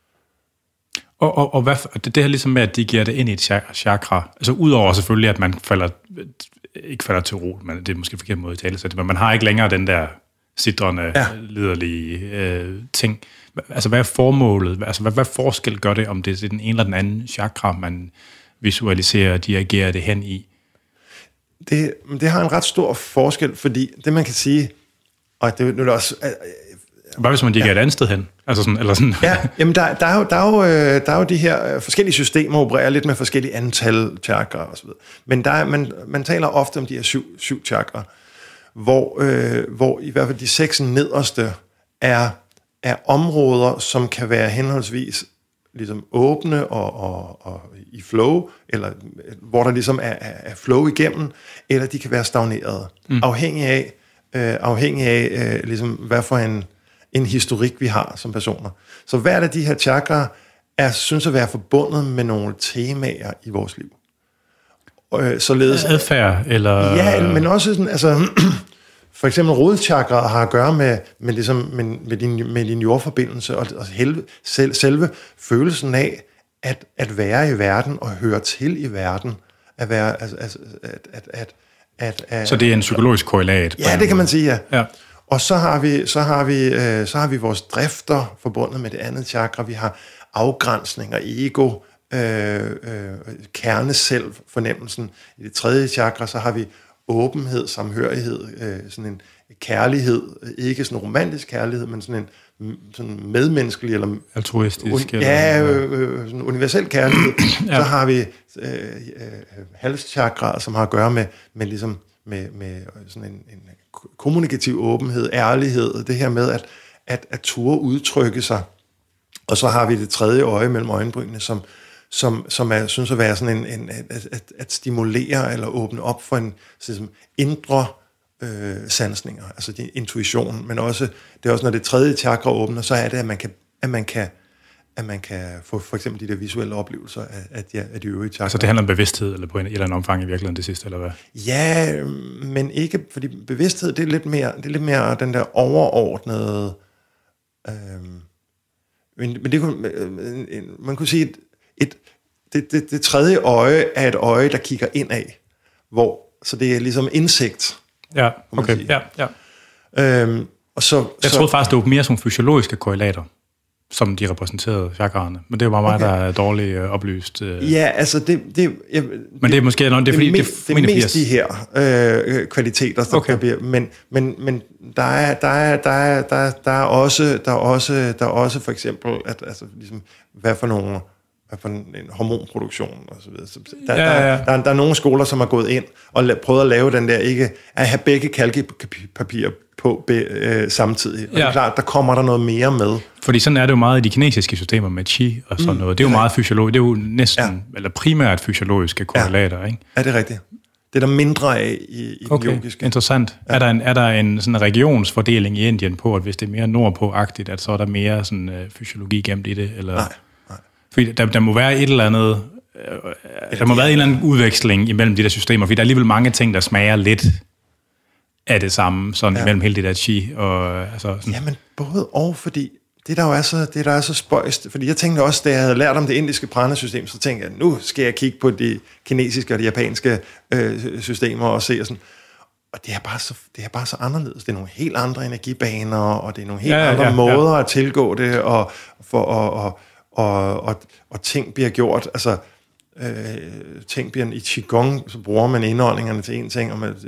Og det her ligesom med, at de giver det ind i et chakra, altså udover selvfølgelig, at man ikke falder til ro, men det er måske forkert måde at tale sig, men man har ikke længere den der sidrende, liderlige ting. Altså, hvad er formålet? Altså, hvad forskel gør det, om det er den ene eller den anden chakra, man visualiserer og dirigerer det hen i? Det har en ret stor forskel, fordi det, man kan sige, og det er også... Hvad hvis man dirigerer et andet sted hen? Altså sådan, eller sådan. Ja, jamen der er jo de her forskellige systemer, opererer lidt med forskellige antal chakra og så videre. Men man taler ofte om de her syv chakra, hvor i hvert fald de 6 nederste er områder, som kan være henholdsvis ligesom åbne og i flow, eller hvor der ligesom er flow igennem, eller de kan være stagnerede, afhængig af ligesom hvad for en historik vi har som personer. Så hvert af de her chakra synes at være forbundet med nogle temaer i vores liv. Således adfærd eller men også sådan, altså for eksempel rodchakra har at gøre med din jordforbindelse og selve følelsen af at være i verden og høre til i verden, at være så det er en psykologisk korrelat. Ja, det kan man sige, ja. Og så har vi vores drifter forbundet med det andet chakra. Vi har afgrænsning og ego, kerneselv fornemmelsen. I det tredje chakra så har vi åbenhed, samhørighed, sådan en kærlighed, ikke sådan en romantisk kærlighed, men sådan en sådan medmenneskelig eller altruistisk sådan universel kærlighed. Ja. Så har vi halschakra, som har at gøre med sådan en kommunikativ åbenhed, ærlighed, det her med at turde udtrykke sig. Og så har vi det tredje øje mellem øjenbrynene, som synes at være sådan at stimulere eller åbne op for en sådan indre sansninger, altså din intuition, men også det er også når det tredje chakra åbner, så er det at man kan få for eksempel de der visuelle oplevelser af de øvrige chakra. Altså det handler om bevidsthed eller på en eller anden omfang i virkeligheden det sidste, eller hvad? Ja, men ikke, fordi bevidsthed det er lidt mere den der overordnede men det kunne, man kunne sige det tredje øje er et øje, der kigger indad, så det er ligesom indsigt. Ja, okay. Ja. Og så jeg troede faktisk, det var mere som fysiologiske korrelater. som de repræsenterede chakraerne. Men det er jo bare mig, der er dårligt oplyst. Ja, altså men det er måske noget, det er fordi... Det er mest de her kvaliteter, der bliver... Men der er også for eksempel, at altså, ligesom, hvad for en hormonproduktion og så videre. Der er nogle skoler, som har gået ind og prøvet at lave den der, ikke at have begge kalkepapirer på samtidig. Og det er klart, der kommer der noget mere med. Fordi sådan er det jo meget i de kinesiske systemer med qi og sådan noget. Det er jo meget fysiologisk. Det er jo næsten, eller primært fysiologiske korrelater, ikke? Ja, det er rigtigt. Det er der mindre af i den yogiske. Interessant. Ja. Er der en sådan regionsfordeling i Indien på, at hvis det er mere nordpå-agtigt, at så er der mere sådan fysiologi gemt i det? Eller? Nej. Fordi der må være et eller andet... Der må være en eller anden udveksling imellem de der systemer, fordi der er alligevel mange ting, der smager lidt af det samme, sådan imellem hele det der qi. Og, altså, sådan. Jamen, både og, fordi det der er så spøjst, fordi jeg tænkte også, da jeg havde lært om det indiske prana-system, så tænkte jeg, nu skal jeg kigge på de kinesiske og de japanske systemer og se og sådan. Og det er bare så anderledes. Det er nogle helt andre energibaner, og det er nogle helt andre måder at tilgå det, og ting bliver gjort, altså ting bliver i Qigong, så bruger man indåndingerne til en ting, og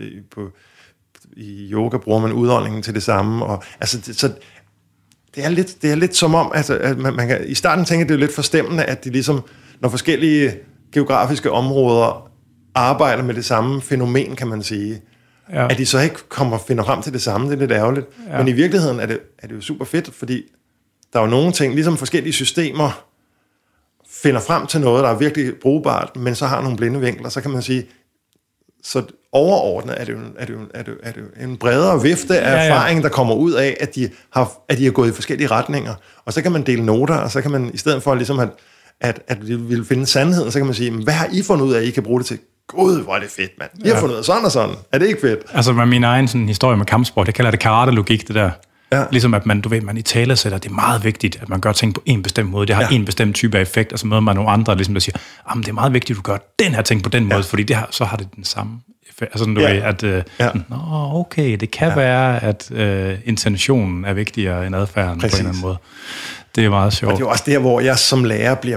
i yoga bruger man udåndingen til det samme, og altså så det er lidt som om, at man kan, i starten tænker det er lidt forstemmende, at de ligesom, når forskellige geografiske områder arbejder med det samme fænomen, kan man sige, at de så ikke finder frem til det samme, det er lidt ærgerligt. Men i virkeligheden er det jo super fedt, fordi der er jo nogle ting, ligesom forskellige systemer finder frem til noget, der er virkelig brugbart, men så har nogle blinde vinkler, så kan man sige, så overordnet er det jo en bredere vifte af erfaring, der kommer ud af, at de har gået i forskellige retninger. Og så kan man dele noter, og så kan man, i stedet for ligesom at vi vil finde sandheden, så kan man sige, hvad har I fundet ud af, at I kan bruge det til? Gud, hvor er det fedt, mand. I har fundet ud af sådan og sådan. Er det ikke fedt? Altså med min egen sådan, historie med kampsport, jeg kalder det karate-logik, det der. Ja. Ligesom at man i talesætter, det er meget vigtigt, at man gør ting på en bestemt måde. Det har en bestemt type af effekt, og så møder man nogle andre, ligesom, der siger, det er meget vigtigt, at du gør den her ting på den måde, fordi så har det den samme effekt. Altså, du ved, at okay, det kan være, at intentionen er vigtigere end adfærden på en eller anden måde. Det er meget sjovt. Og det er også der, hvor jeg som lærer bliver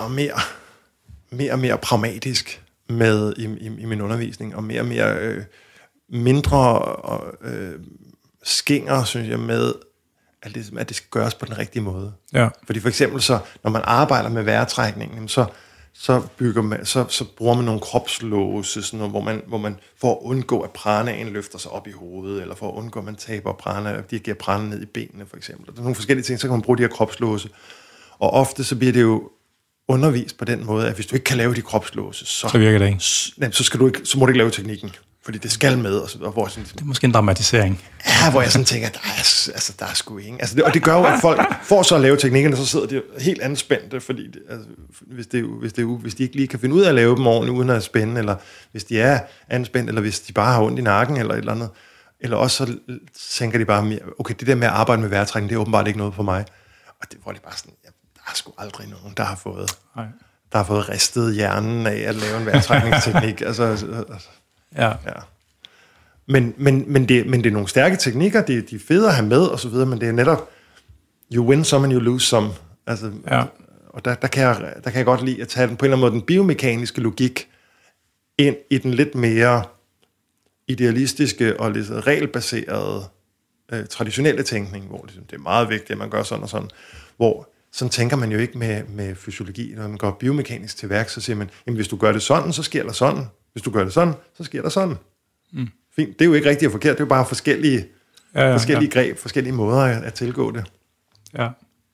mere og mere pragmatisk med i min undervisning, og mere mindre skinger, synes jeg, med, at det skal gøres på den rigtige måde. Ja. Fordi for eksempel så, når man arbejder med vejrtrækningen, så bruger man nogle kropslåse, sådan noget, hvor man for at undgå, at pranaen løfter sig op i hovedet, eller for at undgå, at man taber prana, de giver prana ned i benene, for eksempel. Der er nogle forskellige ting, så kan man bruge de her kropslåse. Og ofte så bliver det jo undervist på den måde, at hvis du ikke kan lave de kropslåse, så virker det ikke. Så må du ikke lave teknikken. Fordi det skal med, og hvor sådan, det er måske en dramatisering. Ja, hvor jeg sådan tænker, der er sgu ingen. Altså og det gør jo, at folk får så at lave teknikkerne, så sidder de helt anspændte, fordi hvis de ikke lige kan finde ud af at lave dem ordentligt, uden at spænde, eller hvis de er anspændt, eller hvis de bare har ondt i nakken, eller et eller andet. Eller også så tænker de bare, okay, det der med at arbejde med vejrtrækning, det er åbenbart ikke noget for mig. Og det var det bare sådan, der er sgu aldrig nogen, der har fået ristet hjernen af at lave en vejrtrækningsteknik. Ja. Men det er nogle stærke teknikker, de er fede at have med og så videre, men det er netop you win some and you lose some. Altså, og der kan jeg godt lide at tage den på en eller anden måde, den biomekaniske logik ind i den lidt mere idealistiske og lidt regelbaserede traditionelle tænkning, hvor det er meget vigtigt, at man gør sådan og sådan, hvor sådan tænker man jo ikke med fysiologi. Når man går biomekanisk til værk, så siger man, jamen hvis du gør det sådan, så sker der sådan. Hvis du gør det sådan, så sker der sådan. Fint. Det er jo ikke rigtigt og forkert, det er jo bare forskellige greb, forskellige måder at tilgå det. Ja.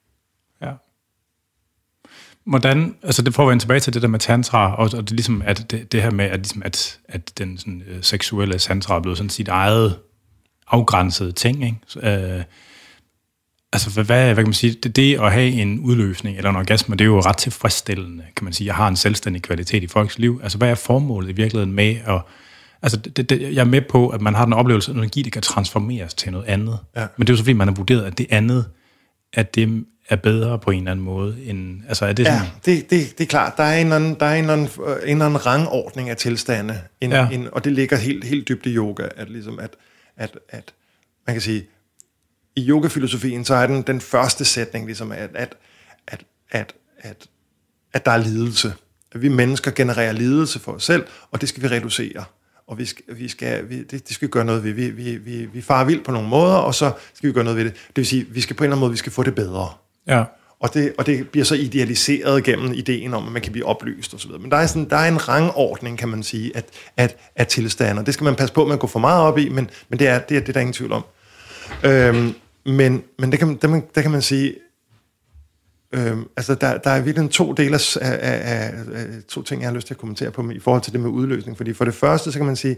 Hvordan, altså det får vi tilbage til det der med tantra, og det ligesom, at det her med, at den sådan, seksuelle tantra er blevet sådan sit eget afgrænsede ting, ikke? Altså, hvad kan man sige? Det at have en udløsning eller en orgasme, det er jo ret tilfredsstillende, kan man sige. Jeg har en selvstændig kvalitet i folks liv. Altså, hvad er formålet i virkeligheden med at... Altså, jeg er med på, at man har den oplevelse, at energi, det kan transformeres til noget andet. Ja. Men det er jo så, fordi man har vurderet, at det andet, at det er bedre på en eller anden måde end... Altså, er det sådan... Ja, det er klart. Der er en eller anden rangordning af tilstande, og det ligger helt dybt i yoga, at man kan sige... i yogafilosofien, så er den første sætning ligesom, at der er lidelse. At vi mennesker genererer lidelse for os selv, og det skal vi reducere. Og det skal vi gøre noget ved. Vi farer vildt på nogle måder, og så skal vi gøre noget ved det. Det vil sige, vi skal på en eller anden måde, vi skal få det bedre. Ja. Og det bliver så idealiseret gennem ideen om, at man kan blive oplyst osv. Men der er en rangordning, kan man sige, af tilstander. Det skal man passe på med at gå for meget op i, men det er der ingen tvivl om. Men der kan man sige, altså der er virkelig to ting, jeg har lyst til at kommentere på i forhold til det med udløsning. Fordi for det første, så kan man sige,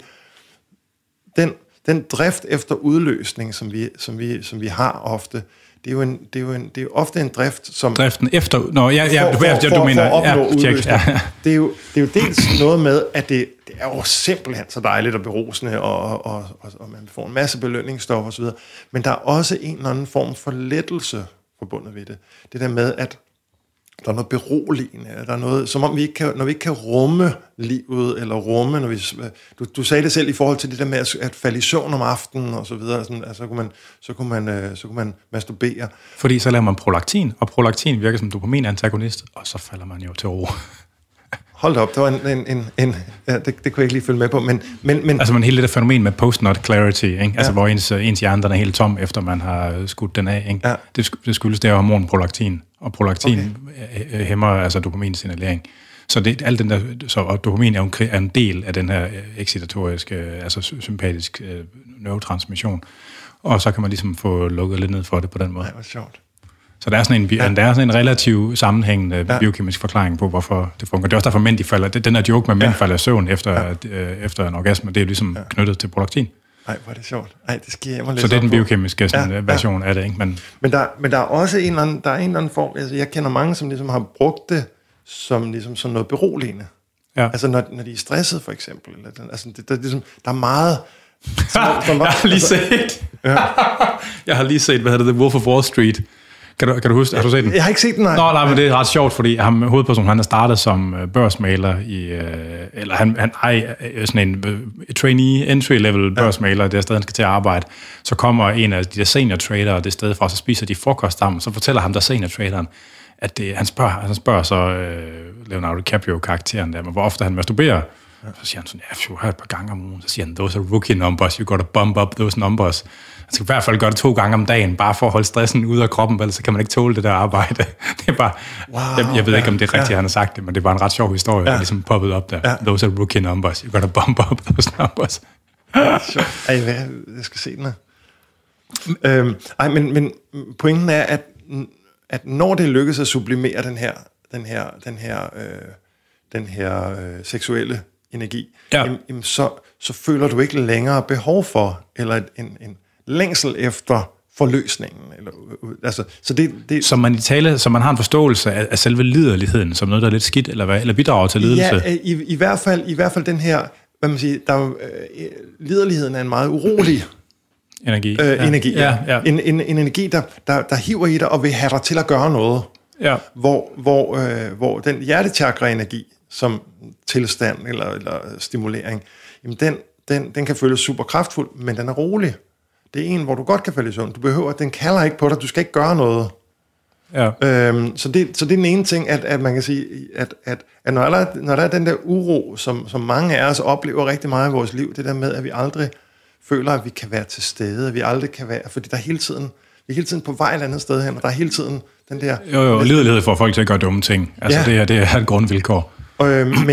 den drift efter udløsning, som vi har ofte, det er jo ofte en drift, som... Driften efter... du mener... For at opnå udløsning. Ja. Det er jo dels noget med, at det er jo simpelthen så dejligt og berusende, og man får en masse belønningsstoffer osv., men der er også en eller anden form for lettelse forbundet ved det. Det der med, at der er noget beroligende, der er noget, som om når vi ikke kan rumme livet, eller rumme, når vi... Du sagde det selv i forhold til det der med at falde i søvn om aftenen, og så videre, sådan, altså, så kunne man masturbere. Fordi så laver man prolaktin, og prolaktin virker som dopaminantagonist, og så falder man jo til ro. Hold op, det var det kunne jeg ikke lige følge med på, men... Altså man hele det der fænomen med post-nut clarity, ikke? Altså hvor ens hjerne den er helt tom, efter man har skudt den af, ikke? Ja. Det skyldes det hormon prolaktin, og prolaktin hæmmer altså dopaminsignalering. Så alt den der, og dopamin er en del af den her excitatoriske, altså sympatisk neurotransmission, og så kan man ligesom få lukket lidt ned for det på den måde. Nej, hvor sjovt. Så der er sådan en relativ sammenhængende biokemisk forklaring på, hvorfor det fungerer. Det er også derfor, mænd falder. Den her joke med mænd falder i søvn efter en orgasme, det er jo ligesom knyttet til prolaktin. Nej, hvor er det sjovt. Ej, det sker jeg mig lidt. Så det er den biokemiske version af det, ikke? Men der er også en eller anden form. Altså, jeg kender mange, som ligesom har brugt det som ligesom sådan noget beroligende. Ja. Altså når de er stresset, for eksempel. Eller, altså, der er meget... Jeg har lige set, hvad hedder det, The Wolf of Wall Street. Kan du huske, har du set den? Jeg har ikke set den, nej. Nej, men det er ret sjovt, fordi hovedpersonen, han er startet som børsmaler i, eller han sådan en trainee, entry-level børsmaler, det er stedet, han skal til at arbejde. Så kommer en af de der senior trader det sted fra, så spiser de frokost sammen, så fortæller ham der senior traderen, at han spørger så Leonardo DiCaprio-karakteren der, men hvor ofte han masturberer. Så siger han sådan, jeg har et par gange om ugen. Så siger han, those are rookie numbers, you gotta bump up those numbers. Han skal i hvert fald gøre det 2 gange om dagen, bare for at holde stressen ude af kroppen, ellers så kan man ikke tåle det der arbejde. Det er bare, jeg ved ikke, om det er rigtigt, han har sagt det, men det var en ret sjov historie, der ligesom poppet op der. Ja. Those are rookie numbers, you gotta bump up those numbers. Ej, jeg skal se den her. Men pointen er, at når det lykkes at sublimere den her seksuelle energi, så føler du ikke længere behov for, eller en længsel efter forløsningen. Eller, altså, så man har en forståelse af selve liderligheden, som noget, der er lidt skidt, eller bidrager til lidelse? Ja, i hvert fald den her, hvad man siger, liderligheden er en meget urolig energi. Ja. En energi, der hiver i dig og vil have dig til at gøre noget. Ja. Hvor den hjertechakra-energi, som tilstand eller stimulering, jamen den kan føles super kraftfuld, men den er rolig. Det er en, hvor du godt kan falde i søvn. Den kalder ikke på dig, du skal ikke gøre noget. Ja. Så det er den ene ting, at man kan sige, at når der er den der uro, som mange af os oplever rigtig meget i vores liv, det der med, at vi aldrig føler, at vi kan være til stede, at vi aldrig kan være, fordi der vi er hele tiden på vej et andet sted hen, og der er hele tiden den der... Jo, liderlighed får folk til at gøre dumme ting. Altså, det er et grundvilkår. Så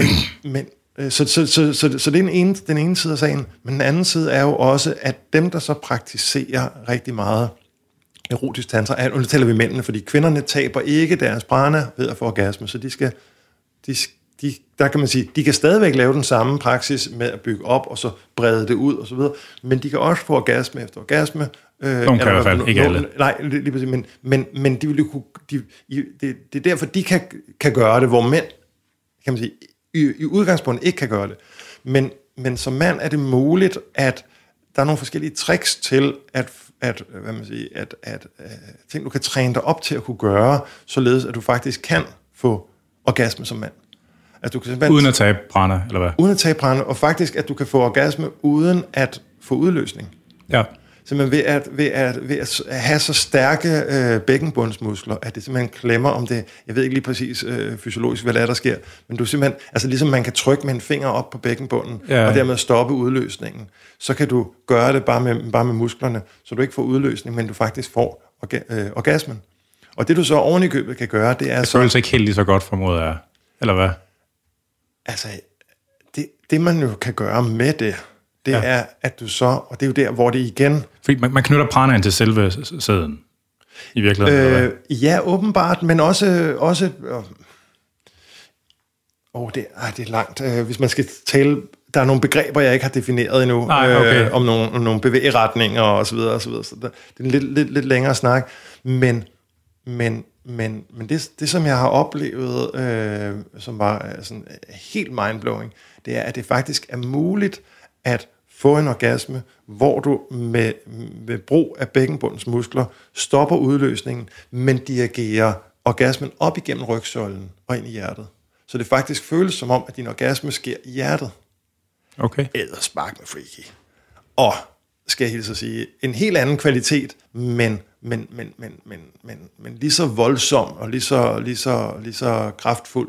det er den ene side af sagen, men den anden side er jo også, at dem, der så praktiserer rigtig meget erotisk tantra, og nu taler vi mændene, fordi kvinderne taber ikke deres prana ved at få orgasme, så der kan man sige, de kan stadigvæk lave den samme praksis med at bygge op, og så brede det ud, og så videre, men de kan også få orgasme efter orgasme. Nogle kan i hvert fald, ikke alle. Nej, lige præcis, men de vil jo kunne, det er derfor, de kan gøre det, hvor mænd, kan man sige, i udgangspunktet ikke kan gøre det. Men som mand er det muligt, at der er nogle forskellige tricks til, at ting, du kan træne dig op til at kunne gøre, således at du faktisk kan få orgasme som mand. At du kan uden at tabe prana, eller hvad? Uden at tabe prana, og faktisk, at du kan få orgasme uden at få udløsning. Ja. simpelthen ved at have så stærke bækkenbundsmuskler, at det simpelthen klemmer om det. Jeg ved ikke lige præcis fysiologisk, hvad der sker, men du simpelthen, altså ligesom man kan trykke med en finger op på bækkenbunden, og dermed stoppe udløsningen, så kan du gøre det bare med musklerne, så du ikke får udløsning, men du faktisk får orgasmen. Og det du så oven i købet kan gøre, det er det føles ikke helt lige så godt, formoder jeg. Eller hvad? Altså, det man jo kan gøre med det er, at du så, og det er jo der, hvor det igen... Fordi man knytter pranaen til selve sæden, i virkeligheden. Ja, åbenbart, men også det er langt. Hvis man skal tale... Der er nogle begreber, jeg ikke har defineret endnu, om nogle bevægeretninger og så videre, og så videre. Så det er en lidt længere snak. Men det, som jeg har oplevet, som var sådan helt mindblowing, det er, at det faktisk er muligt at få en orgasme, hvor du med brug af bækkenbundens muskler stopper udløsningen, men dirigerer orgasmen op igennem rygsøjlen og ind i hjertet. Så det faktisk føles som om, at din orgasme sker i hjertet. Okay. Edderspark med freaky. Og, skal jeg hilse at sige, en helt anden kvalitet, men lige så voldsom og lige så kraftfuld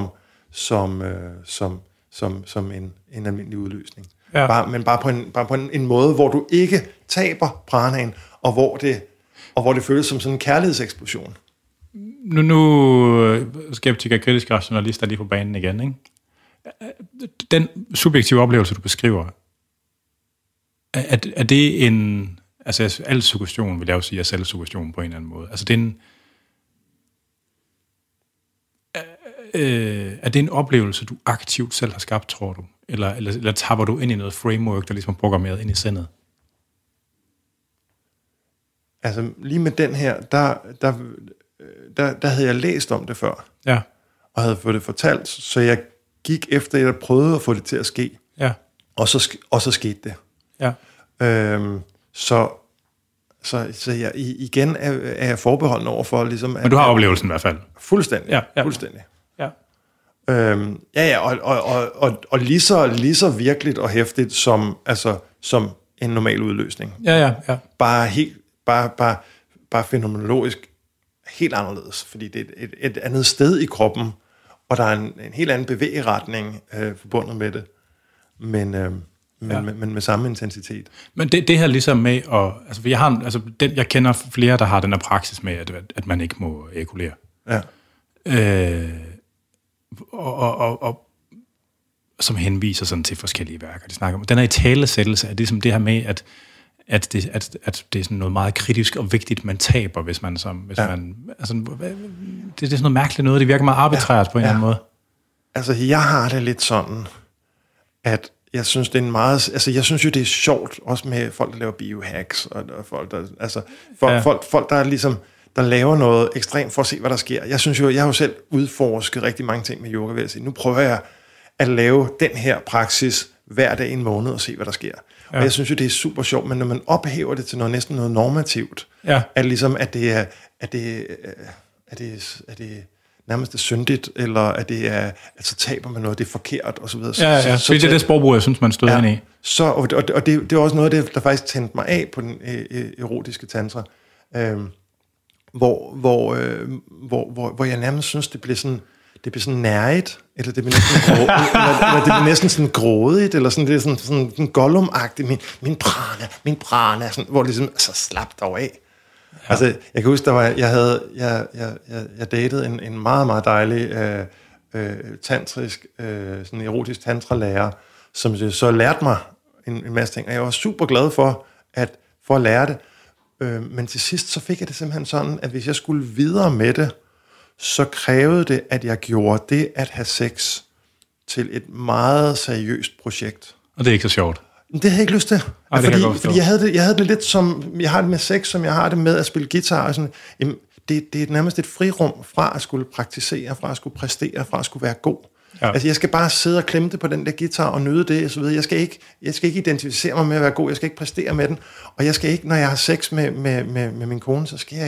som en almindelig udløsning. Ja. Men bare på en måde, hvor du ikke taber pranaen, og hvor det føles som sådan en kærlighedseksplosion. Nu skeptiker, kritisk rationalist er lige på banen igen, ikke? Den subjektive oplevelse, du beskriver, er det en... Altså, al suggestion, vil jeg jo sige, er selvsuggestion på en eller anden måde. Altså, det er en... Er det en oplevelse, du aktivt selv har skabt, tror du? Eller tapper du ind i noget framework, der ligesom er programmeret ind i sindet? Altså, lige med den her, der havde jeg læst om det før. Ja. Og havde fået det fortalt, så jeg gik efter, jeg prøvede at få det til at ske. Ja. Og så skete det. Ja. Så jeg igen er jeg forbeholden over for ligesom... Men du har oplevelsen i hvert fald. Fuldstændig. Ja. Fuldstændig. Ja. Og lige så virkeligt og hæftigt som en normal udløsning. Ja. Bare fænomenologisk helt anderledes, fordi det er et andet sted i kroppen, og der er en helt anden bevægeretning forbundet med det, men med samme intensitet. Men det her ligesom med jeg kender flere, der har den her praksis med, at man ikke må ejakulere. Ja. Og som henviser sådan til forskellige værker, de snakker om. Den her italesættelse er ligesom det her med, at det er sådan noget meget kritisk og vigtigt, man taber, hvis man det er sådan noget mærkeligt noget, det virker meget arbitrært på en eller anden måde. Altså, jeg har det lidt sådan, at jeg synes, det er en meget... Altså, jeg synes jo, det er sjovt, også med folk, der laver biohacks, og folk, der... Altså, folk, der ligesom... der laver noget ekstremt for at se, hvad der sker. Jeg synes jo, jeg har jo selv udforsket rigtig mange ting med yoga, vil jeg sige. Nu prøver jeg at lave den her praksis hver dag i en måned og se, hvad der sker. Ja. Og jeg synes jo, det er super sjovt, men når man ophæver det til næsten noget normativt, at det er nærmest det syndigt, eller at det er, altså taber man noget, det er forkert, og så videre. Så det er det sprogbrug, jeg synes, man støder ind i. Og det er også noget af det, der faktisk tændte mig af på den erotiske tantra, hvor jeg nærmest synes, det bliver sådan nærigt, eller det bliver næsten sådan grådigt, eller sådan, det er sådan Gollum-agtigt, min prana, sådan, hvor det ligesom, altså slap dog af. Ja. Altså, jeg kan huske, jeg datede en meget, meget dejlig tantrisk, sådan erotisk tantralærer, som så lærte mig en masse ting, og jeg var super glad for at lære det. Men til sidst, så fik jeg det simpelthen sådan, at hvis jeg skulle videre med det, så krævede det, at jeg gjorde det at have sex til et meget seriøst projekt. Og det er ikke så sjovt? Det havde jeg ikke lyst til. Fordi jeg havde det lidt som, jeg har det med sex, som jeg har det med at spille guitar. Og sådan, det er nærmest et frirum fra at skulle praktisere, fra at skulle præstere, fra at skulle være god. Ja. Altså, jeg skal bare sidde og klemme det på den der guitar og nyde det, og så videre. Jeg skal ikke identificere mig med at være god, jeg skal ikke præstere med den, og jeg skal ikke, når jeg har sex med min kone, så skal jeg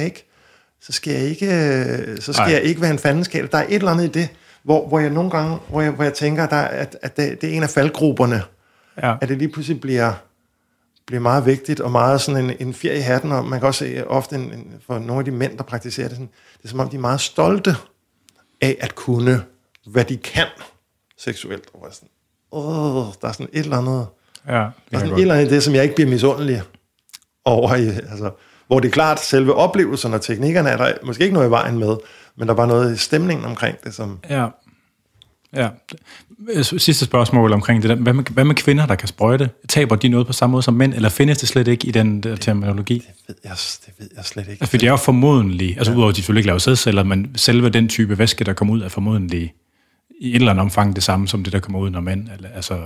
ikke være en fandenskab. Der er et eller andet i det, hvor jeg nogle gange, hvor jeg tænker, at det er en af faldgrupperne, at det lige pludselig bliver bliver meget vigtigt, og meget sådan en fjer i hatten, og man kan også se ofte for nogle af de mænd, der praktiserer det, sådan, det er som om, de er meget stolte af at kunne, hvad de kan seksuelt. Og sådan, der er sådan et eller andet, der er sådan et eller andet i det, som jeg ikke bliver misundelig over i, altså, hvor det er klart, selve oplevelsen og teknikkerne er der måske ikke noget i vejen med, men der er bare noget i stemningen omkring det, som... Ja. Sidste spørgsmål omkring det der. Hvad med kvinder, der kan sprøjte? Taber de noget på samme måde som mænd, eller findes det slet ikke i den der terminologi? Det ved jeg slet ikke. For det er jo formodentlig, altså udover at de selvfølgelig ikke laver sædceller, men selve den type væske, der kommer ud, er formodentlig i et eller andet omfang det samme, som det, der kommer ud, når mænd, altså...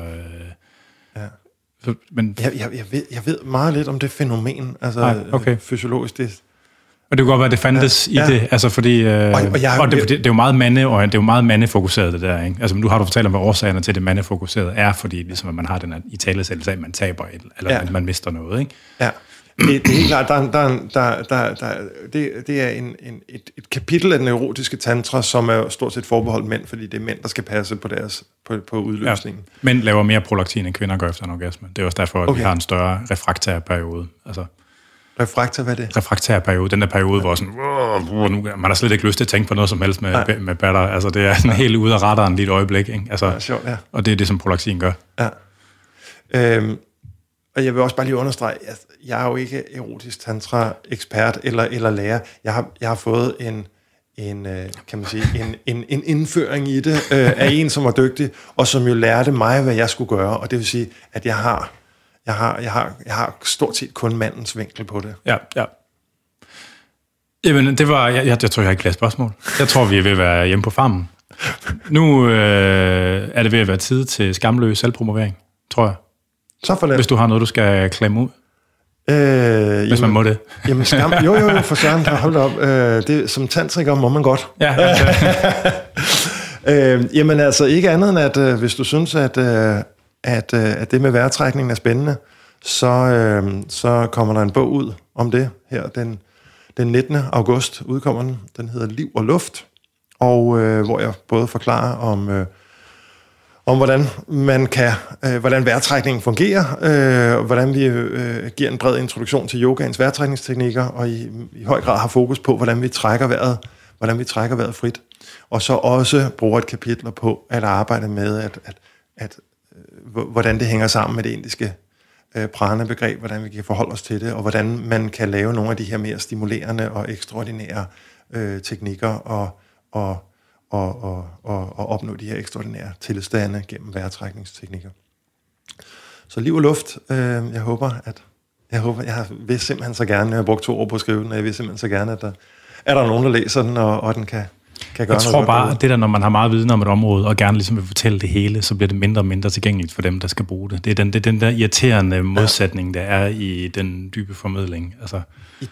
Men jeg ved meget lidt om det fænomen, altså fysiologisk. Og det kunne godt være, at det fandtes i det, altså fordi... det er jo meget det er jo meget mandefokuseret, det der, ikke? Altså nu har du fortalt om, hvad årsagerne til det mandefokuserede er, fordi ligesom, at man har den i talesættelse af, at man taber, eller man mister noget, ikke? Ja, det er helt klart, det er et kapitel af den erotiske tantra, som er stort set forbeholdt mænd, fordi det er mænd, der skal passe på udløsningen. Ja. Mænd laver mere prolaktin, end kvinder gør efter en orgasme. Det er også derfor, at vi har en større refraktær periode. Altså, refraktær, hvad er det? Refraktær periode, den der periode, hvor sådan, nu, man har slet ikke lyst til at tænke på noget som helst med batter. Altså, det er sådan helt ude af radaren lige et øjeblik, ikke? Altså, sjovt, og det er det, som prolaktin gør. Ja. Og jeg vil også bare lige understrege, at jeg er jo ikke erotisk tantra-ekspert eller lærer. Jeg har fået en indføring i det af en, som var dygtig, og som jo lærte mig, hvad jeg skulle gøre. Og det vil sige, at jeg har stort set kun mandens vinkel på det. Ja. Jamen, det var... Jeg tror, jeg har ikke flere spørgsmål. Jeg tror, vi er ved at være hjemme på farmen. Nu er det ved at være tid til skamløs selvpromovering, tror jeg. Så for hvis du har noget, du skal klemme ud. Hvis man må det. Jamen skam. Jo, for søren, hold op. Det, som tantriker må man godt. Ja. Jamen altså, ikke andet end, at hvis du synes, at det med vejrtrækningen er spændende, så kommer der en bog ud om det her. Den 19. august udkommer den. Den hedder Liv og Luft. Og hvor jeg både forklarer om hvordan man kan, hvordan vejrtrækningen fungerer, hvordan vi giver en bred introduktion til yogaens vejrtrækningsteknikker, og i høj grad har fokus på, hvordan vi trækker vejret frit. Og så også bruger et kapitler på at arbejde med, hvordan det hænger sammen med det indiske prana-begreb, hvordan vi kan forholde os til det, og hvordan man kan lave nogle af de her mere stimulerende og ekstraordinære teknikker og opnå de her ekstraordinære tilstande gennem vejrtrækningsteknikker. Så liv og luft, jeg vil simpelthen så gerne, jeg har brugt 2 år på at skrive den, og jeg vil simpelthen så gerne, at der er nogen, der læser den, og den kan gøre noget. Jeg tror bare, at det der, når man har meget viden om et område, og gerne ligesom vil fortælle det hele, så bliver det mindre og mindre tilgængeligt for dem, der skal bruge det. Det er den der irriterende modsætning, der er i den dybe formidling. Altså.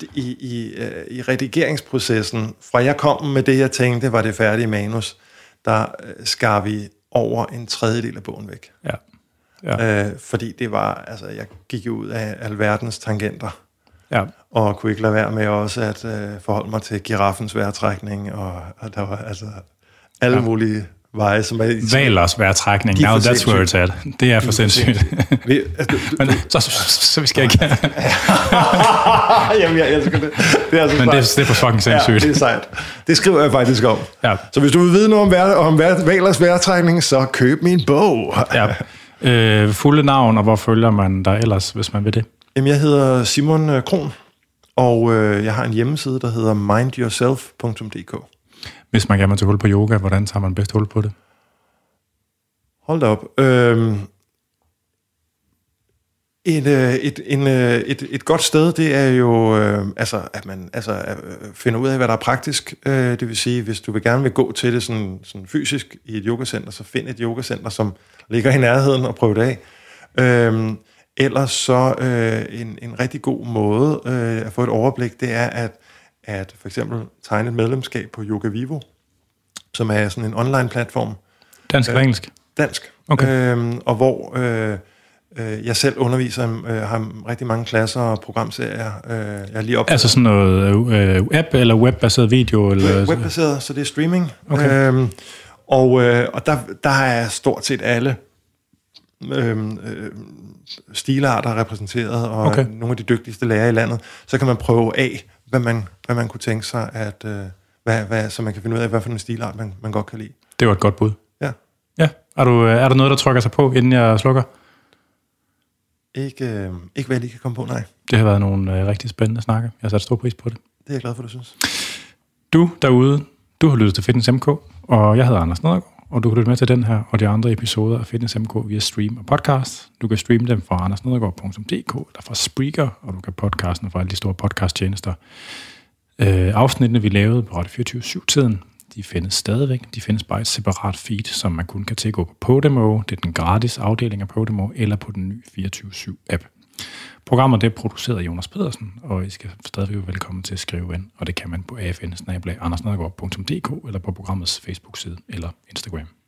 I redigeringsprocessen, fra jeg kom med det, jeg tænkte, var det færdige manus, der skar vi over 1/3 af bogen væk. Ja. Fordi det var, altså jeg gik ud af alverdens tangenter, og kunne ikke lade være med også at forholde mig til giraffens vejrtrækning, og der var altså alle mulige veje, som er... Valers vejrtrækning, now that's where it's at. Det er for sindssygt. Men så vi skal ikke... Jamen, jeg elsker det. Det er altså men det er for fucking sindssygt. Ja, det er sejt. Det skriver jeg faktisk om. Ja. Så hvis du vil vide noget om Valers vejrtrækning, så køb min bog. Fulde navn, og hvor følger man dig ellers, hvis man vil det? Jamen, jeg hedder Simon Krohn, og jeg har en hjemmeside, der hedder mindyourself.dk. Hvis man gerne vil tage hul på yoga, hvordan tager man bedst hul på det? Hold da op. Et godt sted, det er jo at man finder ud af, hvad der er praktisk. Det vil sige, hvis du gerne vil gå til det sådan fysisk i et yogacenter, så find et yogacenter, som ligger i nærheden, og prøv det af. Ellers så en rigtig god måde at få et overblik, det er at for eksempel tegne et medlemskab på Yoga Vivo, som er sådan en online-platform. Dansk eller engelsk? Dansk. Okay. Og hvor jeg selv underviser, har rigtig mange klasser og programserier. Jeg lige altså sådan noget app eller webbaseret video? Eller? Webbaseret, så det er streaming. Okay. Og der er stort set alle stilarter repræsenteret, og nogle af de dygtigste lærere i landet, så kan man prøve af, hvad man kunne tænke sig, så man kan finde ud af, hvad for en stilart, man godt kan lide. Det var et godt bud. Ja. Ja. Er der noget, der trykker sig på, inden jeg slukker? Ikke hvad jeg lige kan komme på, nej. Det har været nogle rigtig spændende snakke. Jeg har sat stor pris på det. Det er jeg glad for, du synes. Du derude, du har lyttet til Fitness MK, og jeg hedder Anders Nedergaard, og du kan lytte med til den her og de andre episoder af Fitness MK via stream og podcast. Du kan streame dem fra andersnedergaard.dk eller fra Spreaker, og du kan podcasten fra alle de store podcasttjenester. Afsnittene, vi lavede på Radio 24/7-tiden, de findes stadigvæk. De findes bare i et separat feed, som man kun kan tilgå på Podimo. Det er den gratis afdeling af Podimo, eller på den nye 24/7-app. Programmet det er produceret af Jonas Pedersen, og I skal stadigvæk være velkommen til at skrive ind, og det kan man på afn@andersnedergaard.dk eller på programmets Facebook-side eller Instagram.